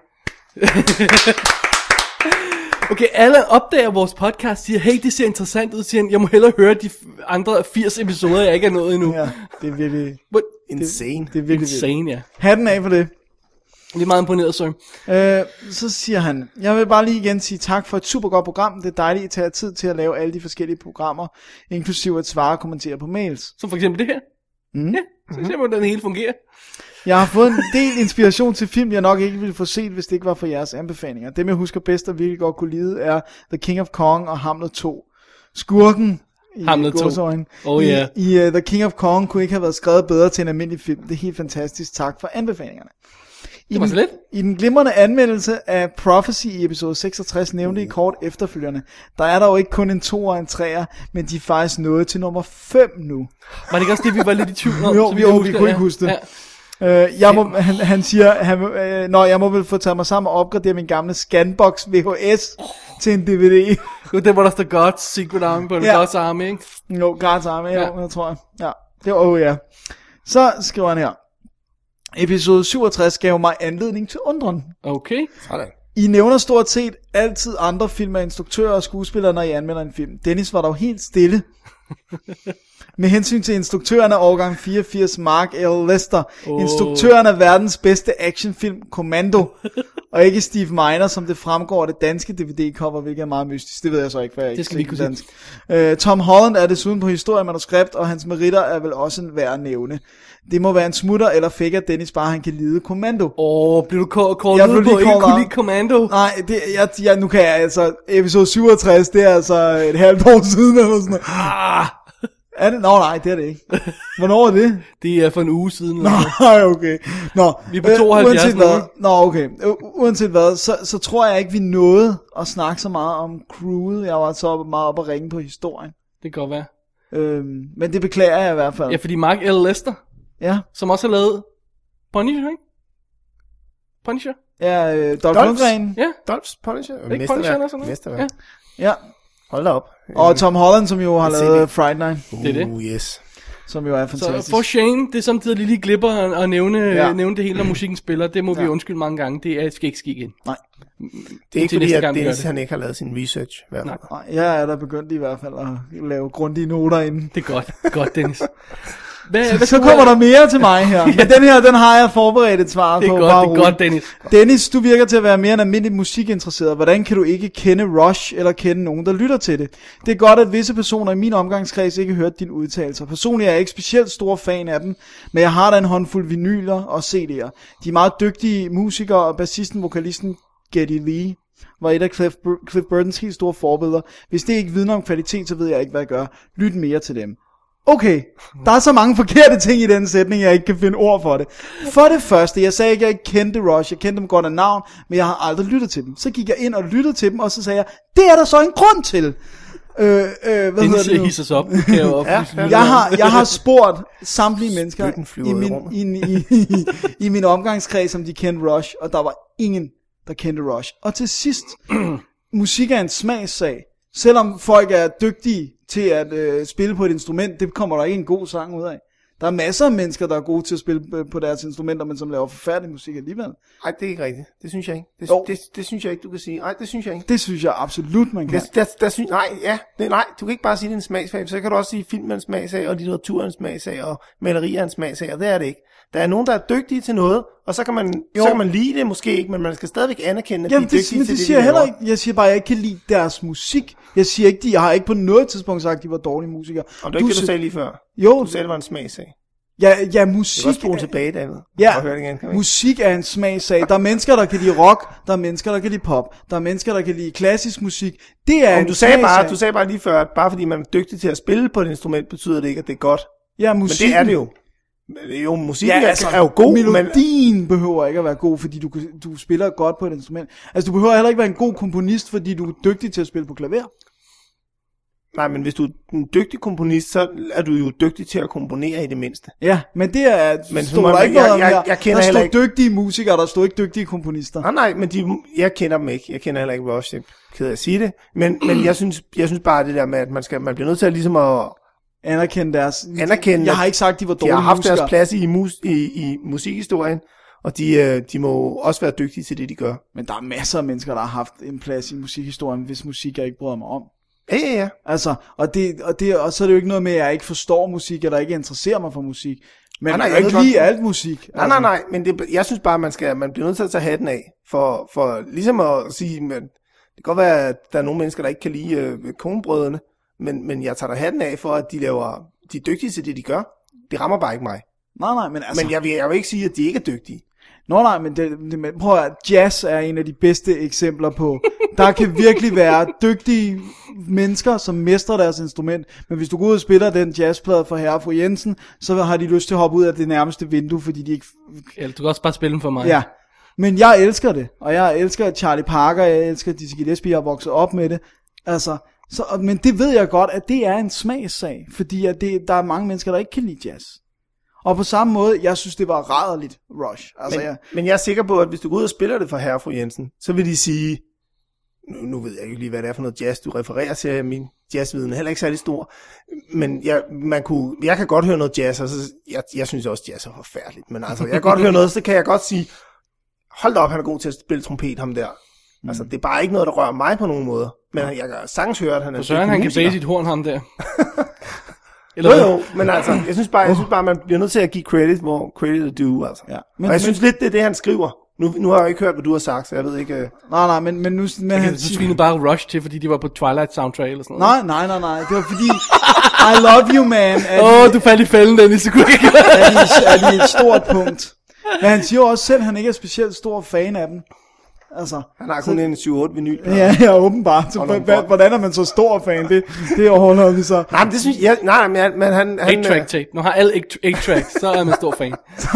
Okay, alle opdager vores podcast, siger, hey, det ser interessant ud, siger han, jeg må hellere høre de f- andre firs episoder, jeg ikke er nået endnu. Ja, det er virkelig, What? Insane. det er virkelig vildt. Insane, ja. Hatten af for det. Det er meget imponeret, sir. Øh, så siger han, jeg vil bare lige igen sige tak for et super godt program. Det er dejligt, at I tager tid til at lave alle de forskellige programmer, inklusive at svare og kommentere på mails. Som for eksempel det her. Mm. Ja, så ser man, hvordan det hele fungerer. Jeg har fået en del inspiration til film, jeg nok ikke ville få set, hvis det ikke var for jeres anbefalinger. Dem jeg husker bedst og virkelig godt kunne lide er The King of Kong og Hamlet to. Skurken i Hamlet to. gåseøjne. Oh, I, yeah. i uh, The King of Kong kunne ikke have været skrevet bedre til en almindelig film. Det er helt fantastisk. Tak for anbefalingerne. I Det var den, så lidt. I den glimrende anmeldelse af Prophecy i episode seksogtres nævnte I kort efterfølgende. Der er der jo ikke kun en to og en treer, men de er faktisk nået til nummer fem nu. Var det ikke også det, vi var lidt i tvivl om? Jo, så vi, jo, kan vi huske kunne det? ikke huske det. Ja. Øh, jeg må, han, han siger, han, øh, Nå, jeg må vel få taget mig sammen og opgradere min gamle Scanbox V H S til en D V D. Det var det, hvor der står God's Secret Army på, Ja. God's Army, ikke? Jo, Guards Army, Ja. jo, jeg tror jeg. Ja, det var, oh ja. Så skriver han her. Episode syvogtres gav mig anledning til undren. Okay. Sådan. I nævner stort set altid andre film af instruktører og skuespillere, når I anmelder en film. Dennis var dog helt stille. Med hensyn til instruktøren af årgang fireogfirs, Mark L. Lester. Oh. Instruktøren af verdens bedste actionfilm, Commando. Og ikke Steve Miner, som det fremgår af det danske D V D-cover, hvilket er meget mystisk. Det ved jeg så ikke, for jeg Det skal ikke vi kunne dansk. Uh, Tom Holland er desuden på historie og manuskript, og hans meritter er vel også en værd at nævne. Det må være en smutter, eller fik at Dennis bare han kan lide Commando. Åh, oh, blev du call- Jeg called blev ud på, lige ikke called kunne out. lide Commando? Nej, det, jeg, jeg, nu kan jeg altså, episode syvogtres, det er altså et halvt år siden, eller sådan noget. Ah, Er det? Nå, nej, det er det ikke. Hvornår er det? det er for en uge siden. Nå, okay. Nå, Vi er på tooghalvfjerds uanset nu, hvad, ikke? Nå, okay. U- uanset hvad, så, så tror jeg ikke, vi nåede at snakke så meget om crewet. Jeg var så meget op at ringe på historien. Det kan godt være. Øhm, men det beklager jeg i hvert fald. Ja, fordi Mark L. Lester, Ja, som også har lavet Punisher, ikke? Punisher? ja øh, Dolph Dolphs. Lundgren. Ja, Dolphs Punisher. ikke Punisher eller sådan noget? Mesterværk. Ja, Ja, Hold da op. og Tom Holland, som jo har Jeg ser lavet det. Friday Night, det er det. Uh, yes. som jo er Så fantastisk. for Shane, det er samtidig lige glipper at, at nævne, Ja. ja. nævne det hele, når musikken spiller. Det må ja. vi Ja. undskylde mange gange. Det er, skal ikke ske igen. Nej. Det er ikke Til fordi, næste at gang, vi gør Dennis det. han ikke har lavet sin research. I hvert fald. Nej, jeg er der begyndt i hvert fald at lave grundige noter inden. Det er godt. Godt, Dennis. Hvad, hvad Så skulle kommer jeg- der mere til mig her. Men den her, den har jeg forberedt et svar Det er på. godt, bare det er roligt. godt, Dennis. Dennis, du virker til at være mere end almindelig musikinteresseret. Hvordan kan du ikke kende Rush eller kende nogen, der lytter til det? Det er godt, at visse personer i min omgangskreds ikke har hørt dine udtalelser. Personligt er jeg ikke specielt stor fan af dem, men jeg har da en håndfuld vinyler og C D'er. De er meget dygtige musikere, og bassisten, vokalisten Geddy Lee var et af Cliff, Bur- Cliff Burtons helt store forbilleder. Hvis det ikke vidner om kvalitet, så ved jeg ikke, hvad jeg gør. Lyt mere til dem. Okay, der er så mange forkerte ting i den sætning, jeg ikke kan finde ord for det. For det første, jeg sagde ikke, at jeg ikke kendte Rush. Jeg kendte dem godt af navn, men jeg har aldrig lyttet til dem. Så gik jeg ind og lyttede til dem, og så sagde jeg, det er der så en grund til. Øh, øh, hvad Dennis hedder det nu? hisser sig op. Kan jeg, jo Ja, oplyse ja. lytterne Jeg om. har, jeg har spurgt samtlige mennesker Spytten flyver i i min, rummet. i, i, i, i min omgangskreds, som de kendte Rush, og der var ingen, der kendte Rush. Og til sidst, musik er en smagssag. Selvom folk er dygtige til at øh, spille på et instrument, det kommer der ikke en god sang ud af. Der er masser af mennesker, der er gode til at spille øh, på deres instrumenter, men som laver forfærdelig musik alligevel. Nej, det er ikke rigtigt. Det synes jeg ikke. Det, Jo. det, det synes jeg ikke, du kan sige. Nej, det synes jeg ikke. Det synes jeg absolut, man kan. Der, der, der synes, nej, ja, det, nej, du kan ikke bare sige, det er en smagsag. Så kan du også sige, film er en smagsag, og litteratur er en smagsag, og maleri er en smagsag, og det er det ikke. Der er nogen, der er dygtige til noget, og så kan man, så kan man lide det måske ikke, men man skal stadigvæk anerkende, at Jamen, de er det, dygtige men til det det, siger de jeg heller laver. ikke. Jeg siger bare, at jeg ikke kan lide deres musik. Jeg siger ikke, de, jeg har ikke på noget tidspunkt sagt, at de var dårlige musikere. Og det er ikke det, si- du sagde lige før. Jo, Du sagde, det var en smagsag. ja, ja, Du kan musik, også spole er, tilbage, David. ja, Og høre det igen, kan vi? musik er en smagsag. Der er mennesker, der kan lide rock, der er mennesker, der kan lide pop, der er mennesker, der kan lide klassisk musik. Det er Om en du sagde, bare, smagsag. du sagde bare lige før, at bare fordi man er dygtig til at spille på et instrument, betyder det ikke, at det er godt. Ja, Men musik. det er det jo. Jo, musikken ja, altså, er jo god, melodien men... behøver ikke at være god, fordi du, du spiller godt på et instrument. Altså, du behøver heller ikke være en god komponist, fordi du er dygtig til at spille på klaver. Nej, men hvis du er en dygtig komponist, så er du jo dygtig til at komponere i det mindste. Ja, men det er... Men stod der ikke noget om jeg, jeg, jeg der stod ikke... dygtige musikere, der stod ikke dygtige komponister. Nej, nej, men de, jeg kender dem ikke. Jeg kender heller ikke Rush, jeg er ked af at sige det. Men, men jeg, synes, jeg synes bare det der med, at man, skal, man bliver nødt til at ligesom at... Anerkende deres... Anerkende, jeg har ikke sagt, de var dårlige musikere. De har haft musikere. deres plads i, mus, i, i musikhistorien, og de, de må også være dygtige til det, de gør. Men der er masser af mennesker, der har haft en plads i musikhistorien, hvis musik jeg ikke bryder mig om. Ja, ja, ja. Altså, og, det, og, det, og så er det jo ikke noget med, at jeg ikke forstår musik, eller ikke interesserer mig for musik. Men nej, nej, jeg ikke lide alt musik. Nej, altså. nej, nej, men det, jeg synes bare, man skal, man bliver nødt til at tage hatten af, for, for ligesom at sige, men det kan godt være, at der er nogle mennesker, der ikke kan lide øh, konebrødrene, men, men jeg tager der hatten af for, at de laver, de er dygtige til det, de gør. Det rammer bare ikke mig. Nej, nej, men altså... Men jeg vil, jeg vil ikke sige, at de ikke er dygtige. Nå nej, men, det, det, men prøv at jazz er en af de bedste eksempler på, der kan virkelig være dygtige mennesker, som mestrer deres instrument, men hvis du går ud og spiller den jazzplade for herre og fru Jensen, så har de lyst til at hoppe ud af det nærmeste vindue, fordi de ikke... Eller du kan også bare spille den for mig. Ja, men jeg elsker det, og jeg elsker Charlie Parker, jeg elsker Dizzy Gillespie, jeg har vokset op med det, altså... Så, men det ved jeg godt, at det er en smagssag, fordi at det, der er mange mennesker, der ikke kan lide jazz. Og på samme måde, jeg synes, det var rædderligt, Rush. Altså, men, jeg... men jeg er sikker på, at hvis du går ud og spiller det for herre og fru Jensen, så vil de sige, nu, nu ved jeg ikke lige, hvad det er for noget jazz, du refererer til, min jazzviden er heller ikke særlig stor, men jeg, man kunne, jeg kan godt høre noget jazz, og så, jeg, jeg synes også, jazz er forfærdeligt, men altså, jeg kan godt høre noget, så kan jeg godt sige, hold da op, han er god til at spille trompet, ham der. Mm. Altså, det er bare ikke noget, der rører mig på nogen måde, men jeg kan sagtens høre, at han er en Søren, han kan bage sit horn, ham der. Eller jo, jo, men altså, jeg synes bare, jeg synes bare, man bliver nødt til at give credit, hvor credit er due, altså. Ja. Men, og jeg synes men, lidt, det er det, han skriver. Nu, nu har jeg jo ikke hørt, hvad du har sagt, så jeg ved ikke... Uh... Nej, nej, men, men nu... Men han så svinede bare Rush til, fordi de var på Twilight soundtrack eller sådan noget. Nej, nej, nej, nej. Det var fordi... I love you, man. Åh, oh, du faldt i fælden, Dennis. Det kunne ikke gøre. Er det et stort punkt. Men han siger også selv, at han ikke er specielt stor fan af dem. Altså, han har kun så, en syv otte vinyl. Ja, ja, åbenbart. Så, h- hvordan er man så stor fan? Det, det overholder vi så. Nej, men det synes jeg... Nej, men, men han... han eight-track tape. Nu har alle eight-tracks, så er man stor fan.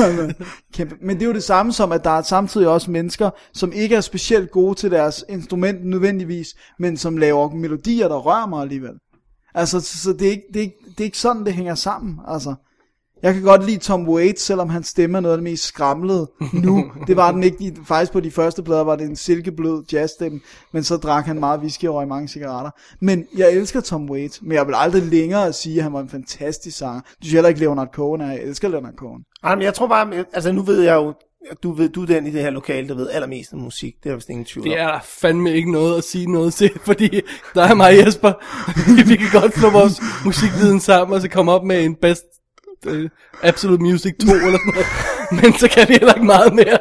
Kæmpe. Men det er jo det samme som, at der er samtidig også mennesker, som ikke er specielt gode til deres instrument nødvendigvis, men som laver melodier, der rører mig alligevel. Altså, så, så det, er ikke, det, er ikke, det er ikke sådan, det hænger sammen. Altså... Jeg kan godt lide Tom Waits, selvom hans stemme er noget af det mest skramlede nu. Det var den ikke, faktisk på de første plader var det en silkeblød jazzstemme, men så drak han meget whisky og røg mange cigaretter. Men jeg elsker Tom Waits, men jeg vil aldrig længere at sige, at han var en fantastisk sanger. Du siger heller ikke Leonard Cohen, jeg elsker Leonard Cohen. Nej, men jeg tror bare, altså nu ved jeg jo, du ved, du er den i det her lokale, der ved allermest om musik. Det er der vist ingen tvivl om. Det er der fandme ikke noget at sige noget til, fordi der er mig og Jesper. Vi kan godt slå vores musikviden sammen, og så komme op med en bedst Uh, Absolute Music to eller sådan noget. Men så kan vi heller ikke meget mere.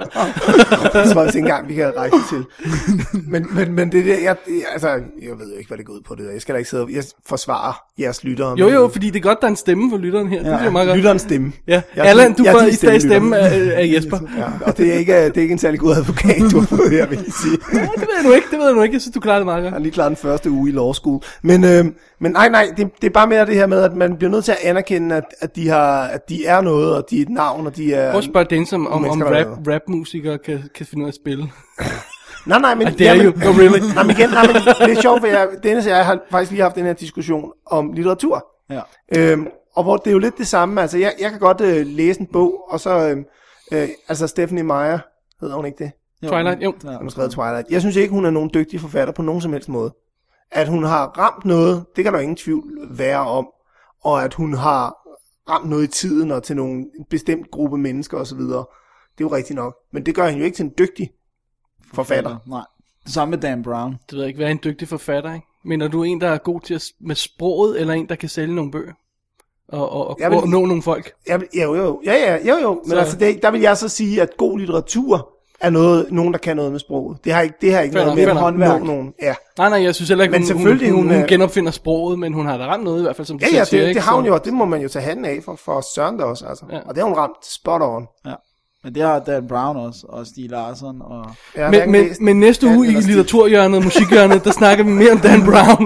Det tror jeg ikke engang vi kan række til. Men, men, men det der, jeg, altså, jeg ved jo ikke, hvad det går ud på det der. Jeg skal da ikke sidde og jeg forsvare jeres lyttere. Jo jo, fordi det er godt, der er en stemme for lytteren her. Ja, det er meget godt. Lytterens stemme. Ja, Allan, du får i stedet stemme af, af Jesper. Ja, og det er, ikke, det er ikke en særlig god advokat, du har fået her, vil jeg sige. Nej, det ved jeg nu ikke, det ved jeg nu ikke. Jeg synes, du klarer det meget godt. Jeg har lige klaret den første uge i law school. Men, øh, men nej, nej, det, det er bare mere det her med, at man bliver nødt til at anerkende, at, at, de, har, at de er noget, og de er et navn, og de er... Prøv at spørge den, som om, om rap, rapmusikere kan, kan finde ud af at spille. Nej, nej, men... I dare you, no really. Nej, men igen, nej, men det er sjovt, for jeg, Dennis og jeg har faktisk lige haft den her diskussion om litteratur. Ja. Øhm, og hvor det er jo lidt det samme, altså jeg, jeg kan godt øh, læse en bog, og så, øh, øh, altså Stephenie Meyer, hedder hun ikke det? Jo. Twilight, jo. Hun har skrevet Twilight. Jeg synes ikke, hun er nogen dygtig forfatter på nogen som helst måde. At hun har ramt noget, det kan der ingen tvivl være om, og at hun har ramt noget i tiden, og til nogle bestemt gruppe mennesker osv., det er jo rigtigt nok. Men det gør hende jo ikke til en dygtig forfatter. forfatter. Nej. Det samme med Dan Brown. Det ved jeg ikke, hvad er en dygtig forfatter, ikke? Men er du en, der er god til at, med sproget, eller en, der kan sælge nogle bøger? Og, og, og, vil, og nå nogle folk? Jeg vil, jo, jo, ja, ja, jo, jo. Men så, altså, det, der vil jeg så sige, at god litteratur er noget, nogen, der kan noget med sproget. Det har ikke, det har ikke noget med håndværk. Nogen, ja. Nej, nej, jeg synes heller ikke, men hun, selvfølgelig, hun, hun, hun, hun genopfinder sproget, men hun har da ramt noget i hvert fald, som du ja, selv ja, siger. Ja, det, ikke? det har hun jo, det må man jo tage handen af for, for Søren der også, altså. Ja. Og det har hun ramt spot on. Ja. Men det har Dan Brown også, og Stieg Larsson, og... Ja, men, men, men næste uge i litteraturhjørnet og musikhjørnet, der snakker vi mere om Dan Brown.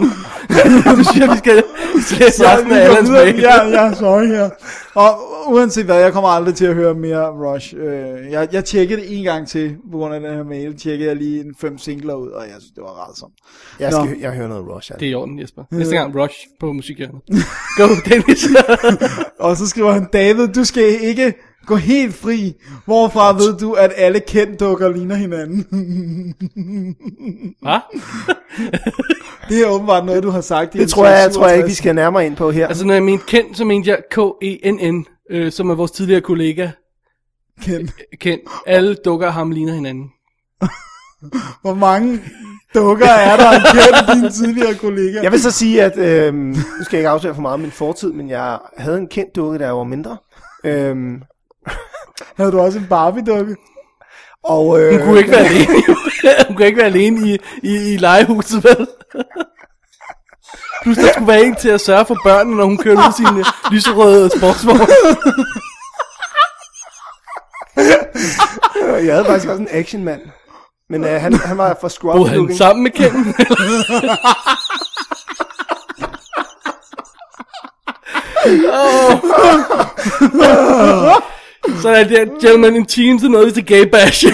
Du siger, vi skal læse resten af Allans mail. Ja, ja, sorry her. Og uanset hvad, jeg kommer aldrig til at høre mere Rush. Øh, jeg, jeg tjekkede det en gang til, på grund af den her mail. Tjekkede jeg lige en fem singler ud, og jeg synes, det var rædsomt. Jeg, skal, jeg hører noget Rush. Altså. Det er i orden, Jesper. Næste gang Rush på musikhjørnet. Go, Dennis. Og så skriver han, David, du skal ikke gå helt fri. Hvorfra ved du, at alle Ken-dukker ligner hinanden? Hvad? Det er åbenbart noget, du har sagt. Det tror jeg, jeg tror jeg ikke, vi skal nærmere ind på her. Altså, når jeg mente Ken, så mente jeg K E N N, øh, som er vores tidligere kollega. Ken. Ken. Alle dukker af ham ligner hinanden. Hvor mange dukker er der en Ken, din tidligere kollega? Jeg vil så sige, at øh, nu skal jeg ikke afsløre for meget af min fortid, men jeg havde en kendt dukke, da jeg var mindre. Øhm, Havde du også en Barbie-dukke? Og, øh, hun kunne ikke være alene. Hun kunne ikke være alene i, i, i legehuset, vel? Plus der skulle være en til at sørge for børnene, når hun kørte ud sine lyserøde sportsvogn. Jeg havde faktisk også en actionmand. Men øh, han, han var for scruffy Boede han looking. sammen med Ken? Så er det gentlemen in teens og noget til gay bashing.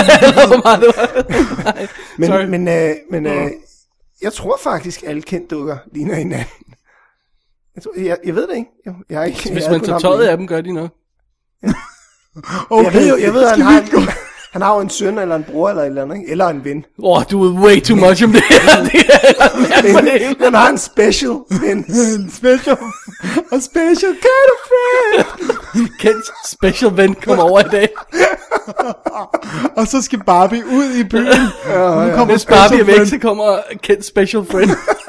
men men, øh, men øh, jeg tror faktisk, alle kendte dukker ligner hinanden. Jeg, tror, jeg, jeg ved det ikke. Jeg, jeg har ikke Hvis jeg man tager tøjet af dem, gør de noget. Okay, jeg ved jo, jeg ved, at han har, en, han har jo en søn, eller en bror, eller et eller andet, ikke? Eller en ven. Åh, oh, du er way too much om det her. Det er han har en special ven. En special, a special kind of friend. Kens special ven kommer over i dag. Og så skal Barbie ud i byen. Ja, ja. Hvis Barbie er væk, så kommer Kens special friend.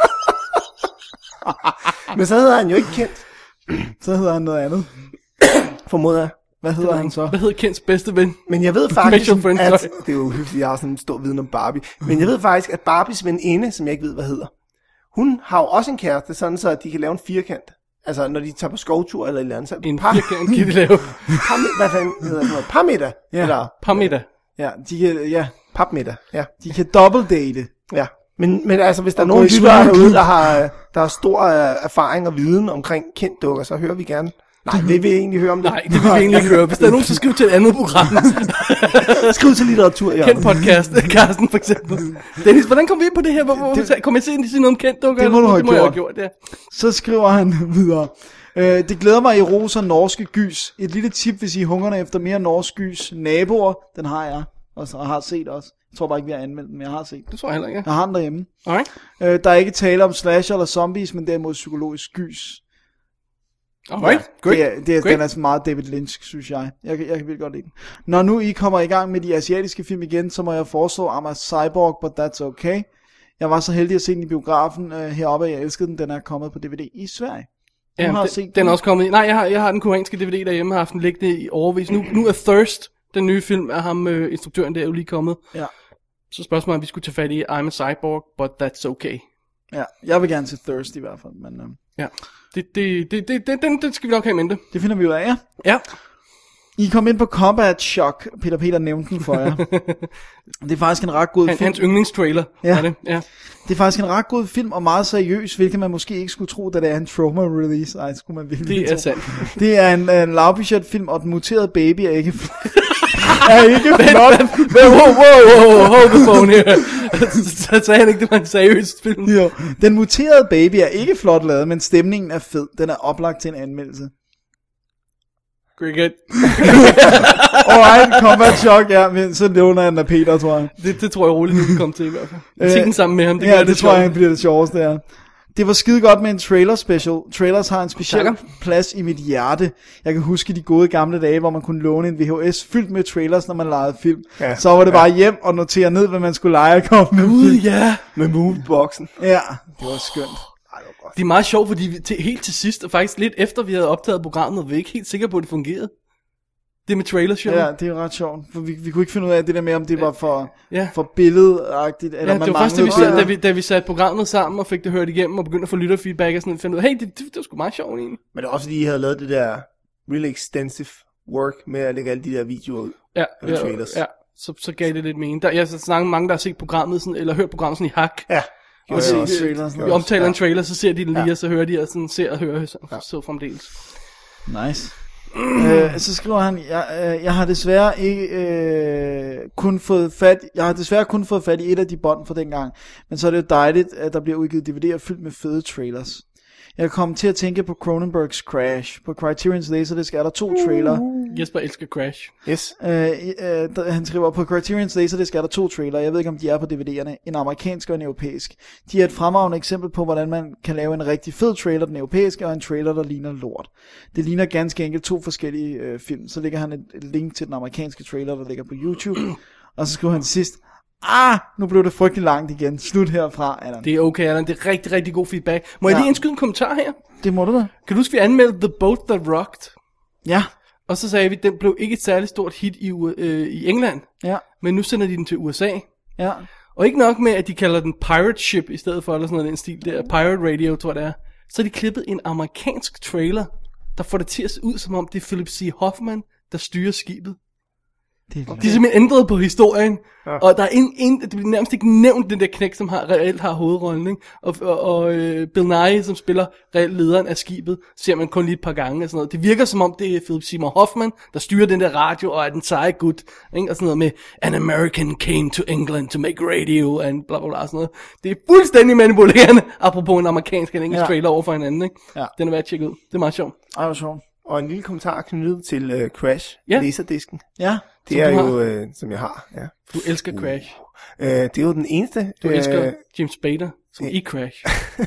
Men så hedder han jo ikke Kent. Så hedder han noget andet. Formoder jeg. Hvad hedder han så? Hvad hedder Kens bedste ven? Men jeg ved faktisk, friend, at... sorry. Det er jo hyggeligt, jeg har sådan en stor viden om Barbie. Men jeg ved faktisk, at Barbies veninde, som jeg ikke ved, hvad hedder, hun har jo også en kæreste, sådan så at de kan lave en firkant. Altså, når de tager på skovtur eller et eller andet. Så En par, firkant kan de lave. par, hvad fanden hedder det? Noget? Parmiddag? Ja. Eller Parmiddag. Ja, de kan, ja, papmiddag? Ja. de kan double date. Ja. Men, men altså, hvis der er Og nogen gå i lyttere smug. derude, der har, der har stor uh, erfaring og viden omkring kendt dukker, så hører vi gerne. Nej, det vil jeg egentlig høre om det. Nej, det vil vi egentlig ikke høre. Hvis der er nogen, så skriv til et andet program. Skriv til litteratur, ja. Kendt podcast, Carsten for eksempel. Dennis, hvordan kom vi ind på det her? Hvor, hvor, det, kom jeg til at sige noget om kendt dukker? Det må du have det må jeg have gjort. gjort, ja. Så skriver han videre. Øh, det glæder mig, I roser norske gys. Et lille tip, hvis I hungerne efter mere norsk gys. Naboer, den har jeg også, og har set også. Jeg tror bare ikke, vi har anmeldt den, men jeg har set den. Det tror jeg heller ikke, ja. Jeg har den derhjemme. Alright. Øh, der er ikke tale om slasher eller zombies, men derimod psykologisk gys. Alright, great. Det er, det er, great. den er så meget David Lynch, synes jeg. Jeg, kan- jeg kan virkelig godt lide den. Når nu I kommer i gang med de asiatiske film igen, så må jeg foreslå I'm a Cyborg, but that's okay. Jeg var så heldig at se den i biografen øh, heroppe, og jeg elskede den. Den er kommet på D V D i Sverige. Du Ja, har den, set den er også kommet i. Nej, jeg har, jeg har den koreanske D V D derhjemme, har haft den liggende i overvis. Nu, nu er Thirst, den nye film af ham, øh, instruktøren, der er jo lige kommet. Ja. Så spørgsmålet er, om vi skulle tage fat i I'm a Cyborg, but that's okay. Ja, jeg vil gerne se Thirst i hvert fald, men øh, Ja, det, det, det, det, det, den, den skal vi nok have i mente. det finder vi ud af, ja. Ja. I kom ind på Combat Shock. Peter Peter nævnte den for jer. Det er faktisk en ret god Han, film. hans yndlingstrailer, Ja. er det? Ja. Det er faktisk en ret god film og meget seriøs, hvilket man måske ikke skulle tro, da det er en trauma-release. Ej, skulle man virkelig Det er tro. sandt. Det er en, en lavbudget film, og den muterede baby er ikke er ikke flot. Wow, wow, wow, wow, hold the phone her. Så sagde han ikke, det var en seriøs film. Jo. Den muterede baby er ikke flot lavet, men stemningen er fed. Den er oplagt til en anmeldelse. Cricket. Alright, Combat Shock, ja, men så låner jeg den af Peter, tror jeg. Det, det tror jeg roligt, nu kan komme til i hvert fald. Øh, Se den sammen med ham, det ja, gør det, det tror jeg sjovt. bliver det sjoveste, ja. Det var skide godt med en trailer special. Trailers har en speciel Takker. plads i mit hjerte. Jeg kan huske de gode gamle dage, hvor man kunne låne en V H S fyldt med trailers, når man legede film. Ja, Så var det bare hjem og notere ned, hvad man skulle lege og komme med. Gud, ja. Med moveboxen. Ja, det var skønt. Det er meget sjovt, fordi vi, til, helt til sidst, og faktisk lidt efter vi havde optaget programmet, var vi ikke helt sikre på, at det fungerede. Det med trailershow. Ja, det er ret sjovt. For vi, vi kunne ikke finde ud af det der med, om det var for, Ja. for billedagtigt, eller Ja, man det var først, da vi, manglede- sat, da, vi, da vi satte programmet sammen og fik det hørt igennem og begyndte at få lytterfeedback og sådan, fandt ud af, hey, det, det, det var sgu meget sjovt egentlig. Men det er også fordi, I havde lavet det der really extensive work med at lægge alle de der videoer ud. Ja, Eller ja, trailers. ja, så, så gav det lidt mening. Der, jeg har snakket med mange, der har set programmet sådan, eller hørt programmet sådan i hak. Ja. Og jeg se også. trailer og sådan Vi noget. omtaler en trailer, så ser de den lige, Ja. og så hører de, og sådan ser og hører så, så fremdeles. Nice. øh, så skriver han, jeg, øh, jeg har desværre ikke øh, kun fået fat, jeg har desværre kun fået fat i et af de bånd fra dengang, men så er det jo dejligt, at der bliver udgivet D V D'er fyldt med fede trailers. Jeg kom til at tænke på Cronenbergs Crash. På Criterion's Laserdisc er der to trailer. Jesper elsker Crash. Yes. Øh, øh, der, han skriver, på Criterion's Laserdisc er der to trailer. Jeg ved ikke, om de er på D V D'erne. En amerikansk og en europæisk. De er et fremragende eksempel på, hvordan man kan lave en rigtig fed trailer, den europæiske, og en trailer, der ligner lort. Det ligner ganske enkelt to forskellige øh, film. Så lægger han et, et link til den amerikanske trailer, der ligger på YouTube. Og så skriver han til sidst, ah, nu blev det frygtelig langt igen. Slut herfra, Allan. Det er okay, Allan. Det er rigtig, rigtig god feedback. Må jeg Ja. lige indskyde en kommentar her? Det må du da. Kan du huske, vi anmeldte The Boat That Rocked? Ja, Og så sagde vi, at den blev ikke et særligt stort hit i, U- øh, i England. ja, Men nu sender de den til U S A. ja. Og ikke nok med, at de kalder den Pirate Ship i stedet for, eller sådan noget den stil der. Pirate Radio, tror jeg det er. Så har de klippet en amerikansk trailer, der får det til at se ud, som om det er Philip C. Hoffman, der styrer skibet. Det er De er simpelthen ændret på historien, ja. Og der er en, en, det bliver nærmest ikke nævnt, den der knæk, som har, reelt har hovedrollen, ikke? Og, og, og øh, Bill Nye, som spiller reelt lederen af skibet, ser man kun lige et par gange og sådan noget. Det virker som om, det er Philip Seymour Hoffman, der styrer den der radio, og er den seje gut, ikke? Og sådan noget med, an American came to England to make radio, and bla bla bla, sådan noget. Det er fuldstændig manipulerende, apropos en amerikansk og en engelsk Ja. trailer over for hinanden, ikke? Ja. Den er værd at tjekke ud. Det er meget sjovt. Ej, hvor sjovt. Og en lille kommentar knyttet til uh, Crash, Ja. laserdisken. Ja, Det Som er du jo, øh, som jeg har, ja. Du elsker Crash. Øh, det er jo den eneste, Du øh, elsker James Spader, som i Crash.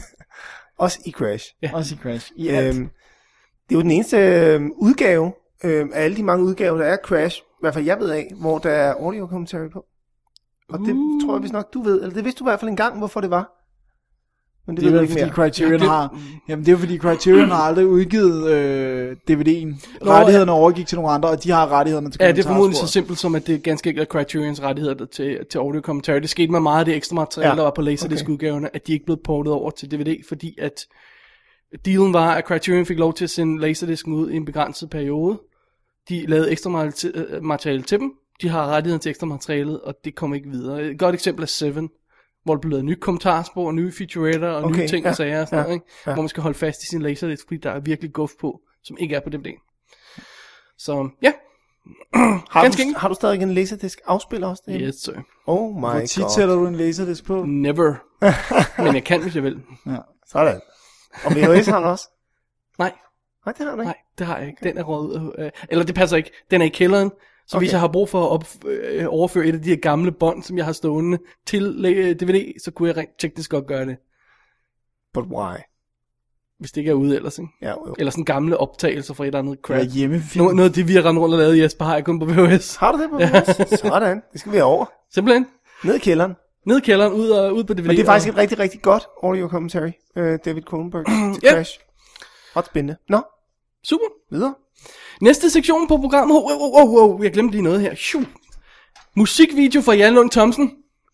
også i Crash. også i Crash. I alt. Øhm, det er jo den eneste øh, udgave øh, af alle de mange udgaver, der er Crash, i hvert fald jeg ved af, hvor der er audio commentary på. Og det Uh. tror jeg vist nok, du ved, eller det vidste du i hvert fald en gang, hvorfor det var. Men det, Det er ved vel du fordi ikke mere. Criterion Ja, det- har Jamen det er jo fordi Criterion har aldrig udgivet øh, D V D'en. Nå, Rettighederne overgik til nogle andre, og de har rettighederne til Ja, det er formodentlig så kommentarsporet. simpelt som, at det er ganske enkelt Criterions rettigheder til, til audio commentary. Det skete med meget af det ekstra materiale, Ja, der var på Laserdisc-udgaverne, at de ikke blev portet over til D V D, fordi at dealen var, at Criterion fik lov til at sende Laserdisken ud i en begrænset periode. De lavede ekstra mate- materiale til dem. De har rettigheden til ekstra materialet, og det kom ikke videre. Et godt eksempel er Seven, hvor der blev lavet nye kommentarspor, nye featuretter og Okay, nye ting ja, og sager og sådan ja, noget, ikke? ja. Hvor man skal holde fast i sin Laserdisc, fordi der er virkelig guf på, som ikke er på D V D. Så ja, Har ganske du, enkelt. har du stadig en laserdisc afspiller også? Det? Yes, sir. Oh my Hvor tit god. sætter du en laserdisc på? Never. Men jeg kan, hvis jeg vil. Ja. Sådan. Og V H S har du også? Nej, Nej, det har du ikke. nej, det har jeg ikke. Den er røget ud. Øh, eller det passer ikke. Den er i kælderen. Så okay. Hvis Okay. jeg har brug for at op, øh, overføre et af de her gamle bånd, som jeg har stående til øh, D V D, så kunne jeg rent teknisk godt gøre det. But why? Hvis det ikke er ude ellers, ikke? Ja, jo. Eller sådan gamle optagelser fra et eller andet crap. Eller hjemmefilm. Noget, noget af det, vi har rendt rundt og lavet, Jesper, har jeg kun på V H S. Har du det på V H S? Sådan. Det skal vi have over. Simpelthen. Ned i kælderen. Ned i kælderen, ud, og, ud på D V D. Men det er faktisk og... et rigtig, rigtig godt audio commentary. Uh, David Cronenberg til Ja. Crash. Ret spændende. Nå, Super. videre. Næste sektion på programmet. Oh, oh, oh, oh, jeg glemte lige noget her. Shoo. Musikvideo fra Jan Lund Thomsen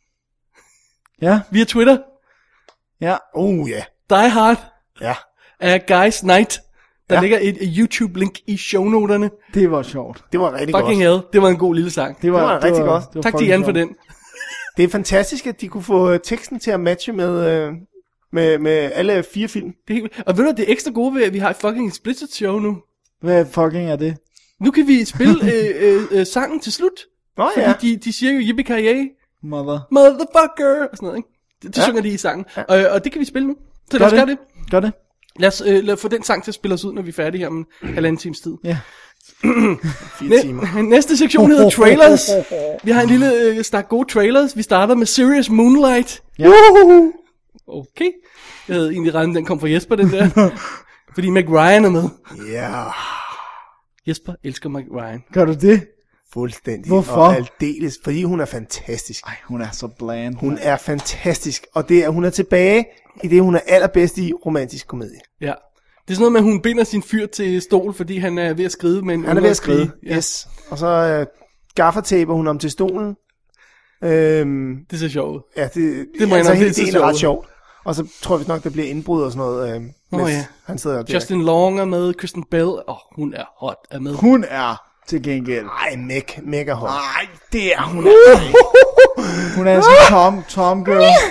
Ja, via Twitter. ja. Oh ja. Die Hard Ja. af Guys Night. Der Ja. ligger et YouTube-link i shownoterne. Det var sjovt. Det var rigtig Fucking godt. hell, det var en god lille sang. Det var, var rigtig godt. det var Tak til fucking Jan for sjovt. den. Det er fantastisk, at de kunne få øh, teksten til at matche med, øh, med, med alle fire film. Det er helt... Og ved du, det er ekstra gode ved, at vi har et fucking Splitted show nu. Hvad fucking er det? Nu kan vi spille øh, øh, øh, sangen til slut. Nå Fordi ja. de, de siger jo yippee-ki-yay, Mother. motherfucker, og sådan noget, ikke? Det, det Ja. synger de i sangen. Og, og det kan vi spille nu. Så lad os Gør gøre det. det. Gør det? Lad os, øh, lad os få den sang til at spille os ud, når vi er færdige her om en halvanden times tid. Ja. Fire timer. Næ- næste sektion hedder trailers. Vi har en lille øh, stak gode trailers. Vi starter med Serious Moonlight. Ja. Woohoo! Okay. Jeg havde egentlig regnet, den kom fra Jesper, den der. Fordi Meg Ryan er med. Ja. Jesper elsker Meg Ryan. Gør du det? Fuldstændig. Hvorfor? Og aldeles, fordi hun er fantastisk. Ej, hun er så bland. Hun er fantastisk. Og det er, hun er tilbage i det, hun er allerbedst i, romantisk komedie. Ja. Det er sådan noget med, at hun binder sin fyr til stol, fordi han er ved at skride med en Han er ved at skride. pige. Ja. Yes. Og så øh, gaffataper hun om til stolen. Øhm, Det ser sjovt ud. ja, det, Det må jeg altså, nok- hele det ser delen er ret sjovt. sjovt. Og så tror vi nok, der bliver indbrud og sådan noget. Øh, Nå mens ja. Han sidder der. Justin Long er med, Kristen Bell, åh, oh, hun er hot, er med. Hun er til gengæld. Ej, Meg, mega hot. Nej, det er hun er. Hun er sådan Tom, Tom girl.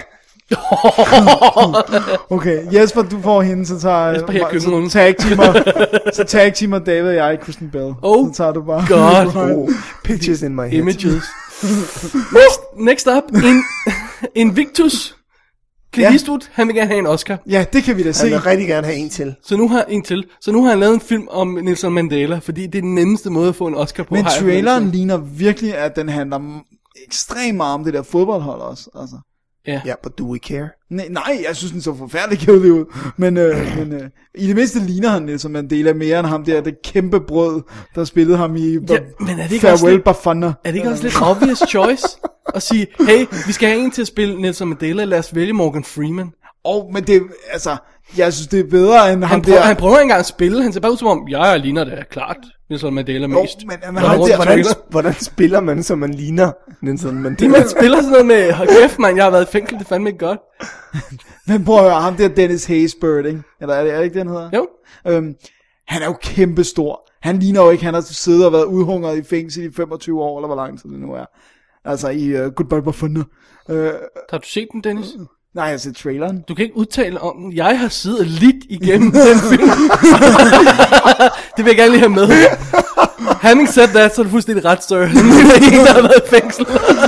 Okay, Jesper, du får hende, så tager Jesper her i køkkenet. så tag timer, så tag timer David og jeg, Kristen Bell. Oh, så tager du bare. God. Oh, pictures in my head. Images. next, next up, in, Invictus. Clint Ja. Eastwood, han vil gerne have en Oscar. Ja, det kan vi da se. Han vil rigtig gerne have en til. Så nu har en til. Så nu har han lavet en film om Nelson Mandela, fordi det er den nemmeste måde at få en Oscar på. Men har jeg traileren fornemmelse. ligner virkelig, at den handler m- ekstremt meget om det der fodboldhold også. Altså. Ja. Ja, but do we care? Nej, nej, jeg synes, den så forfærdelig kedelig ud. Men, øh, men øh, i det mindste ligner han Nelson Mandela mere end ham der, det kæmpe brød, der spillede ham i Ja, men er det ikke også Farewell lidt- Bafana. Er det ikke også lidt obvious choice at sige, hey, vi skal have en til at spille Nelson Mandela, lad os vælge Morgan Freeman. Og, men det, altså, jeg synes, det er bedre end ham Han prøver, der. han prøver ikke engang at spille, han ser bare ud som om, jeg ligner det klart Nelson Mandela mest. men- men Når han rundt der- i Hvordan, trailer. hvordan spiller man, så man ligner Nelson Det Mandela? man spiller sådan noget med, hold kæft mand, jeg har været i fængsel, det er fandme ikke godt. Men prøv at høre, ham der Dennis Haysbert, ikke? Eller er det, er det ikke den hedder? Jo. Øhm, han er jo kæmpe stor. Han ligner jo ikke, han har siddet og været udhungret i fængsel i femogtyve år, eller hvor lang tid det nu er. Altså i uh, Goodbye Bafana. Øh, Har du set den, Dennis? nej, jeg har set traileren. Du kan ikke udtale om den. Jeg har siddet lidt igennem den film. Det vil jeg gerne lige have med. Having said that, så er det fuldstændig ret større. Det er en, der har været i fængsel.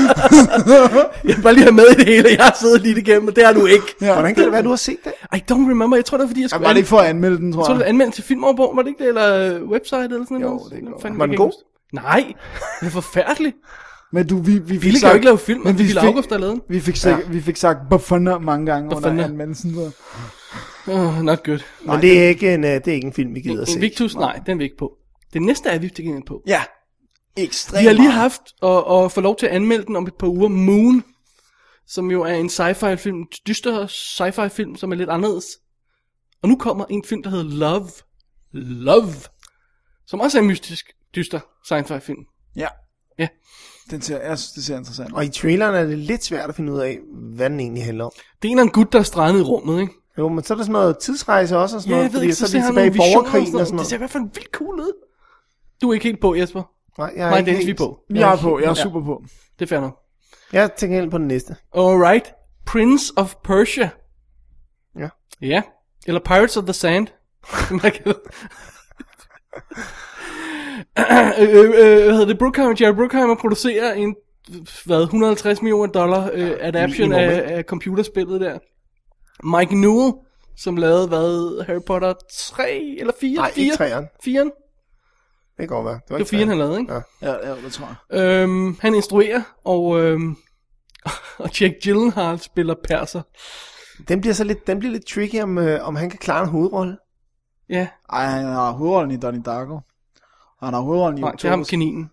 Jeg vil bare lige have med i det hele. Jeg har siddet lidt igennem, og det har du ikke. Ja. Hvordan kan det være, du har set det? I don't remember. Jeg tror, det var, fordi jeg skulle... Var det ikke for at anmelde den, tror Jeg tror, jeg? det var anmeldt til Filmoverborg, var det ikke det? Eller uh, website eller sådan Jo, noget? det kan godt Fanden, være. Var jeg den kan god? ikke huske. Nej, det er forfærdeligt. Men du, vi, vi fik Ville kan jo ikke lave film, men det er Ville August, der lavede den. Vi fik, sagt, vi fik sagt Bafana mange gange Bafana. under anmeldelsen. Så. Uh, not good. Men det er, ikke en, øh, det er ikke en film, vi gider at se. Invictus, nej, den er vi ikke på. Det næste er vi til gengæld på. Ja, ekstremt Vi har lige meget. haft og, og få lov til at anmelde den om et par uger. Moon, som jo er en sci-fi film, dyster sci-fi film, som er lidt anderledes. Og nu kommer en film, der hedder Love. Love. Som også er en mystisk, dyster sci-fi film. Ja, Ja. den ser, jeg synes, det ser interessant ud. Og i traileren er det lidt svært at finde ud af, hvad den egentlig handler om. Det er en af en gut, der er strandet i rummet, ikke? Jo, men så er der sådan noget tidsrejse også, og sådan Ja, noget, jeg ved fordi ikke, så så er ser de han tilbage nogle i visioner og borgerkrigen sådan og sådan noget. Det ser i noget. hvert fald vildt cool ud. Du er ikke helt på, Jesper. Nej, jeg er Nej, ikke Dennis, vi er helt- på. Jeg er på, jeg er Ja, super på. det er fair nok. Jeg tænker helt på den næste. Alright. Prince of Persia. Ja. Ja. Eller Pirates of the Sand. som man kalder det. øh, øh, øh, hvad hedder det? Bruckheimer, Jerry Bruckheimer producerer en, hvad, et hundrede og halvtreds millioner dollar øh, adaption minimum, ikke? af, af computerspillet der. Mike Newell, som lavede, hvad, Harry Potter tre eller fire? Nej, fire? ikke træeren. Firen? Det kan godt være. Det var Det var ikke firen, han træeren. lavede, ikke? Ja. Ja, ja, det tror jeg. Øhm, han instruerer, og, øhm, og Jake Gyllenhaal spiller perser. Den bliver så lidt, den bliver lidt tricky, om, øh, om han kan klare en hovedrolle. Ja, Ej, han har hovedrollen i Donnie Darko. Og han har hovedrollen i nej, det er ham October, kaninen.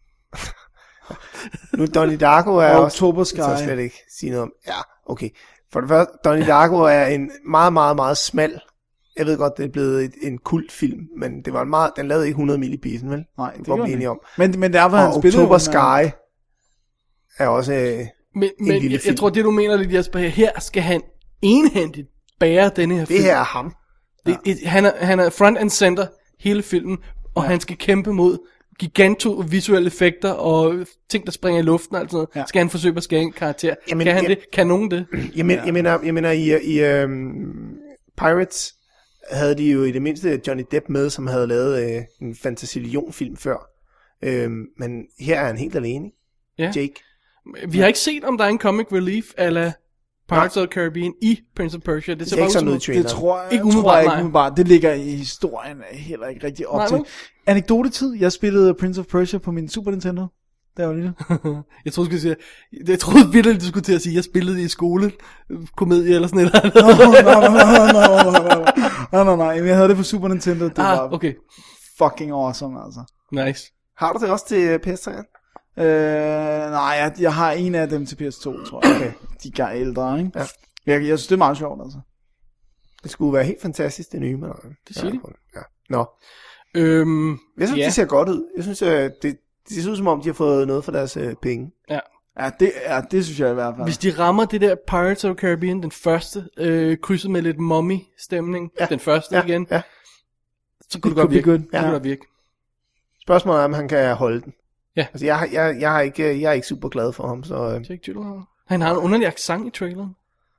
Nu Donnie Darko er og også... October Det skal jeg Sky. slet ikke sige noget om. Ja, okay. For det første, Donnie Darko er en meget, meget, meget smal... Jeg ved godt, det er blevet et, en kultfilm, men det var en meget, den lavede ikke hundrede mil i pisen, vel? Nej, det det var gør vi den enige ikke. om. Men, men derfor han Og spillede October jo Sky er også... Øh, Men, men lille jeg, film. jeg tror, det du mener lidt, Jesper, her skal han enhændigt bære denne her film. det her er ham. Det, det, han, er, han er front and center hele filmen, og ja. han skal kæmpe mod giganto visuelle effekter og ting, der springer i luften og alt sådan noget. Ja. Skal han forsøge at skære en karakter? Jamen, kan han ja. det? Kan nogen det? Jeg, men, jeg mener, jeg mener i, i um, Pirates havde de jo i det mindste Johnny Depp med, som havde lavet øh, en Fantasilion-film før. Øhm, men her er han helt alene. Ja. Jake. Vi har ikke set, om der er en comic relief ala Pirates of the Caribbean i Prince of Persia. Det Det ser er bare ikke ud sådan som ud i om- traileren. Det tror jeg, Ikke tror umiddelbart, jeg ikke nej. umiddelbart. Det ligger i historien heller ikke rigtig op Nej, til. vel? Anekdotetid. Jeg spillede Prince of Persia på min Super Nintendo. Der var lille. Jeg troede, du skulle sige, jeg troede virkelig, du skulle til at sige, at jeg spillede det i skole, komedie eller sådan noget. Nej, nej, nej, nej, nej, nej, nej, nej. Jeg havde det på Super Nintendo. Det var Ah, okay. fucking awesome, altså. Nice. Har du det også til øh, P S tre'eren? Øh, nej, jeg, jeg har en af dem til P S to, tror jeg. Okay. De er ældre, ikke? Ja. Jeg, jeg synes, det er meget sjovt, altså. Det skulle være helt fantastisk, det nye. Men, Det siger de. Ja. Nå. Øhm, Jeg synes, ja. det ser godt ud. Jeg synes, øh, det, det ser ud som om, de har fået noget for deres øh, penge. Ja. Ja, det, ja, det synes jeg i hvert fald. Hvis de rammer det der Pirates of the Caribbean, den første, øh, krydset med lidt mommy-stemning, Ja. den første Ja, igen, ja. så kunne It det godt could be virke. good. Ja. Ja. Det kunne godt virke. Spørgsmålet er, om han kan holde den. Ja. Altså, jeg, har- jeg, jeg, har ikke, jeg er ikke super glad for ham, så... Øh, Jake Gyllenhaal. Han har en underlig accent i traileren.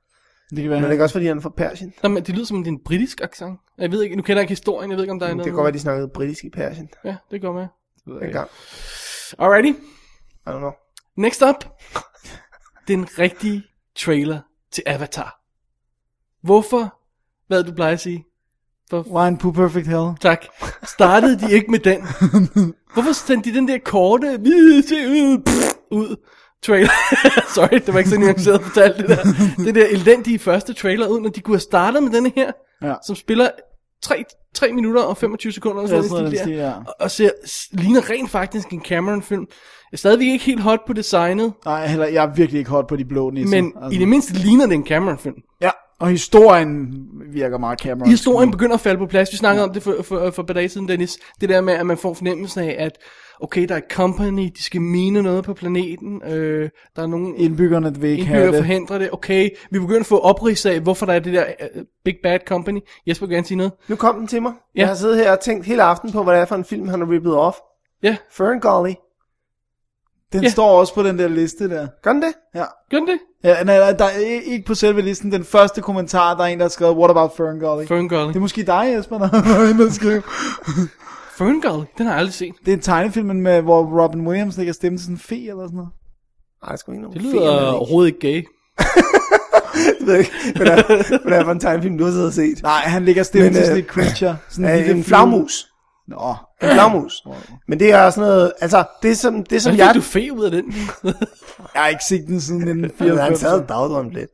Det kan være. Men det er ikke også, fordi han er fra Persien. Nå, men det lyder som en britisk accent. Jeg ved ikke, nu kender jeg ikke historien, jeg ved ikke, om der er Det noget. kan godt være, de snakkede britisk i Persien. Ja, det går med. Dengang. Alrighty. I don't know. Next up. Den rigtige trailer til Avatar. Hvorfor, hvad du plejer at sige? Wine Pooh Perfect Hell. Tak. Startede de ikke med den? Hvorfor sendte de den der korte ud trailer? Sorry, det var ikke så nuanceret fortalt det der. Det der elendige første trailer ud, når de kunne have startet med denne her, ja. som spiller tre minutter og femogtyve sekunder, og, ja, sådan sådan der, stil, ja. og, og ser, ligner rent faktisk en Cameron-film. Jeg er stadigvæk ikke helt hot på designet. Nej, heller, jeg er virkelig ikke hot på de blå nisser. Men altså. i det mindste ligner det en Cameron-film. Ja, og historien virker meget Cameron. Historien begynder at falde på plads. Vi snakkede ja. om det for, for, for et par dage siden, Dennis. Det der med, at man får fornemmelsen af, at okay, der er et company, de skal mine noget på planeten. Øh, der er nogle indbyggerne, der vil ikke indbygger have det. forhindrer det. Okay, vi begynder at få oprids af, hvorfor der er det der uh, big bad company. Jesper vil gerne sige noget. Nu kom den til mig. Ja. Jeg har siddet her og tænkt hele aften på, hvad det er for en film, han har rippet off. Ja. Ferngully. Den ja. står også på den der liste der. Gør den det? Ja. Gør den det? Ja, nej, der er ikke på selve listen. Den første kommentar, der er en, der har skrevet, what about Ferngully? Ferngully. Det er måske dig, Jesper, der har været inde og skrive. Ferngully? Den har jeg aldrig set. Det er en tegnefilm, med, hvor Robin Williams lægger stemme til sådan en fe eller sådan noget. Nej, det er sgu ikke noget. Det lyder overhovedet ikke gay. Jeg ved ikke, hvad der, hvad der er for en tegnefilm, du har siddet og set. Nej, han lægger stemme Men, til sådan øh, et creature. Sådan en, lille en flagmus. Nå. En flagmus. Men det er sådan noget, altså, det som, det som Hvad jeg... fik du fe ud af den? Jeg har ikke set den siden nitten Han fireoghalvfems. sad bagdrømt lidt.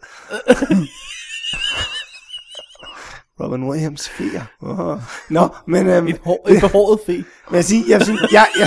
Robin Williams feer. Oh. Nå, men... Um, en, hår, en behåret fe. Men jeg siger, jeg synes, jeg... jeg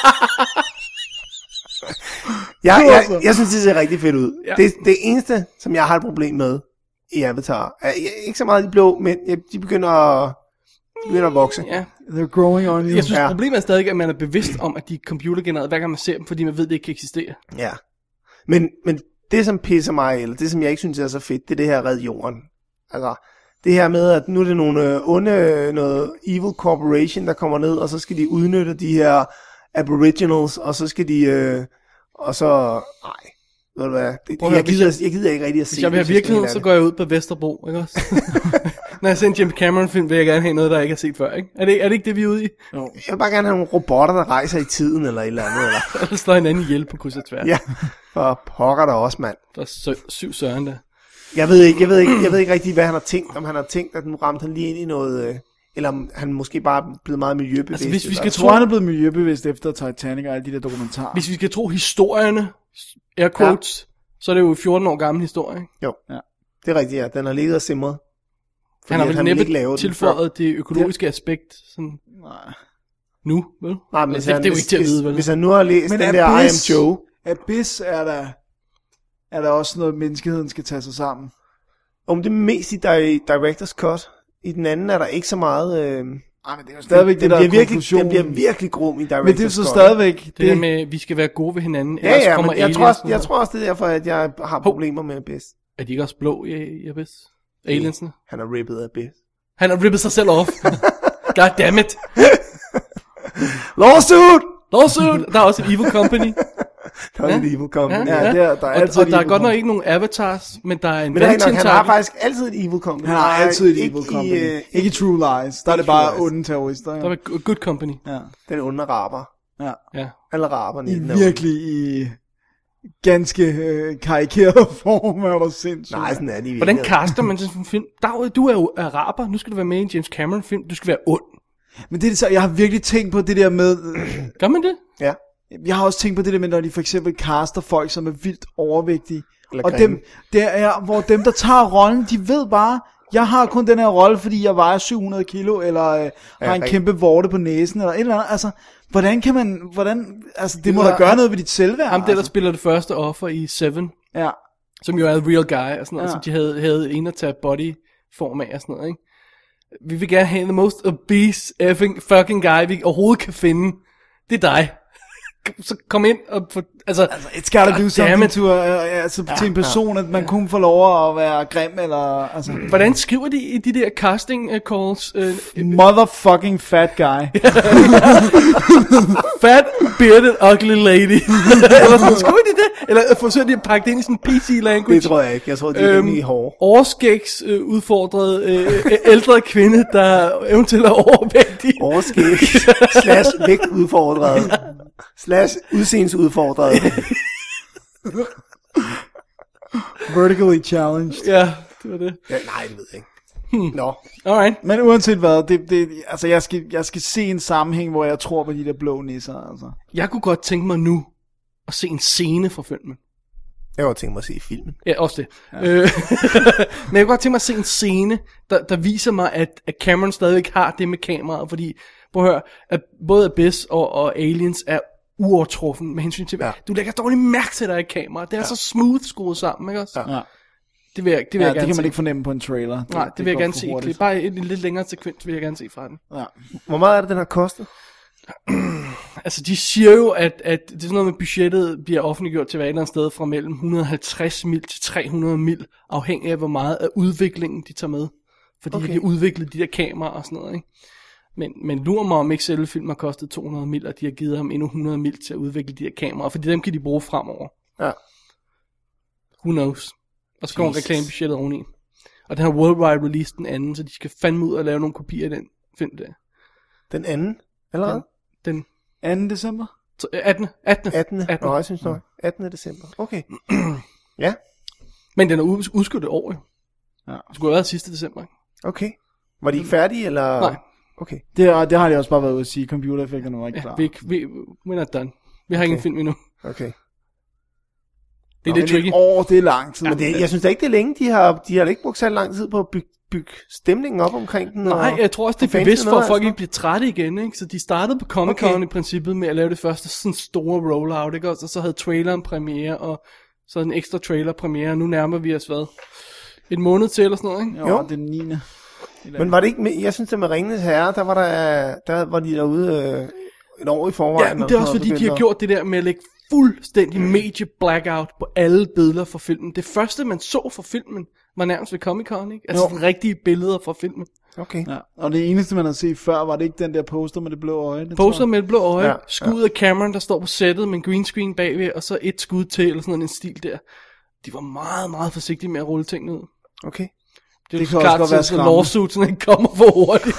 jeg, jeg, jeg, jeg synes, det ser rigtig fedt ud. Ja. Det, det eneste, som jeg har et problem med i Avatar, er ikke så meget de blå, men de begynder at, de begynder at vokse. Ja. They're growing on you. Jeg synes, Ja. problemet er stadig, at man er bevidst om, at de er computergenereret, hver gang man ser dem, fordi man ved, at det ikke kan eksistere. Ja. Men, men det, som pisser mig, eller det, som jeg ikke synes er så fedt, det er det her Red Jorden. Altså, det her med, at nu er det nogle onde, noget evil corporation, der kommer ned, og så skal de udnytte de her aboriginals, og så skal de, øh, og så, nej, ved du hvad, det, Prøv at jeg, høre, hvis gider, jeg- jeg gider ikke rigtig at se Hvis jeg vil have det, virkeligheden, skal så jeg går jeg ud på Vesterbro, ikke også? Når jeg ser en James Cameron-film, vil jeg gerne have noget, der ikke er set før, ikke? Er det, er det ikke det, vi er ude i? Jo. Jeg vil bare gerne have nogle robotter, der rejser i tiden, eller et eller andet, eller, Eller slår hinanden ihjel på kryds og tværs. ja, for pokker der også, mand. Der er sø- syv søren der. Jeg ved ikke, jeg ved ikke, jeg ved ikke rigtig, hvad han har tænkt, om han har tænkt, at nu ramte han lige ind i noget, øh, eller om han måske bare er blevet meget miljøbevidst. Altså, hvis vi eller- skal Jeg tro- tror, han er blevet miljøbevidst efter Titanic og alle de der dokumentarer. Hvis vi skal tro historierne, air quotes, ja. så er det jo fjorten år gammel historie, ikke? Jo, Ja. det er rigtigt, ja. Den har ligget og simret. Fordi Han har at vel ville ikke næppe lave den før. tilføjet det økologiske aspekt sådan Nej. nu, vel? Nej, men Altså, hvis det, han, det er jo hvis, ikke til at vide, hvis, vel? hvis han nu har læst Men den der I Abyss- Am Joe, Abyss er der, er der også noget, menneskeheden skal tage sig sammen. om det er mest i di- Director's Cut, i den anden er der ikke så meget... Øh, Nej, men det er jo stadigvæk den, det, der bliver er virkelig, konklusionen. den bliver virkelig grum i Director's Cut. Men det er så stadigvæk Det, det. der med, at vi skal være gode ved hinanden, Ja, ellers ja, kommer men jeg aliens. tror, også, og jeg sådan tror også, det er derfor, at jeg har problemer med Abyss. noget. Er de ikke også blå i, i Abyss? Aliensene? Han har rippet Abyss. Han har rippet sig selv off. God damn it. Lawsuit! Lawsuit! Der er også et evil company. Der er Ja. en evil company. Ja, Ja, der, der er Og, altid og et der er evil godt nok company. ikke nogen avatars, men der er en Men det er nok, han har vandtentakel. faktisk altid et evil company. Han har Nej, altid et ikke evil i, company. øh, Ikke i True Lies. Der er det True bare Lies. onde terrorister. Der er Ja. et good company. Ja. Den onde raber. Ja. Ja. Alle raberne I den er onde. virkelig i ganske øh, karikeret form er der sindssygt. Nej, sådan er de Hvordan virkelig. caster man sådan en film? Dag, du er jo araber, nu skal du være med i en James Cameron film, du skal være ond. Men det er så, jeg har virkelig tænkt på det der med, Gør man det? Ja. jeg har også tænkt på det der med, når de for eksempel caster folk, som er vildt overvægtige. Eller Og grimme. dem, der er, hvor dem, der tager rollen, de ved bare, jeg har kun den her rolle, fordi jeg vejer syv hundrede kilo, eller øh, har en rigtig. kæmpe vorte på næsen, eller et eller andet. Altså, hvordan kan man, hvordan, altså, det må lyder- da gøre noget ved dit selvværd. Ham der, der altså. spiller det første offer i Seven, Ja. som jo er en real guy, og sådan noget, Ja. som de havde, havde en at tage body form af, og sådan noget, ikke? Vi vil gerne have the most obese effing fucking guy, vi overhovedet kan finde. Det er dig. så kom ind og få, altså, Altså, it's gotta do God something damn it. to, uh, altså, ja, til en person, ja, at man ja. kun får lov at være grim, eller, altså. Hvordan skriver de i de der casting uh, calls? Uh, Motherfucking fat guy. Fat, bearded, ugly lady. Eller sådan, skriver de det? Eller forsøger de at pakke det ind i sådan en P C language? Det tror jeg ikke. Jeg tror, de er øhm, rimelig hårde. Overskægs øh, udfordret øh, ældre kvinde, der eventuelt er overvægtig. Overskæg slash vægt udfordret. Slash udseendesudfordret. Vertically challenged. Ja, det var det. Ja, nej, det ved jeg ikke. Hmm. Nå. Alright. Men uanset hvad, det, det, altså jeg skal, jeg skal se en sammenhæng, hvor jeg tror på de der blå nisser, altså. Jeg kunne godt tænke mig nu at se en scene fra filmen. Jeg kunne godt tænke mig at se filmen. Ja, også det. Ja. Øh, men jeg kunne godt tænke mig at se en scene, der, der viser mig, at, at Cameron stadigvæk har det med kameraet, fordi, prøv at høre, at både Abyss og, og Aliens er uovertruffen med hensyn til, ja. Du lægger dårligt mærke til, at der er et kamera. Det er ja. så smooth skruet sammen, ikke også? Ja. Det vil jeg, det vil ja, jeg gerne det kan man se. ikke fornemme på en trailer. Det, Nej, det, det vil jeg gerne se. Hurtigt. Bare en, en lidt længere sekvens vil jeg gerne se fra den. Ja. Hvor meget er det, den har kostet? Altså, de siger jo, at, at det er sådan noget med budgettet bliver offentliggjort til hver et eller andet sted fra mellem et hundrede og halvtreds mil til tre hundrede mil, afhængig af, hvor meget af udviklingen de tager med. Fordi okay. de har udviklet de der kameraer og sådan noget, ikke? Men, men lurer mig, om ikke selve filmen har kostet to hundrede mil, og de har givet ham endnu hundrede mil til at udvikle de der kameraer, fordi dem kan de bruge fremover. Ja. Who knows? Og så kommer reklamebudgettet oveni. Og den har worldwide release den anden, så de skal fandme ud og lave nogle kopier af den film der. Den anden? Allerede? Den, den anden december? attende. attende. attende. attende. Nå, jeg synes nok. attende december. Okay. Ja. Men den er ud, udskudt et år, jo. Ja. Det skulle have været sidste december, ikke? Okay. Var de ikke færdige, eller? Nej. Okay. Det, det har de også bare været ude at sige. Computereffekterne var ikke ja, klar. Vi, vi, we're not done. Vi har okay. ingen film endnu. Okay. Det er lidt tricky. Et år, det er lang tid. Ja, det, jeg synes da ikke, det er længe. De har, de har ikke brugt så lang tid på at bygge, bygge stemningen op omkring den. Nej, jeg tror også, det er bevidst for, at folk ikke bliver trætte igen. Ikke? Så de startede på Comic-Con okay. i princippet med at lave det første sådan store rollout. Ikke? Og så havde traileren premiere, og så en ekstra trailer premiere. Nu nærmer vi os hvad? Et måned til eller sådan noget, ikke? Jo, jo. Det er den niende Men var det ikke med, jeg synes det med Ringenes Herre, der var der, der var de derude øh, et år i forvejen. Ja, det er også fordi, de har gjort det der med at lægge fuldstændig medie blackout på alle billeder fra filmen. Det første, man så fra filmen, var nærmest ved Comic-Con, ikke? Altså de rigtige billeder fra filmen. Okay. Ja, og det eneste, man har set før, var det ikke den der poster med det blå øje? Det poster med det blå øje, ja, skud ja. af Cameron, der står på sættet med en green screen bagved, og så et skud til, eller sådan noget, en stil der. De var meget, meget forsigtige med at rulle tingene ud. Okay. Det, det kan klart, også godt være skræmmende. Lawsuitsene ikke kommer for hurtigt.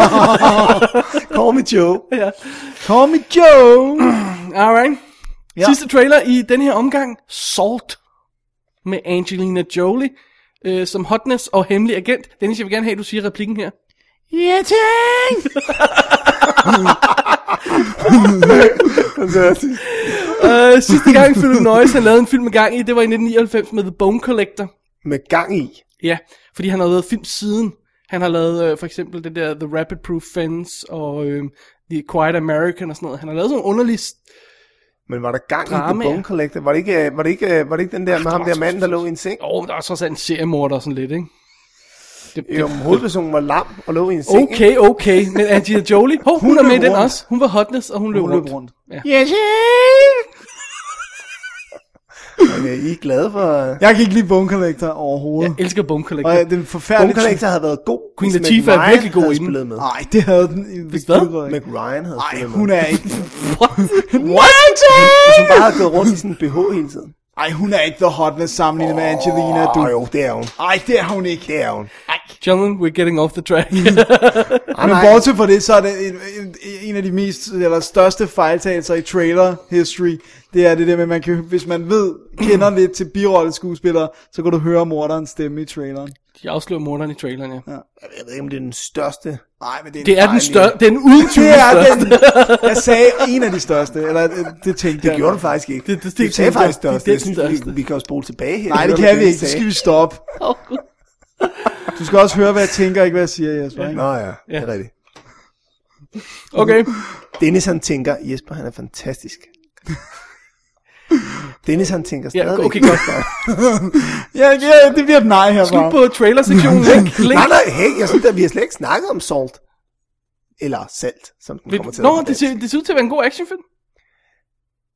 Call me Joe. Ja. Call me Joe. Alright. Ja. Sidste trailer i den her omgang. Salt. Med Angelina Jolie. Øh, som hotness og hemmelig agent. Dennis, jeg vil gerne have, at du siger replikken her. Ja, ting! uh, sidste gang Philip Noyce han lavede en film med gang i, det var i nitten nioghalvfems med The Bone Collector. Med gang i? Ja, fordi han har lavet film siden. Han har lavet øh, for eksempel det der The Rapid Proof Fence og øh, The Quiet American og sådan noget. Han har lavet sådan en underlig... Men var der gang i The Bone Collector? Var det ikke, var det ikke, var det ikke den der med ham der manden, der lå i en seng? Åh, oh, der er også en seriemorder sådan lidt, ikke? Det, det... Jo, hovedpersonen var lam og lå i en seng. Okay, okay, men Angelina Jolie, oh, hun, hun er med i den også. Hun var hotness, og hun, hun løb rundt. rundt. Ja. Yes, okay, I er glade for... Jeg kan ikke lide Bone Collector overhovedet. Jeg elsker Bone Collector. Og den forfærdelige... Bone Collector havde været god. Queen Latifah er virkelig god i den. Nej, det havde den... Hvis hvad? Meg Ryan havde spillet med. Nej, hun er ikke... What? What? Hvis hun bare havde gået rundt i sådan en B H hele tiden. Ej, hun er ikke the hotness sammenlignet oh, med Angelina, du. Jo, det er hun. Ej, det er hun ikke. Det er hun. Ej. Gentlemen, we're getting off the track. Men bortset fra det, så er det en, en, en af de mest, eller største fejltagelser i trailer history. Det er det der med, man kan, hvis man ved, kender lidt til birolleskuespillere, så kan du høre morderens stemme i traileren. De afslører morderen i traileren, ja. ja. Jeg ved ikke, om det er den største. Nej, men det er, det er den største. Det er den uden tvivl største. Den, jeg sagde en af de største, eller det, det tænkte det jeg. Det gjorde du faktisk ikke. Det, det, det, det sagde faktisk største. Det, det, det, det, vi, vi kan jo spole tilbage her. Nej, det, det kan vi ikke. Det skal vi stoppe. Oh, Gud. Du skal også høre, hvad jeg tænker, ikke hvad jeg siger, Jesper. Ikke? Nå ja, det er rigtigt. Okay. Dennis han tænker, Jesper han er fantastisk. Dennis han tænker stadig. Ja, okay, godt. ja, ja, det bliver et nej herfra. Slut på trailer-sektionen. Link, link. Nej, nej, hey, jeg synes at vi har slet ikke snakket om Salt. Eller Salt, som den kommer til. Nå, det ser, det ser ud til at være en god actionfilm.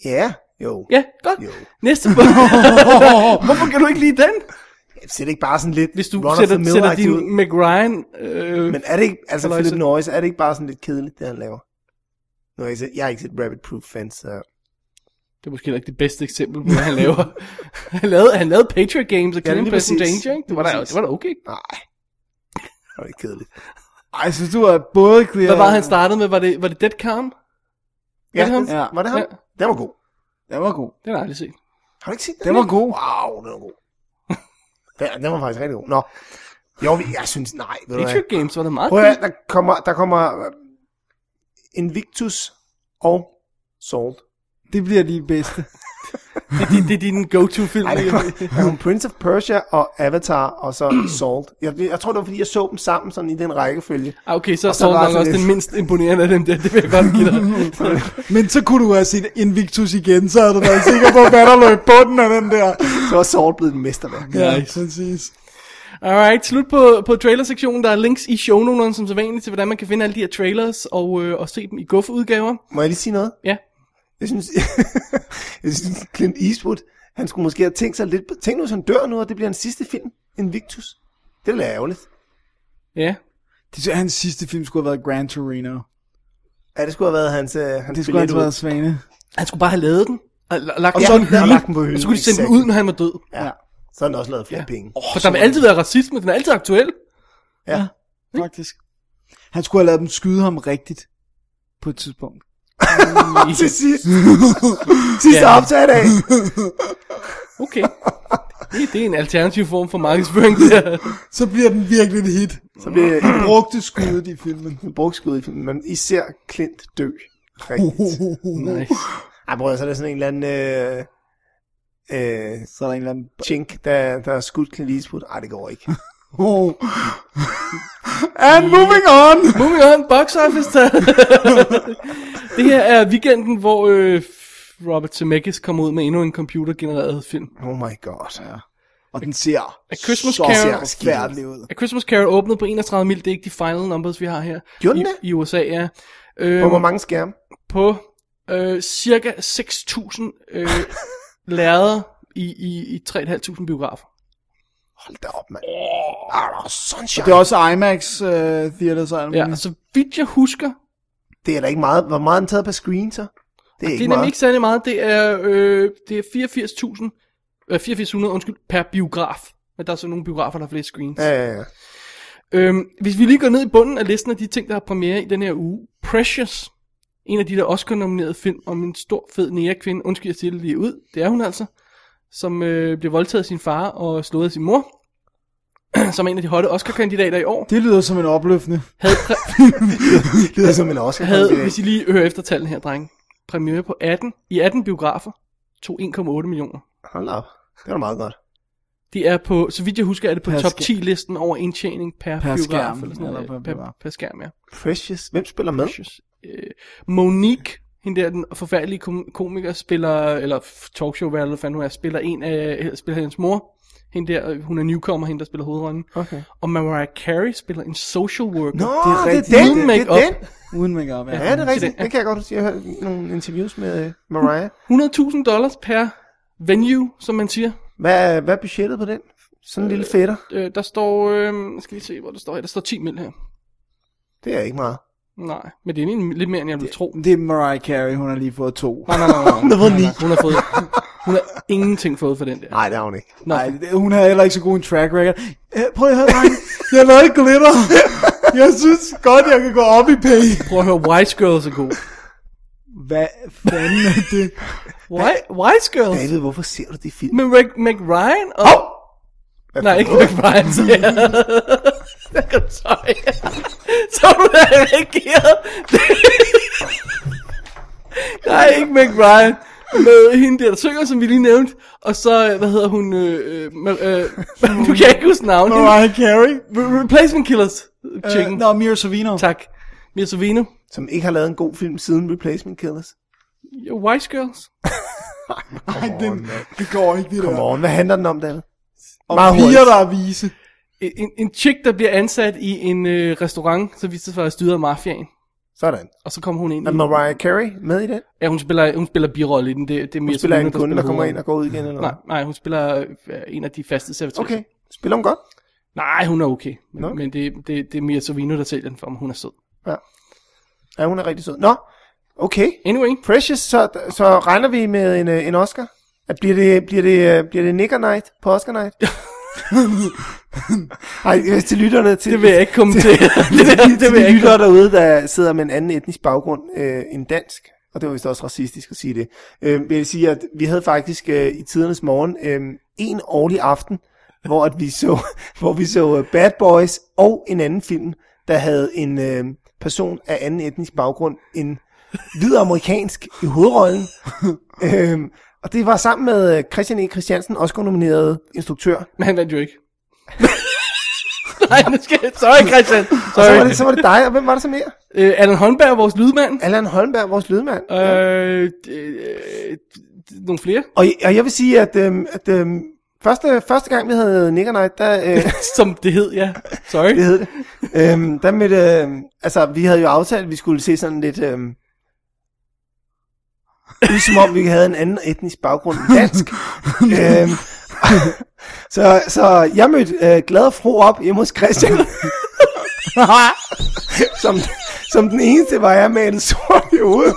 Ja, jo. Ja, godt. Jo. Næste bog. Hvorfor kan du ikke lide den? Det ser det ikke bare sådan lidt Hvis du Run sætter, of the sætter Mill-agtigt ud? din McRyan... Øh, Men er det ikke, altså Halløjse. Philip Noyce, er det ikke bare sådan lidt kedeligt, det han laver? Nu har jeg, ikke set, jeg har ikke set Rabbit Proof Fence, så... det er måske ikke det bedste eksempel på, hvad han laver. han, lavede, han lavede Patriot Games og Ja, Killing lige Preston præcis. Danger, ikke? Det var, da, det var da okay. Nej, det var ikke kedeligt. Ej, så du er både clear... Hvad var han startede med? Var det, var det Dead Calm? Ja, Er det ham? det, Ja. var det ham? Ja. Den var god. Den var god. Den har jeg aldrig set. Har du ikke set den? Den var god. Wow, den var god. den, den var faktisk rigtig god. Nå, jo, jeg synes, nej. Ved du hvad? Patriot Games var da meget Prøv at cool. høre, der kommer, der kommer uh, Invictus og Salt. Det bliver de bedste. Det, det, det er din go-to-film. Ej, der kommer, der kommer Prince of Persia og Avatar og så Salt. Jeg, jeg tror, det var fordi, jeg så dem sammen sådan i den rækkefølge. Ah, okay, så er Og så Saul var nok det også lidt- den mindst imponerende af dem der. Det vil jeg godt give dig. Men så kunne du have set Invictus igen, så havde du været sikker på, hvad der lå i bunden af den der. Så var Salt blevet en mesterværk. Ja, Nice. præcis. Alright, slut på, på trailersektionen. Der er links i shownoterne, som så vanligt, til hvordan man kan finde alle de her trailers og, øh, og se dem i guffe-udgaver. Må jeg lige sige noget? Ja. Jeg synes, jeg synes Clint Eastwood, han skulle måske have tænkt sig lidt... Tænk nu, hvis han dør nu, og det bliver hans sidste film, Invictus. Det ville være ærgerligt. Ja. Det, hans sidste film skulle have været Gran Torino. Ja, det skulle have været hans, uh, hans Det skulle have billet været ud. Svane. Han skulle bare have lavet den. Og la- lagt Og den så på en hylde, og lagt den på hylden. og så kunne de sende den Exakt. ud, når han var død. Ja. Så har den også lavet flere ja. penge. For der vil altid være racisme, den er altid aktuel. Ja. Faktisk. Han skulle have lavet dem skyde ham rigtigt. På et tidspunkt. Til sidst. Sidste Ja. optag af. Okay. Det, det er en alternativ form for markedsføring, der. Så bliver den virkelig et hit. Så bliver det De brugte skuddet i filmen. en brugskud i filmen, men især Clint dø. Rigtigt. Nice. Ej, bror, så er der sådan en eller anden... Øh, øh, Så er der en eller anden... chink, der, der har skudt Clint Eastwood. Ej, det går ikke. Oh. And moving on! Moving on, box office tal. Det her er weekenden, hvor øh, Robert Zemeckis kommer ud med endnu en computergenereret film. Oh my god. Ja. Og den ser A Christmas så Carol. forfærdelig ud. A Christmas Carol åbnede på enogtredive mil, det er ikke de final numbers, vi har her. Gjorde den I, det? I U S A, ja. Øhm, På hvor mange skærme? På øh, cirka seks tusind øh, lærreder i, i, i tre tusind fem hundrede biografer. Hold da op, mand. Ah, sunshine. Det er også IMAX uh, Theater, så Ja, og så vidt jeg husker, Det er da ikke meget. Hvor meget er den taget per screen, så? Det er det ikke er meget. nemlig ikke særlig meget, det er, øh, det er fireogfirs tusind, øh, fireogfirs hundrede undskyld, per biograf. Men der er så nogle biografer, der har flere screens. Ja, ja, ja. Øhm, hvis vi lige går ned i bunden af listen af de ting, der har premiere i den her uge. Precious, en af de der Oscar-nominerede film om en stor, fed nære-kvinde, undskyld, jeg siger det lige ud, det er hun altså, som øh, blev voldtaget af sin far og slået af sin mor, som er en af de hotte Oscar-kandidater i år. Det lyder som en opløftende. Havde, præ- Det lyder som en Oscar. havde hvis I lige hører efter tallene her, drenge, premiere på atten, i atten biografer, tog en komma otte millioner. Hold op. Det var da meget godt. De er på, så vidt jeg husker, er det på Per top skærm. ti-listen over indtjening per, Per biograf, skærm, eller sådan eller noget, per per, biograf. per skærm, ja. Precious. Hvem spiller med? Precious. Øh, Monique, hende der, den forfærdelige kom- komiker, spiller, eller talkshow-vært, eller hvad fanden hun er, spiller en af, spiller hendes mor. Hende der, hun er newcomer, hende der spiller hovedrollen. Okay. Og Mariah Carey spiller en social worker. Nå, Det er det er rigtigt. den. Uden Det er make-up. den. Uden make-up, ja. Ja, det er rigtigt. den, ja. Det kan jeg godt huske. Jeg har hørt nogle interviews med uh, Mariah. hundrede tusind dollars per venue, som man siger. Hvad er, hvad er budgettet på den? Sådan en lille fætter. Øh, der står, øh, jeg skal lige se, hvor der står her. Der står ti mil her. Det er ikke meget. Nej, men det er egentlig lidt mere, end jeg ville tro. Det er Mariah Carey, hun har lige fået to. Nej, nej, nej, nej. Hun har fået ni. Hun har fået, hun har ingenting fået for den der. Nej, det har hun ikke. Nej, det- hun har heller ikke så god en track record. Eh, prøv at høre, dreng. Jeg lavede glitter. Jeg synes godt, jeg kan gå op i pay. Prøv at høre, Wise Girls er god. Hvad fanden er det? Why, Wise Girls? David, hvorfor ser du de film? Med Rick McRyan og... Hov! Hvad Nej, for ikke noget? Rick Ryan, siger jeg. Sorry. Så du der reageret. Nej, ikke Meg Ryan. Med hende der, der synger, som vi lige nævnte. Og så, hvad hedder hun? Øh, øh, øh, du kan ikke huske navnet. Mariah Carey? Re- Replacement Killers. Chicken. Uh, Nå, Mira Sorvino. Tak. Mia Sorvino. Som ikke har lavet en god film siden Replacement Killers. Wise Girls. Nej, den, det går ikke, det Come der. on, hvad handler den om, David? Og Meget piger, hurtigt. der er vise. En, en chick, der bliver ansat i en øh, restaurant, så viser det sig at være styret af mafiaen. Sådan. Og så kommer hun ind Er i... Mariah Carey med i den? Ja, hun spiller, hun spiller birolle i den. Det, det er Hun mere spiller Savino, en kunde, der kommer hovedrollen. ind og går ud igen, eller Nej, hvad? nej, hun spiller øh, en af de faste servitører. Okay. Spiller hun godt? Nej, hun er okay. Men, Nå. men det, det, det er mere Savino, der sælger den for mig. Hun er sød. Ja. Ja, hun er rigtig sød. Nå, okay. Anyway. Precious, så, så regner vi med en, øh, en Oscar? At bliver det, bliver det, øh, bliver det Nigger Night på Oscar Night? Nej, til lytterne til... Det vil jeg ikke kommentere. det, det, det, det vil jeg de ikke. lyttere derude, der sidder med en anden etnisk baggrund øh, end dansk, og det var vist også racistisk at sige det, øh, vil jeg sige, at vi havde faktisk øh, i tidernes morgen øh, en årlig aften, hvor, at vi så, hvor vi så uh, Bad Boys og en anden film, der havde en øh, person af anden etnisk baggrund, en hvid amerikansk i hovedrollen. øh, og det var sammen med øh, Christian E. Christiansen, Oscar-nomineret instruktør. Men han vandt jo ikke. Nej, nu skal jeg... Sorry, Christian. Og så var, det, så var det dig, og hvem var der så mere? Øh, Allan Holmberg, vores lydmand. Allan Holmberg, vores lydmand. Øh, øh, nogle flere. Og, og jeg vil sige, at, øhm, at øhm, første, første gang vi havde Nigger Night, der, øh, Som det hed, ja. Sorry. det hed det, øhm, der med, øh, altså vi havde jo aftalt, at vi skulle se sådan lidt, øh, ud som om vi havde en anden etnisk baggrund end dansk. øhm, så, så jeg mødte øh, glad og fro op hjemme hos Christian. som, som den eneste var jeg med en sort i hovedet.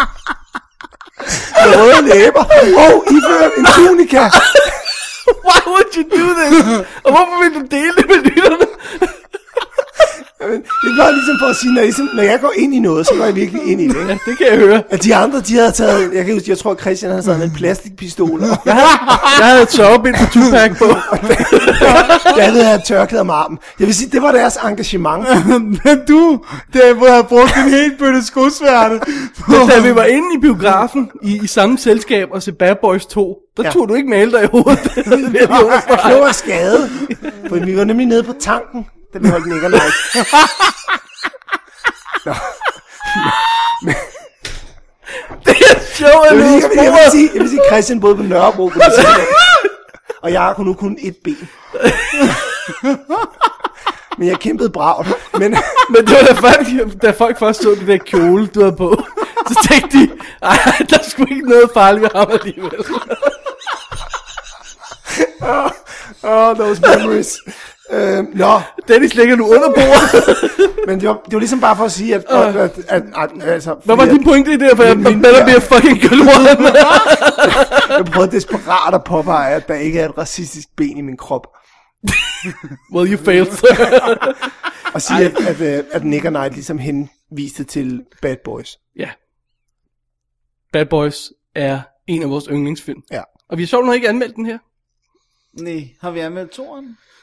Med røde læber. Og iført en tunika. Why would you do this? Og hvorfor vil du dele det med lytterne? Jamen, det var ligesom for at sige, når, ligesom, når jeg går ind i noget, så går jeg virkelig ind i det. Ikke? Ja, det kan jeg høre. At de andre, de havde taget, jeg kan huske, jeg tror, at Christian havde taget en plastikpistol. Og Jeg havde, jeg havde et sørgebind på Tupac på. jeg havde haft tørklæder om armen. Jeg vil sige, det var deres engagement. Men du, der hvor jeg brugt en helt bøtte skosværte. Da vi var inde i biografen i, i samme selskab og se Bad Boys to, der Ja. tog du ikke male dig i hovedet. Det vil jeg lige understrege. Det var skade. For vi var nemlig nede på tanken, da vi holdt Nigger Night. Nå. Det er sjovt, Jeg at vil, du jeg, vil, jeg, vil sige, jeg vil sige, Christian boede på Nørrebro på det tidspunkt. Og jeg kunne nu kun et ben. Men jeg kæmpede bravt. Men, Men det var da folk, da folk først så det der kjole, du havde på, så tænkte de, ej, der er sgu ikke noget farligt ved ham alligevel. oh, those memories. Uh, nå, Dennis ligger nu under bordet. men det var, det var ligesom bare for at sige, at... at, at, at, at altså, Hvad var fordi din pointe i det? For jeg Min- min- better be a fucking good one. at, jeg prøvede desperat at påpege, at der ikke er et racistisk ben i min krop. Well, you failed, sir. Og sige, at, at, at, at Nigger Night ligesom henviste til Bad Boys. Ja. Bad Boys er en af vores yndlingsfilm. Ja. Og vi har sjovt nok ikke anmeldt den her. Nej, har vi anmeldt toren?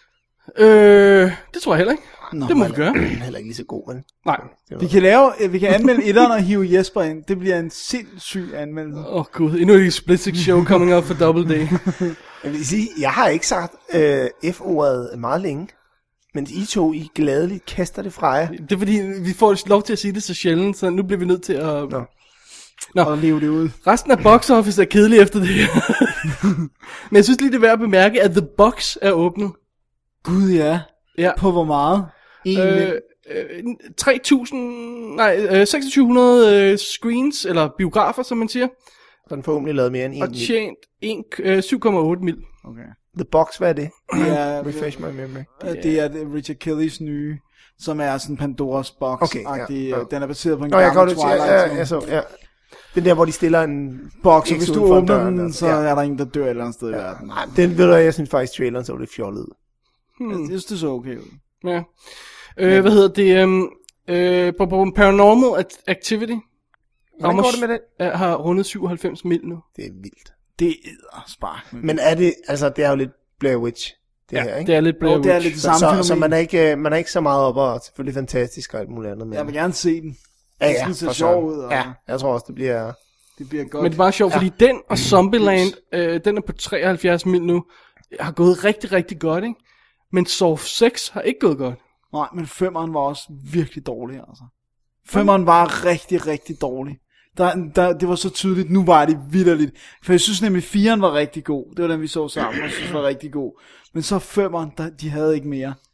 Øh, det tror jeg heller ikke. Nå, Det må vi gøre. Heller ikke lige så god, vel? Nej. Vi kan lave, vi kan anmelde etteren og hive Jesper ind. Det bliver en sindssyg anmeldelse. Åh oh, gud, endnu et Split Six show coming up for Double D. Jeg vil sige, jeg har ikke sagt øh, F-ordet meget længe. Men I to, I gladeligt kaster det fra jer. Det er fordi, vi får lov til at sige det så sjældent, så nu bliver vi nødt til at... Nå. Nå. Og leve det ud. Resten af box office er kedelig efter det her. Men jeg synes lige, det er værd at bemærke, at The Box er åbnet. Gud ja. Ja. På hvor meget? Øh, øh, tre tusind, nej, øh, to tusind seks hundrede øh, screens, eller biografer, som man siger, Så den forhåbentlig lavet mere end en og mil. tjent en, øh, syv komma otte mil. Okay. The Box, hvad er det? Det er, Refresh my memory. øh, det er det Richard Kellys nye, som er sådan Pandoras box. Okay, ja, ja. Den er baseret på en Nå, jeg gammel kan godt Twilight. ja, ja, film. ja, så, ja. Den der, hvor de stiller en box, og X hvis du uden for åbner døren, den, altså. så Ja. er der en, der dør et eller andet sted i verden. Nej, den ved du, jeg synes faktisk, traileren så lidt fjollet ud. Jeg synes, det så okay ud. Ja. Øh, hvad hedder det? Um, øh, på, på Paranormal Activity. Hvordan går det med den? Er, har rundet syvoghalvfems mil nu. Det er vildt. Det er spark. Men er det, altså det er jo lidt Blair Witch, det Ja, her, ikke? det er lidt Blair Og det er Witch. lidt det så, samme så, fænomen. så man, er ikke, øh, man er ikke så meget op, og selvfølgelig fantastisk og alt muligt andet. Men... Jeg vil gerne se den. ja, det ja, ser for sjov søren. ud, og- Ja, jeg tror også, det bliver... Det bliver godt. Men det er bare sjovt, fordi den og Zombieland, øh, den er på treoghalvfjerds mil nu, har gået rigtig, rigtig godt, ikke? Men Saw seks har ikke gået godt. Nej, men femmeren var også virkelig dårlig, altså. Femmeren var rigtig, rigtig dårlig. Der, der, det var så tydeligt, nu var det vitterligt. For jeg synes nemlig, fireren var rigtig god. Det var den, vi så sammen, og jeg synes var rigtig god. Men så femmeren, der, de havde ikke mere.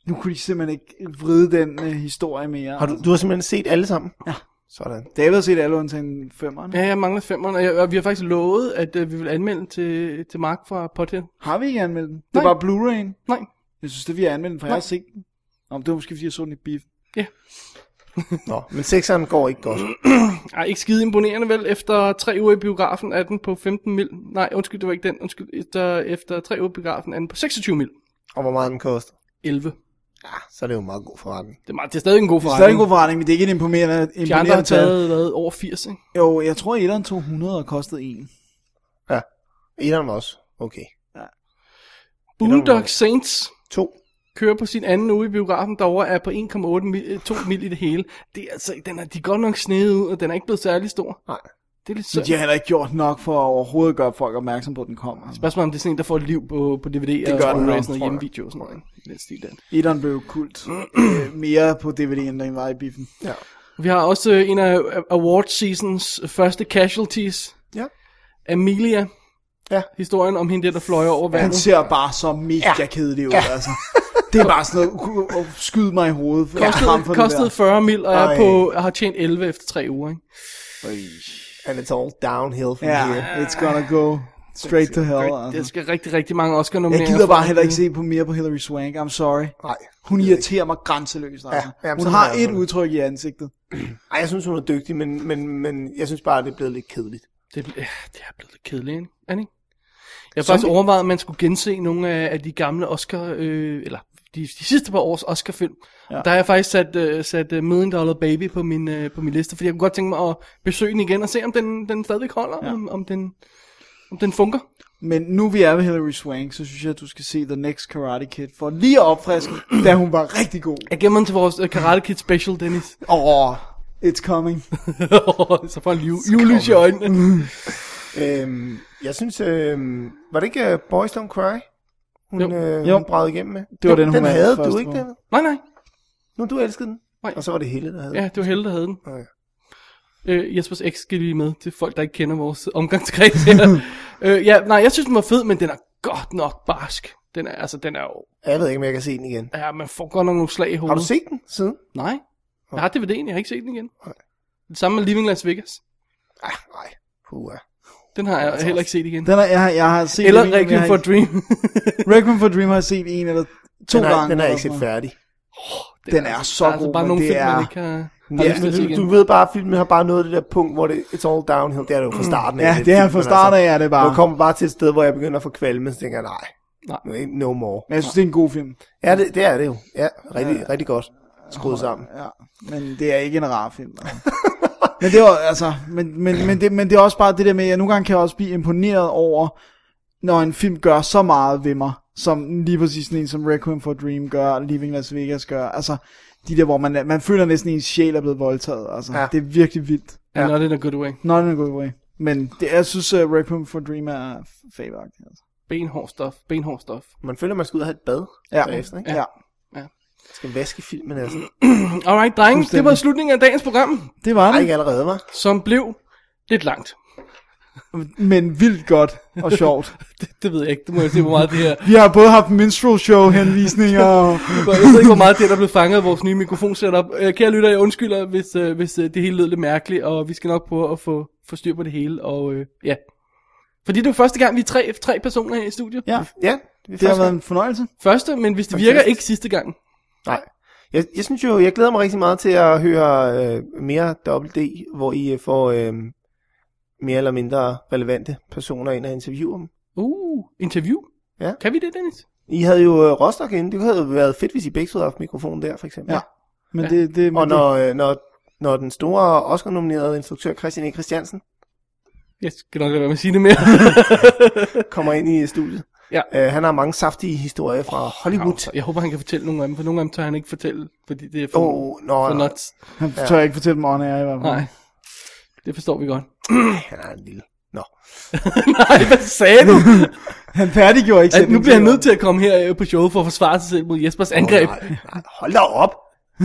Nu kunne de simpelthen ikke vride den uh, historie mere. Har du, du har simpelthen set alle sammen? Ja. Sådan. David har set alle undtagen femmerne. Ja, jeg mangler femmeren, og, jeg, og vi har faktisk lovet, at uh, vi vil anmelde til, til Mark fra Pothead. Har vi ikke anmeldt den? Det Nej. er bare Blu-ray'en. Nej. Jeg synes, det vi har anmeldt den, for jeg har set den. Om det var måske, fordi jeg så den i beef. Ja. Nå, men sekseren går ikke godt. Ej, ikke skide imponerende vel. Efter tre uger i biografen er den på femten mil. Nej, undskyld, det var ikke den. Undskyld, efter, efter tre uger i biografen er den på seksogtyve mil. Og hvor meget den koster? elleve. Ja, så er det jo meget god forretning. Det er, meget, det er stadig en god Det er forretning. stadig en god forretning, men det er ikke en imponerende, imponerende De andre har tal. taget hvad, over firs, ikke? Jo, jeg tror, at etteren tog hundrede og kostede en. Ja, etteren også. Okay. Boondock Saints To. kører på sin anden uge i biografen, derovre er på en komma otte mil, to mil i det hele. Det er altså, den er, de er godt nok snedet ud, og den er ikke blevet særlig stor. Nej. Det er lidt Men sødt. de har heller ikke gjort nok for at overhovedet gøre folk opmærksom på, at den kommer. Spørgsmålet om det er sådan en, der får et liv på, på D V D Det og gør den nok, Blu-ray og sådan tror noget jeg. hjemmevideo og sådan noget. I den stil der. Etteren blev kult. øh, mere på D V D, end den var i biffen. Ja. Vi har også øh, en af award seasons første casualties. Ja. Amelia. Ja. Historien om hende der, der fløj over Han vandet. ser bare så mega Ja. kedelig ud, Ja. altså. Det er bare sådan noget, uh, uh, skyd mig i hovedet. For Kostede, frem for det kostede der. fyrre mil, og Ej. er på, har tjent elleve efter tre uger. Ikke? And it's all downhill from Ja, here. it's gonna go straight to hell. Det Altså. skal rigtig, rigtig mange Oscar nominere. Jeg gider bare heller ikke se på mere på Hilary Swank. I'm sorry. Nej. Hun irriterer mig grænseløst. Altså. Ja, jamen, Hun sådan har er jeg et sådan. udtryk i ansigtet. Ej, jeg synes, hun er dygtig, men, men, men jeg synes bare, det er blevet lidt kedeligt. Det, ja, det er blevet lidt kedeligt, ikke? Er det ikke? Jeg har faktisk overvejet, at man skulle gense nogle af, af de gamle Oscar, øh, eller de, de sidste par års Oscar-film. Ja. Der har jeg faktisk sat, uh, sat uh, Million Dollar Baby på min, uh, på min liste, fordi jeg kunne godt tænke mig at besøge den igen og se, om den, den stadig holder, ja. om, om, den, om den funker. Men nu vi er ved Hilary Swank, så synes jeg, at du skal se The Next Karate Kid, for lige at opfriske, da hun var rigtig god. Jeg gemmer den til vores uh, Karate Kid special, Dennis. Åh, oh, it's coming. Så får en liv, julelys i øjnene. Øhm, jeg synes, øhm, var det ikke uh, Boys Don't Cry, hun, Jo. øh, Jo. hun bragede igennem med? Det var den, hun den vandt havde først du ikke, på. den? Nej, nej. Nu du elskede den? Nej. Og så var det Helle, der havde Ja, det var Helle, der havde den. Okay. Øh, Jespers X skal lige med til folk, der ikke kender vores omgangskreds her. øh, ja, nej, jeg synes, den var fed, men den er godt nok barsk. Den er, altså, den er jo... Jeg ved ikke, om jeg kan se den igen. Ja, man får godt nok nogle slag i hovedet. Har du set den siden? Nej. Jeg har D V D'en, jeg har ikke set den igen. Nej. Det samme med Living Las Vegas. Ah, nej. Puh, ja. Den har jeg heller ikke set igen. Den er, jeg, har, jeg har set Eller den, men jeg Requiem har for a ikke- Dream. Requiem for a Dream har jeg set en eller to Den har, gange. den har jeg eller ikke set sådan noget. færdig. Den er så der er altså god, bare men nogle det film, er- man ikke har, har Ja, lyst til at se du, igen. du ved bare, at filmen har bare nået det der punkt, hvor det, it's all downhill. Det er det jo fra starten af. Ja, det er fra starten af, er det bare. Jeg kommer bare til et sted, hvor jeg begynder at få kvalme, så tænker jeg, nej, Nej. no, ain't no more. Men jeg synes, det er en god film. Ja, det, det er det jo. Ja, rigtig, ja. rigtig godt skruet sammen. Ja, men det er ikke en rar film. Altså. men det var altså, men, men, men, det, men det er også bare det der med, at jeg nogle gange kan også blive imponeret over, når en film gør så meget ved mig, som lige præcis sådan en som Requiem for a Dream gør, Leaving Las Vegas gør. Altså, de der, hvor man, man føler næsten, at ens sjæl er blevet voldtaget. Altså, Ja. det er virkelig vildt. Ja, not in a good way. Not in a good way. Men det, jeg synes, uh, Requiem for a Dream er fabelagtigt. Altså. Benhård stof, benhård stof. Man føler, man skal ud og have et bad Ja. bagefter, ikke? Ja. Jeg skal vaske filmen altså. Alright, drenge, det Fuldstændig. var slutningen af dagens program, Det var Nej, det. ikke allerede, var. som blev lidt langt. Men vildt godt og sjovt. Det, det ved jeg ikke, det må jeg se, hvor meget det her... Vi har både haft minstrel show henvisninger og... Jeg ved ikke, hvor meget det er, der blev fanget af vores nye mikrofonsetup. Øh, Kære lytter, jeg undskylder, hvis, øh, hvis øh, det hele lød lidt mærkeligt, og vi skal nok prøve at få, få styr på det hele, og øh, ja. Fordi det er første gang, vi er tre, tre personer her i studiet. Ja, Ja, det har været en fornøjelse. Første, men hvis det virker, Fantastisk. ikke sidste gang. Nej. Jeg, jeg synes jo, jeg glæder mig rigtig meget til at høre øh, mere Double D, hvor I øh, får øh, mere eller mindre relevante personer ind og interviewer dem. Uh, interview. Ja. Kan vi det, Dennis? I havde jo øh, Rostock inde. Det havde jo været fedt, hvis I begge havde haft mikrofonen der, for eksempel. Ja. Men Ja. det... det men Og når, øh, når, når den store Oscar-nominerede instruktør Christian E. Christiansen Jeg skal nok lade være med at sige det mere. kommer ind i studiet. Ja. Øh, han har mange saftige historier fra Hollywood. Jeg håber, han kan fortælle nogle af dem, for nogle af dem tør han ikke fortælle, fordi det er for, Åh, nå, for nej. nuts. Han tør ikke fortælle mig, on air i hvert fald. Nej, det forstår vi godt. Han er en lille... Nå. Nej, hvad sagde du? Han færdiggjorde ikke At nu bliver han nødt til at komme her øh, på showet for at forsvare sig selv mod Jespers angreb. Nej, nej, hold da op.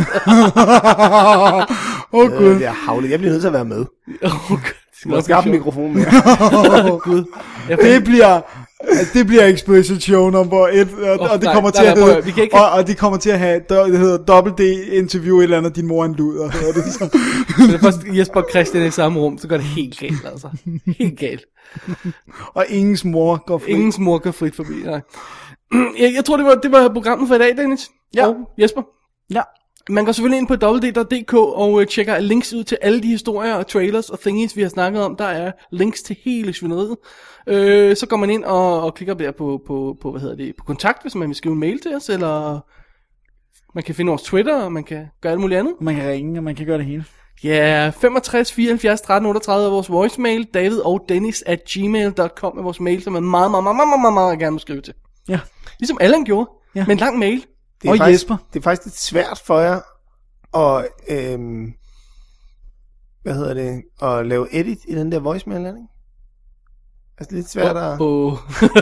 Åh, oh, Øh, Gud. det er havlet. Jeg bliver nødt til at være med. Oh, God, det skal Du har nok skaffet blive mikrofonen med. sjovt. Gud. Jeg Det bliver Altså, det bliver explicit show nummer et, og, Oh, og det nej, kommer nej, til at nej, prøv hedde, at- vi kan ikke- og, og det kommer til at have, det hedder dobbelt D interview et eller andet, din mor er en luder, hedder det så. Så det er først Jesper og Christian i samme rum, så går det helt galt, altså. Helt galt. Og ingens mor går fri. Ingens mor går frit forbi, nej. Jeg, jeg tror, det var, det var programmet for i dag, Dennis. Ja. Og Jesper. Ja. Man går selvfølgelig ind på w w w punktum d k og øh, tjekker links ud til alle de historier og trailers og thingies, vi har snakket om. Der er links til hele svineriet. Øh, så går man ind og, og klikker der på, på, på, hvad hedder det, på kontakt, hvis man vil skrive en mail til os, eller man kan finde vores Twitter, og man kan gøre alt muligt andet. Man kan ringe, og man kan gøre det hele. Ja, femogtres fireoghalvfjerds tretten otteogtredive er vores voicemail. David og Dennis at gmail punktum com er vores mail, som man meget, meget, meget, meget, meget, meget gerne må skrive til. Ja. Ligesom Allan gjorde, Ja. med en lang mail. Det er Og faktisk, Jesper. Det er faktisk lidt svært for jer at, øhm, hvad hedder det, at lave edit i den der voicemail, ikke? Altså lidt svært at, Åh,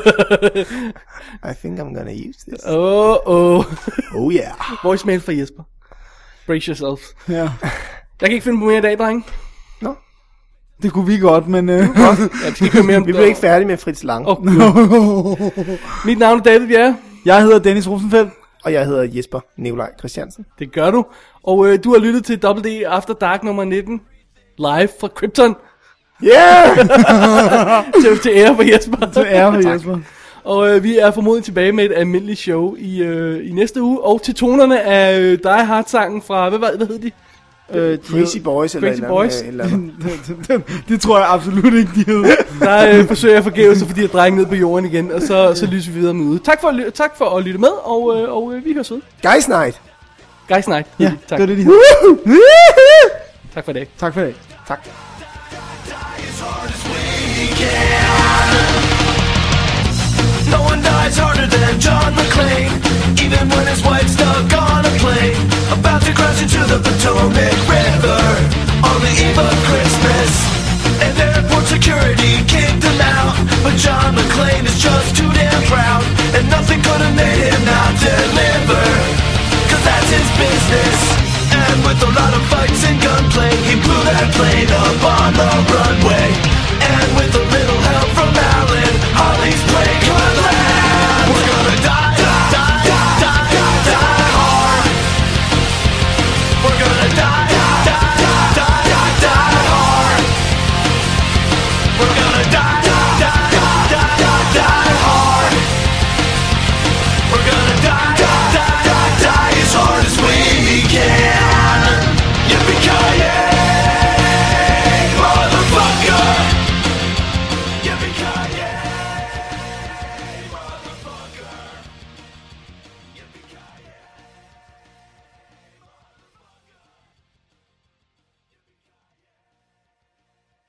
I think I'm gonna use this. åh, åh. Oh yeah. Voicemail fra Jesper. Brace yourself. Ja. Jeg kan ikke finde på mere i dag, dreng. Nå, Det kunne vi godt, men... Øh, Ja, vi skal ikke høre mere om vi bliver ikke færdige med Fritz Lang. Åh, Gud. Mit navn er David Bjerre. jeg hedder Dennis Rosenfeldt. Og jeg hedder Jesper Nikolaj Christiansen. Det gør du. Og øh, du har lyttet til W D After Dark nummer nitten. Live fra Krypton. Yeah! Til, til ære for Jesper. Det er for Jesper. Og øh, vi er formodentlig tilbage med et almindeligt show i, øh, i næste uge. Og til tonerne af øh, Die Hard-sangen fra, hvad, hvad, hvad hed de? Øh, Crazy Boys eller Crazy eller Boys. Eller, eller. det, det, det tror jeg absolut ikke, de hedder. Der øh, forsøger jeg forgæves, fordi jeg drejer ned på jorden igen. Og så, så lyser vi videre med ude. Tak for, at ly- tak for at lytte med, og, øh, og øh, vi høres ud. Guys Night. Guys night. Ja, tak. det er det, de hedder. Tak for i dag. Tak for det. Tak. No one dies harder than John McClane, even when his wife's stuck on a plane, about to crash into the Potomac River on the eve of Christmas. And airport security kicked him out, but John McClane is just too damn proud, and nothing could have made him not deliver, cause that's his business. And with a lot of fights and gunplay, he blew that plane up on the runway. And with a little help from Alan, Holly's plane could land. We're gonna die, die, die, die, die, die hard. We're gonna die.